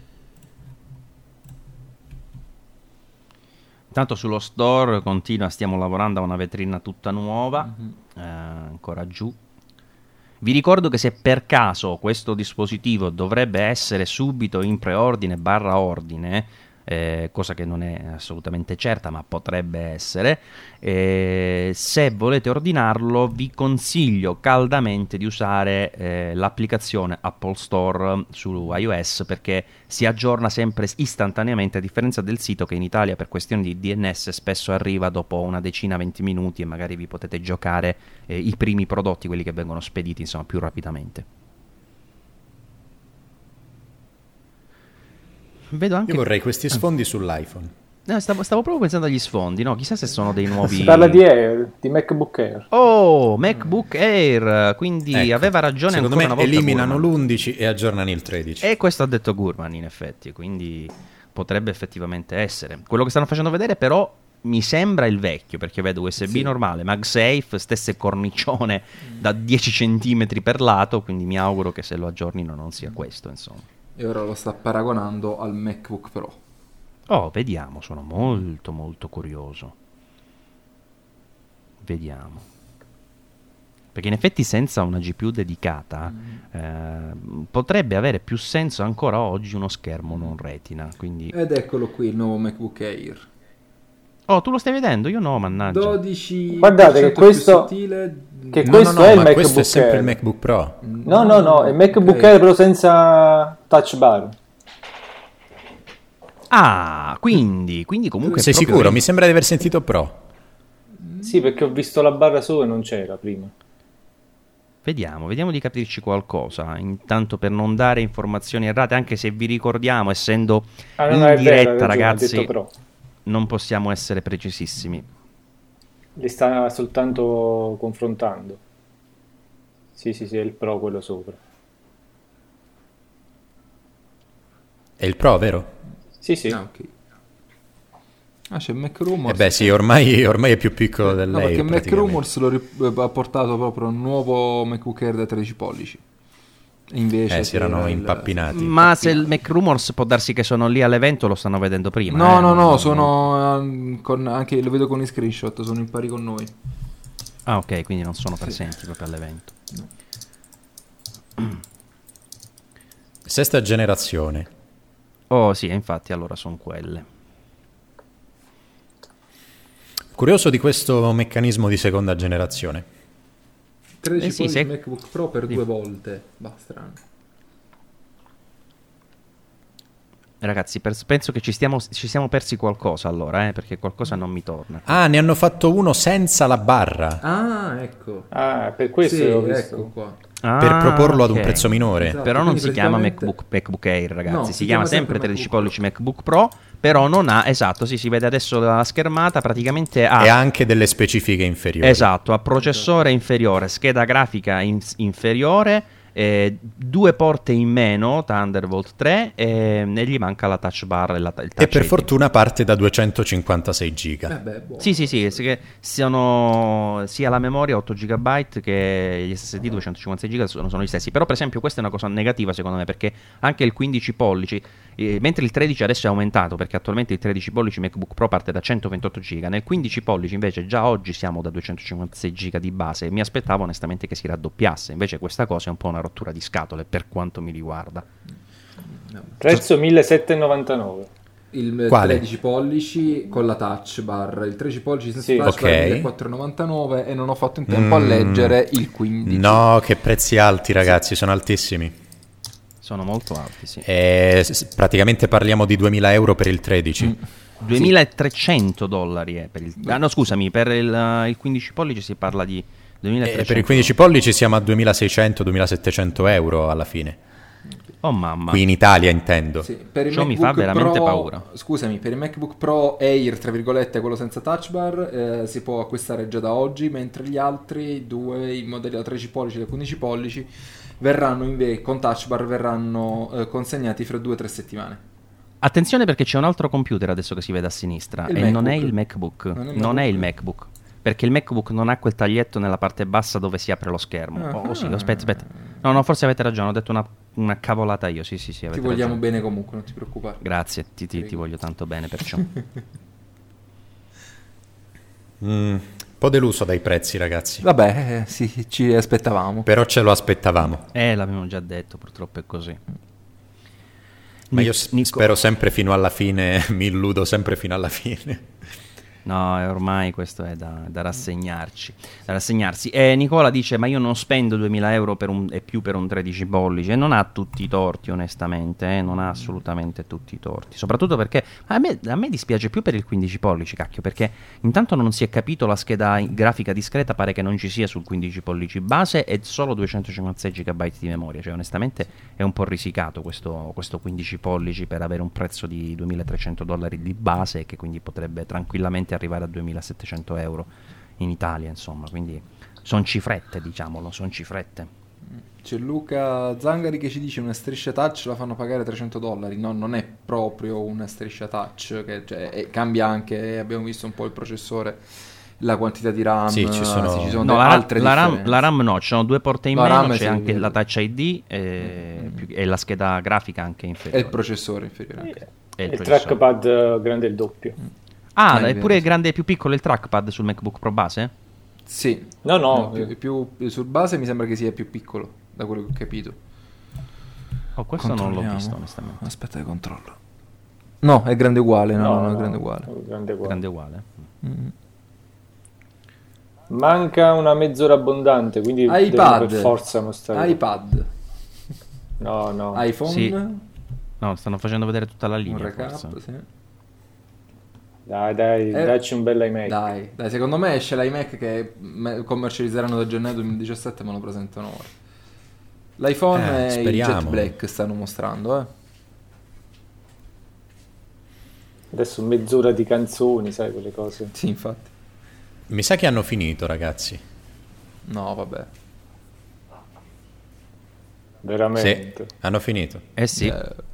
Intanto sullo store stiamo lavorando a una vetrina tutta nuova, ancora giù. Vi ricordo che se per caso questo dispositivo dovrebbe essere subito in preordine / ordine, cosa che non è assolutamente certa ma potrebbe essere, se volete ordinarlo vi consiglio caldamente di usare l'applicazione Apple Store su iOS, perché si aggiorna sempre istantaneamente, a differenza del sito che in Italia per questioni di DNS spesso arriva dopo una decina, 20 minuti, e magari vi potete giocare i primi prodotti, quelli che vengono spediti insomma più rapidamente. Vedo anche... Io vorrei questi sfondi sull'iPhone. No, stavo proprio pensando agli sfondi, no? Chissà se sono dei nuovi... Si parla di Air, di MacBook Air. Oh, MacBook Air, quindi Ecco, aveva ragione secondo ancora me una volta eliminano Gurman. l'11 e aggiornano il 13. E questo ha detto Gurman in effetti, quindi potrebbe effettivamente essere. Quello che stanno facendo vedere però mi sembra il vecchio, perché vedo USB normale, MagSafe, stesse cornicione da 10 cm per lato, quindi mi auguro che se lo aggiornino non sia questo, insomma. E ora lo sta paragonando al MacBook Pro. Oh, vediamo, sono molto molto curioso. Vediamo. Perché in effetti senza una GPU dedicata potrebbe avere più senso ancora oggi uno schermo non retina. Quindi... Ed eccolo qui il nuovo MacBook Air. Oh, tu lo stai vedendo? Io no, mannaggia. 12 Guardate che questo, che questo è il ma MacBook questo è sempre Air. il MacBook Pro. No, è il MacBook Air però senza touch bar. Ah, quindi comunque... Sei proprio sicuro? Mi sembra di aver sentito Pro. Sì, perché ho visto la barra su e non c'era prima. Vediamo di capirci qualcosa. Intanto, per non dare informazioni errate, anche se vi ricordiamo, essendo No, in è vero, diretta, ha ragione, ha ragazzi, detto Pro. non possiamo essere precisissimi. Li sta soltanto confrontando. Sì, è il Pro quello sopra. È il Pro, vero? Sì. Ah, ok. Ah, c'è Mac Rumors. Beh sì, ormai è più piccolo No, dell'Air. perché Mac praticamente. Rumors ha portato proprio un nuovo MacBook Air da 13 pollici. Invece Si erano c'era impappinati. Ma se il Mac Rumors può darsi che sono lì all'evento, lo stanno vedendo prima. No, sono anche lo vedo con i screenshot, sono in pari con noi. Ah, ok, quindi non sono presenti proprio all'evento. Sesta generazione. Oh sì, infatti allora sono quelle. Curioso di questo meccanismo di seconda generazione. 13 sì, pollici se- MacBook Pro per 2 volte. Basta. Ragazzi, penso che ci siamo persi qualcosa allora, perché qualcosa non mi torna. Ah, ne hanno fatto uno senza la barra. Ah, ecco. Ah, per questo Sì, l'ho visto. ecco qua. Per proporlo ad un ok. prezzo minore. Esatto. Però non quindi si chiama praticamente- MacBook Air, ragazzi, No, si chiama sempre sempre 13 MacBook pollici MacBook Pro, però non ha, esatto, sì, si vede adesso dalla schermata, praticamente ha... E ha anche delle specifiche inferiori. Esatto, ha processore inferiore, scheda grafica inferiore, 2 porte in meno, Thunderbolt 3, e gli manca la touch bar e il touch E per ID. fortuna parte da 256 giga. Beh, buono. Sì, che sono sia la memoria 8 GB che gli SSD 256 GB sono gli stessi. Però per esempio questa è una cosa negativa secondo me, perché anche il 15 pollici, mentre il 13 adesso è aumentato, perché attualmente il 13 pollici MacBook Pro parte da 128 GB, nel 15 pollici invece già oggi siamo da 256 GB di base, e mi aspettavo onestamente che si raddoppiasse, invece questa cosa è un po' una rottura di scatole per quanto mi riguarda. Prezzo 1799. Il Quale? 13 pollici con la touch bar, il 13 pollici senza Sì. touch bar Ok. 1499, e non ho fatto in tempo a leggere il 15. No, che prezzi alti, ragazzi, sono altissimi. Sono molto alti, sì. Praticamente parliamo di 2000 euro per il 13. $2.300 per il... Ah, no, scusami, per il 15 pollici si parla di 2.300. Per il 15 pollici siamo a 2600-2700 euro alla fine. Oh mamma. Qui in Italia intendo. Sì, per il Ciò mi MacBook fa veramente Pro- paura. Scusami, per il MacBook Pro Air, tra virgolette, quello senza touch bar, si può acquistare già da oggi, mentre gli altri due, i modelli da 13 pollici e da 15 pollici, verranno con touch bar verranno consegnati fra 2 o 3 settimane. Attenzione, perché c'è un altro computer adesso che si vede a sinistra, Il e non è MacBook. il MacBook. Non è il Non è il MacBook. MacBook. Perché il MacBook non ha quel taglietto nella parte bassa dove si apre lo schermo. Ah. Oh sì, aspetta. No, forse avete ragione, ho detto una cavolata io. Sì, Ti avete vogliamo ragione. bene comunque, non ti preoccupare. Grazie, ti voglio tanto bene perciò. po' deluso dai prezzi, ragazzi. Vabbè, sì, ci aspettavamo. Però ce lo aspettavamo. L'abbiamo già detto, purtroppo è così. Ma io spero sempre fino alla fine, mi illudo sempre fino alla fine. No, ormai questo è da rassegnarci. Da rassegnarsì. Nicola dice: ma io non spendo 2000 euro e più per un 13 pollici. E non ha tutti i torti, onestamente. Non ha assolutamente tutti i torti. Soprattutto perché a me dispiace più per il 15 pollici, cacchio. Perché intanto non si è capito la scheda grafica discreta. Pare che non ci sia sul 15 pollici base. E solo 256 GB di memoria. Cioè, onestamente, è un po' risicato questo 15 pollici per avere un prezzo di $2.300 di base. Che quindi potrebbe tranquillamente arrivare a 2.700 euro in Italia, insomma, quindi sono cifrette, diciamolo, sono cifrette. C'è Luca Zangari che ci dice una striscia touch la fanno pagare $300. No, non è proprio una striscia touch, cambia anche, abbiamo visto un po' il processore, la quantità di RAM, sì, ci sono no, altre la RAM no, ci sono due porte in meno, c'è sì, anche la Touch ID e la scheda grafica anche inferiore. E il processore inferiore anche. E il trackpad grande il doppio. È pure grande e più piccolo il trackpad sul MacBook Pro base? Sì. No. Più sul base mi sembra che sia più piccolo, da quello che ho capito. Questo non l'ho visto, onestamente. Aspetta che controllo. No, è grande uguale, no, è grande uguale. Grande uguale. Mm. Manca una mezz'ora abbondante, quindi iPad. devo per forza mostrare. iPad. No. iPhone. Sì. No, stanno facendo vedere tutta la linea. Un recap, forse. sì. Dai, dacci un bel iMac. Dai, secondo me esce l'iMac che commercializzeranno da gennaio 2017 e me lo presentano ora. L'iPhone e il Jet Black stanno mostrando, Adesso mezz'ora di canzoni, sai, quelle cose. Sì, infatti. Mi sa che hanno finito, ragazzi. No, vabbè. Veramente? Sì, hanno finito. Sì.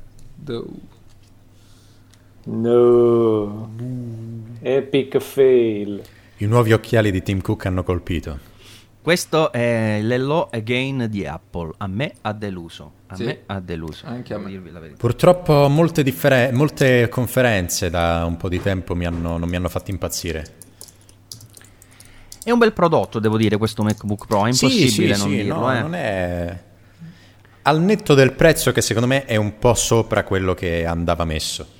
No. Epic fail. I nuovi occhiali di Tim Cook hanno colpito. Questo è l'Hello Again di Apple. A me ha deluso. Me ha deluso. Anche a me. Dirvi la verità. Purtroppo molte conferenze da un po' di tempo non mi hanno fatto impazzire. È un bel prodotto, devo dire, questo MacBook Pro. È impossibile non dirlo. No, non è... Al netto del prezzo, che secondo me è un po' sopra quello che andava messo.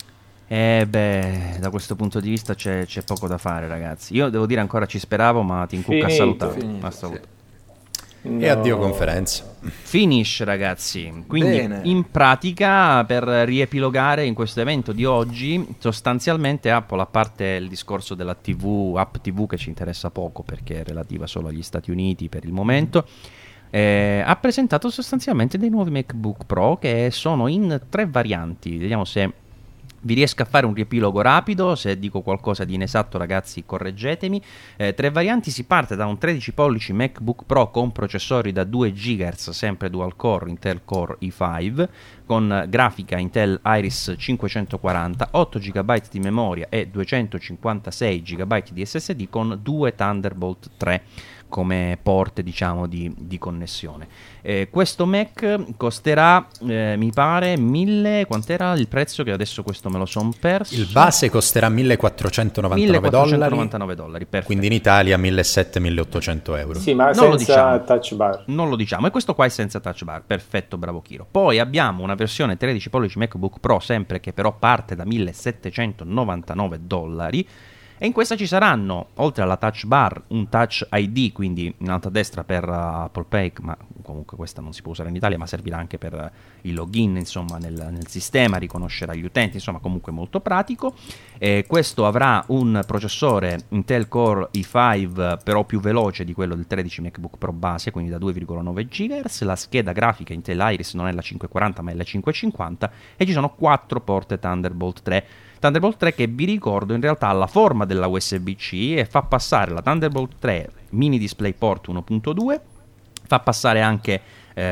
Da questo punto di vista c'è poco da fare, ragazzi. Io devo dire ancora ci speravo, ma Tim Cook ha salutato. Sì. E addio conferenza. Finish, ragazzi. Quindi Bene. in pratica, per riepilogare in questo evento di oggi, sostanzialmente Apple, a parte il discorso della app TV che ci interessa poco perché è relativa solo agli Stati Uniti per il momento, ha presentato sostanzialmente dei nuovi MacBook Pro che sono in 3 varianti. Vediamo se vi riesco a fare un riepilogo rapido. Se dico qualcosa di inesatto, ragazzi, correggetemi. 3 varianti: si parte da un 13 pollici MacBook Pro con processori da 2 GHz, sempre dual core, Intel Core i5, con grafica Intel Iris 540, 8 GB di memoria e 256 GB di SSD, con 2 Thunderbolt 3 come porte, diciamo, di connessione. Questo Mac costerà, mi pare, 1000... Quant'era il prezzo? Che adesso questo me lo son perso. Il base costerà $1.499, perfetto. quindi in Italia 1.700-1.800 euro. Sì, ma non senza touch bar. Non lo diciamo, e questo qua è senza touch bar. Perfetto, bravo Kiro. Poi abbiamo una versione 13 pollici MacBook Pro, sempre, che però parte da $1.799. E in questa ci saranno, oltre alla touch bar, un touch ID, quindi in alto a destra per Apple Pay, ma comunque questa non si può usare in Italia, ma servirà anche per il login, insomma, nel sistema, riconoscerà gli utenti, insomma, comunque molto pratico. Questo avrà un processore Intel Core i5, però più veloce di quello del 13 MacBook Pro base, quindi da 2,9 GHz. La scheda grafica Intel Iris non è la 540 ma è la 550, e ci sono 4 porte Thunderbolt 3. Thunderbolt 3 che, vi ricordo, in realtà ha la forma della USB-C e fa passare la Thunderbolt 3 mini DisplayPort 1.2, fa passare anche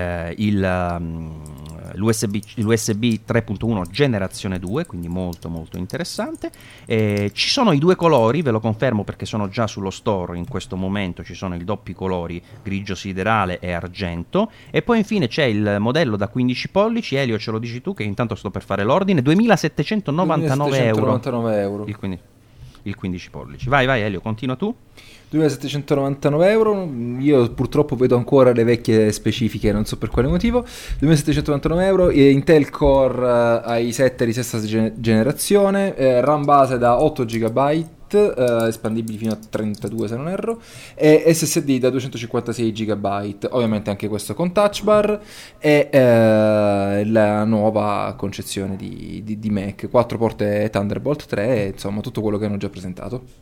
l'USB 3.1 generazione 2, quindi molto molto interessante. Ci sono i 2 colori, ve lo confermo perché sono già sullo store in questo momento, ci sono i doppi colori grigio siderale e argento. E poi infine c'è il modello da 15 pollici, Elio, ce lo dici tu che intanto sto per fare l'ordine, 2.799 euro. €. Il 15. il 15 pollici. Vai Elio, continua tu. 2.799 euro, io purtroppo vedo ancora le vecchie specifiche, non so per quale motivo. 2.799 euro, Intel Core i7 di sesta generazione, RAM base da 8 GB, espandibili fino a 32 se non erro, e SSD da 256 GB, ovviamente anche questo con touch bar, e la nuova concezione di Mac, 4 porte Thunderbolt 3, insomma tutto quello che hanno già presentato.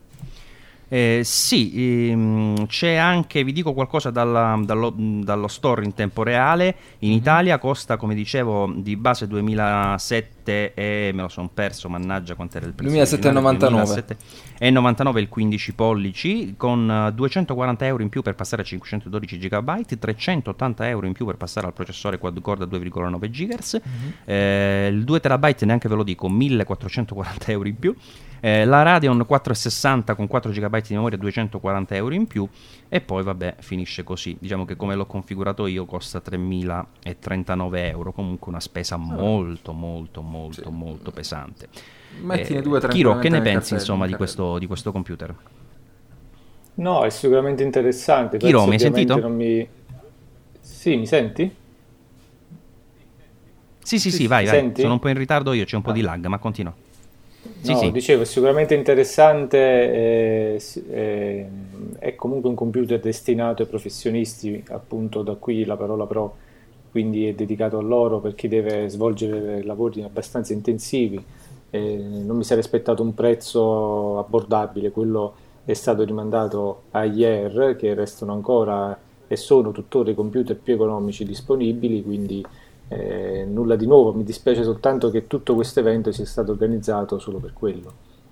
C'è anche, vi dico qualcosa dallo store in tempo reale. In Italia costa, come dicevo, di base 2007 e me lo sono perso, mannaggia, quant'era il prezzo? 27,99 il 15 pollici, con 240 euro in più per passare a 512 GB, 380 euro in più per passare al processore quad-core da 2,9 GHz, il 2 TB neanche ve lo dico, 1440 euro in più. La Radeon 460 con 4 GB di memoria, 240 euro in più, e poi vabbè finisce così. Diciamo che come l'ho configurato io costa 3.039 euro, comunque una spesa molto pesante. Mettine due Kiro, che ne pensi insomma di questo computer? No, è sicuramente interessante. Kiro, mi hai sentito? Sì, mi senti? Sì, vai. Senti? Sono un po' in ritardo io, c'è un po' di lag, ma continua. Sì. Dicevo, è sicuramente interessante, è comunque un computer destinato ai professionisti, appunto da qui la parola pro, quindi è dedicato a loro per chi deve svolgere lavori abbastanza intensivi. Non mi sarei aspettato un prezzo abbordabile, quello è stato rimandato a ieri, che restano ancora e sono tuttora i computer più economici disponibili, quindi nulla di nuovo. Mi dispiace soltanto che tutto questo evento sia stato organizzato solo per quello.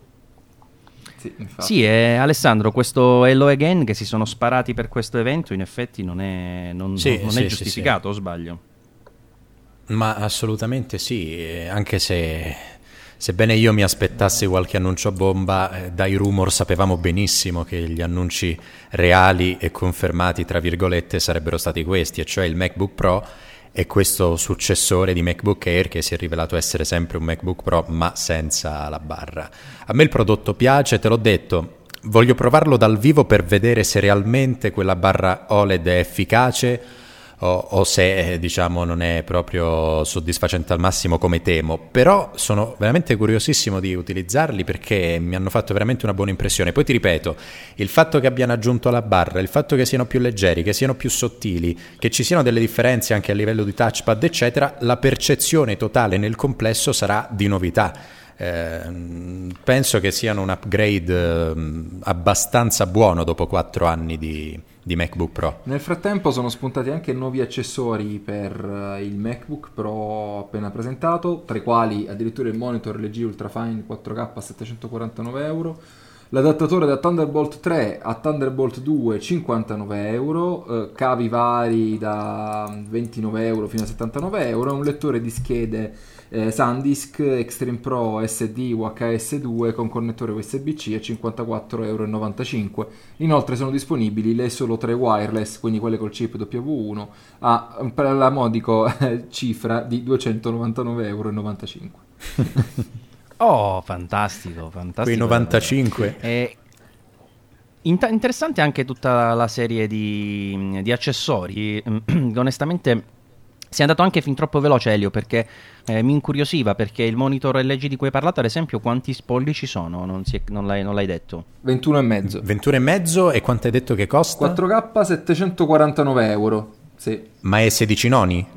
Sì, Alessandro, questo Hello Again che si sono sparati per questo evento in effetti non è giustificato, o sbaglio? Ma assolutamente sì, anche sebbene io mi aspettassi qualche annuncio a bomba, dai rumor sapevamo benissimo che gli annunci reali e confermati, tra virgolette, sarebbero stati questi, e cioè il MacBook Pro e questo successore di MacBook Air, che si è rivelato essere sempre un MacBook Pro ma senza la barra. A me il prodotto piace, te l'ho detto, voglio provarlo dal vivo per vedere se realmente quella barra OLED è efficace o se diciamo non è proprio soddisfacente al massimo come temo, però sono veramente curiosissimo di utilizzarli perché mi hanno fatto veramente una buona impressione. Poi ti ripeto, il fatto che abbiano aggiunto la barra, il fatto che siano più leggeri, che siano più sottili, che ci siano delle differenze anche a livello di touchpad eccetera, la percezione totale nel complesso sarà di novità. Penso che siano un upgrade abbastanza buono dopo 4 anni di MacBook Pro. Nel frattempo sono spuntati anche nuovi accessori per il MacBook Pro appena presentato, tra i quali addirittura il monitor LG Ultrafine 4K a 749 euro, l'adattatore da Thunderbolt 3 a Thunderbolt 2 59 euro, cavi vari da 29 euro fino a 79 euro, un lettore di schede SanDisk Extreme Pro SD UHS-2 con connettore USB-C a 54,95 euro. Inoltre sono disponibili le solo 3 wireless, quindi quelle col chip W1, per la modico cifra di 299,95 euro. Oh, fantastico. Quei 95. Interessante anche tutta la serie di accessori. Onestamente si è andato anche fin troppo veloce, Elio, perché mi incuriosiva, perché il monitor LG di cui hai parlato, ad esempio, quanti pollici sono? Non l'hai detto? 21,5. 21,5, e quanto hai detto che costa? 4K 749 euro. Sì. Ma è 16 noni?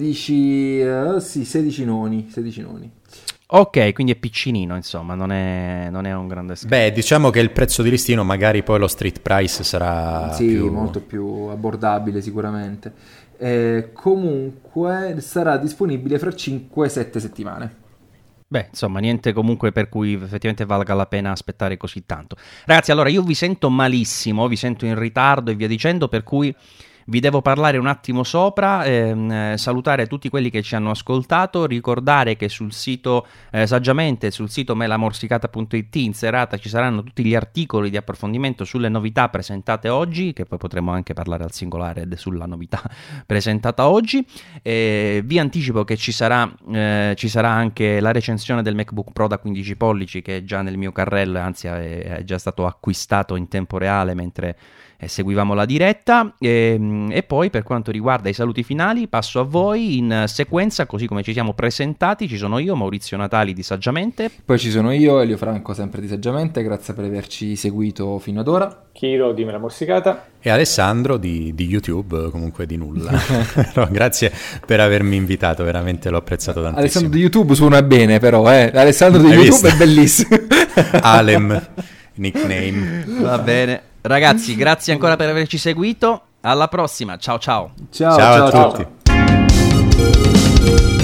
16 noni. Ok, quindi è piccinino, insomma, non è un grande scherzo. Beh, diciamo che il prezzo di listino, magari poi lo street price sarà molto più abbordabile sicuramente. Comunque sarà disponibile fra 5-7 settimane. Beh, insomma, niente comunque per cui effettivamente valga la pena aspettare così tanto. Ragazzi, allora io vi sento malissimo, vi sento in ritardo e via dicendo, per cui vi devo parlare un attimo sopra, salutare tutti quelli che ci hanno ascoltato, ricordare che sul sito saggiamente, sul sito melamorsicata.it in serata ci saranno tutti gli articoli di approfondimento sulle novità presentate oggi, che poi potremo anche parlare al singolare sulla novità presentata oggi. Vi anticipo che ci sarà anche la recensione del MacBook Pro da 15 pollici, che è già nel mio carrello, anzi è già stato acquistato in tempo reale mentre seguivamo la diretta. E poi, per quanto riguarda i saluti finali, passo a voi in sequenza, così come ci siamo presentati. Ci sono io, Maurizio Natali di Saggiamente, poi ci sono io, Elio Franco, sempre di Saggiamente. Grazie per averci seguito fino ad ora. Chiro di Mela Morsicata e Alessandro di YouTube, comunque di nulla. No, grazie per avermi invitato, veramente l'ho apprezzato tantissimo. Alessandro di YouTube suona bene, però Alessandro di YouTube visto? È bellissimo. Alem nickname. Va bene ragazzi, grazie ancora per averci seguito, alla prossima, ciao a tutti.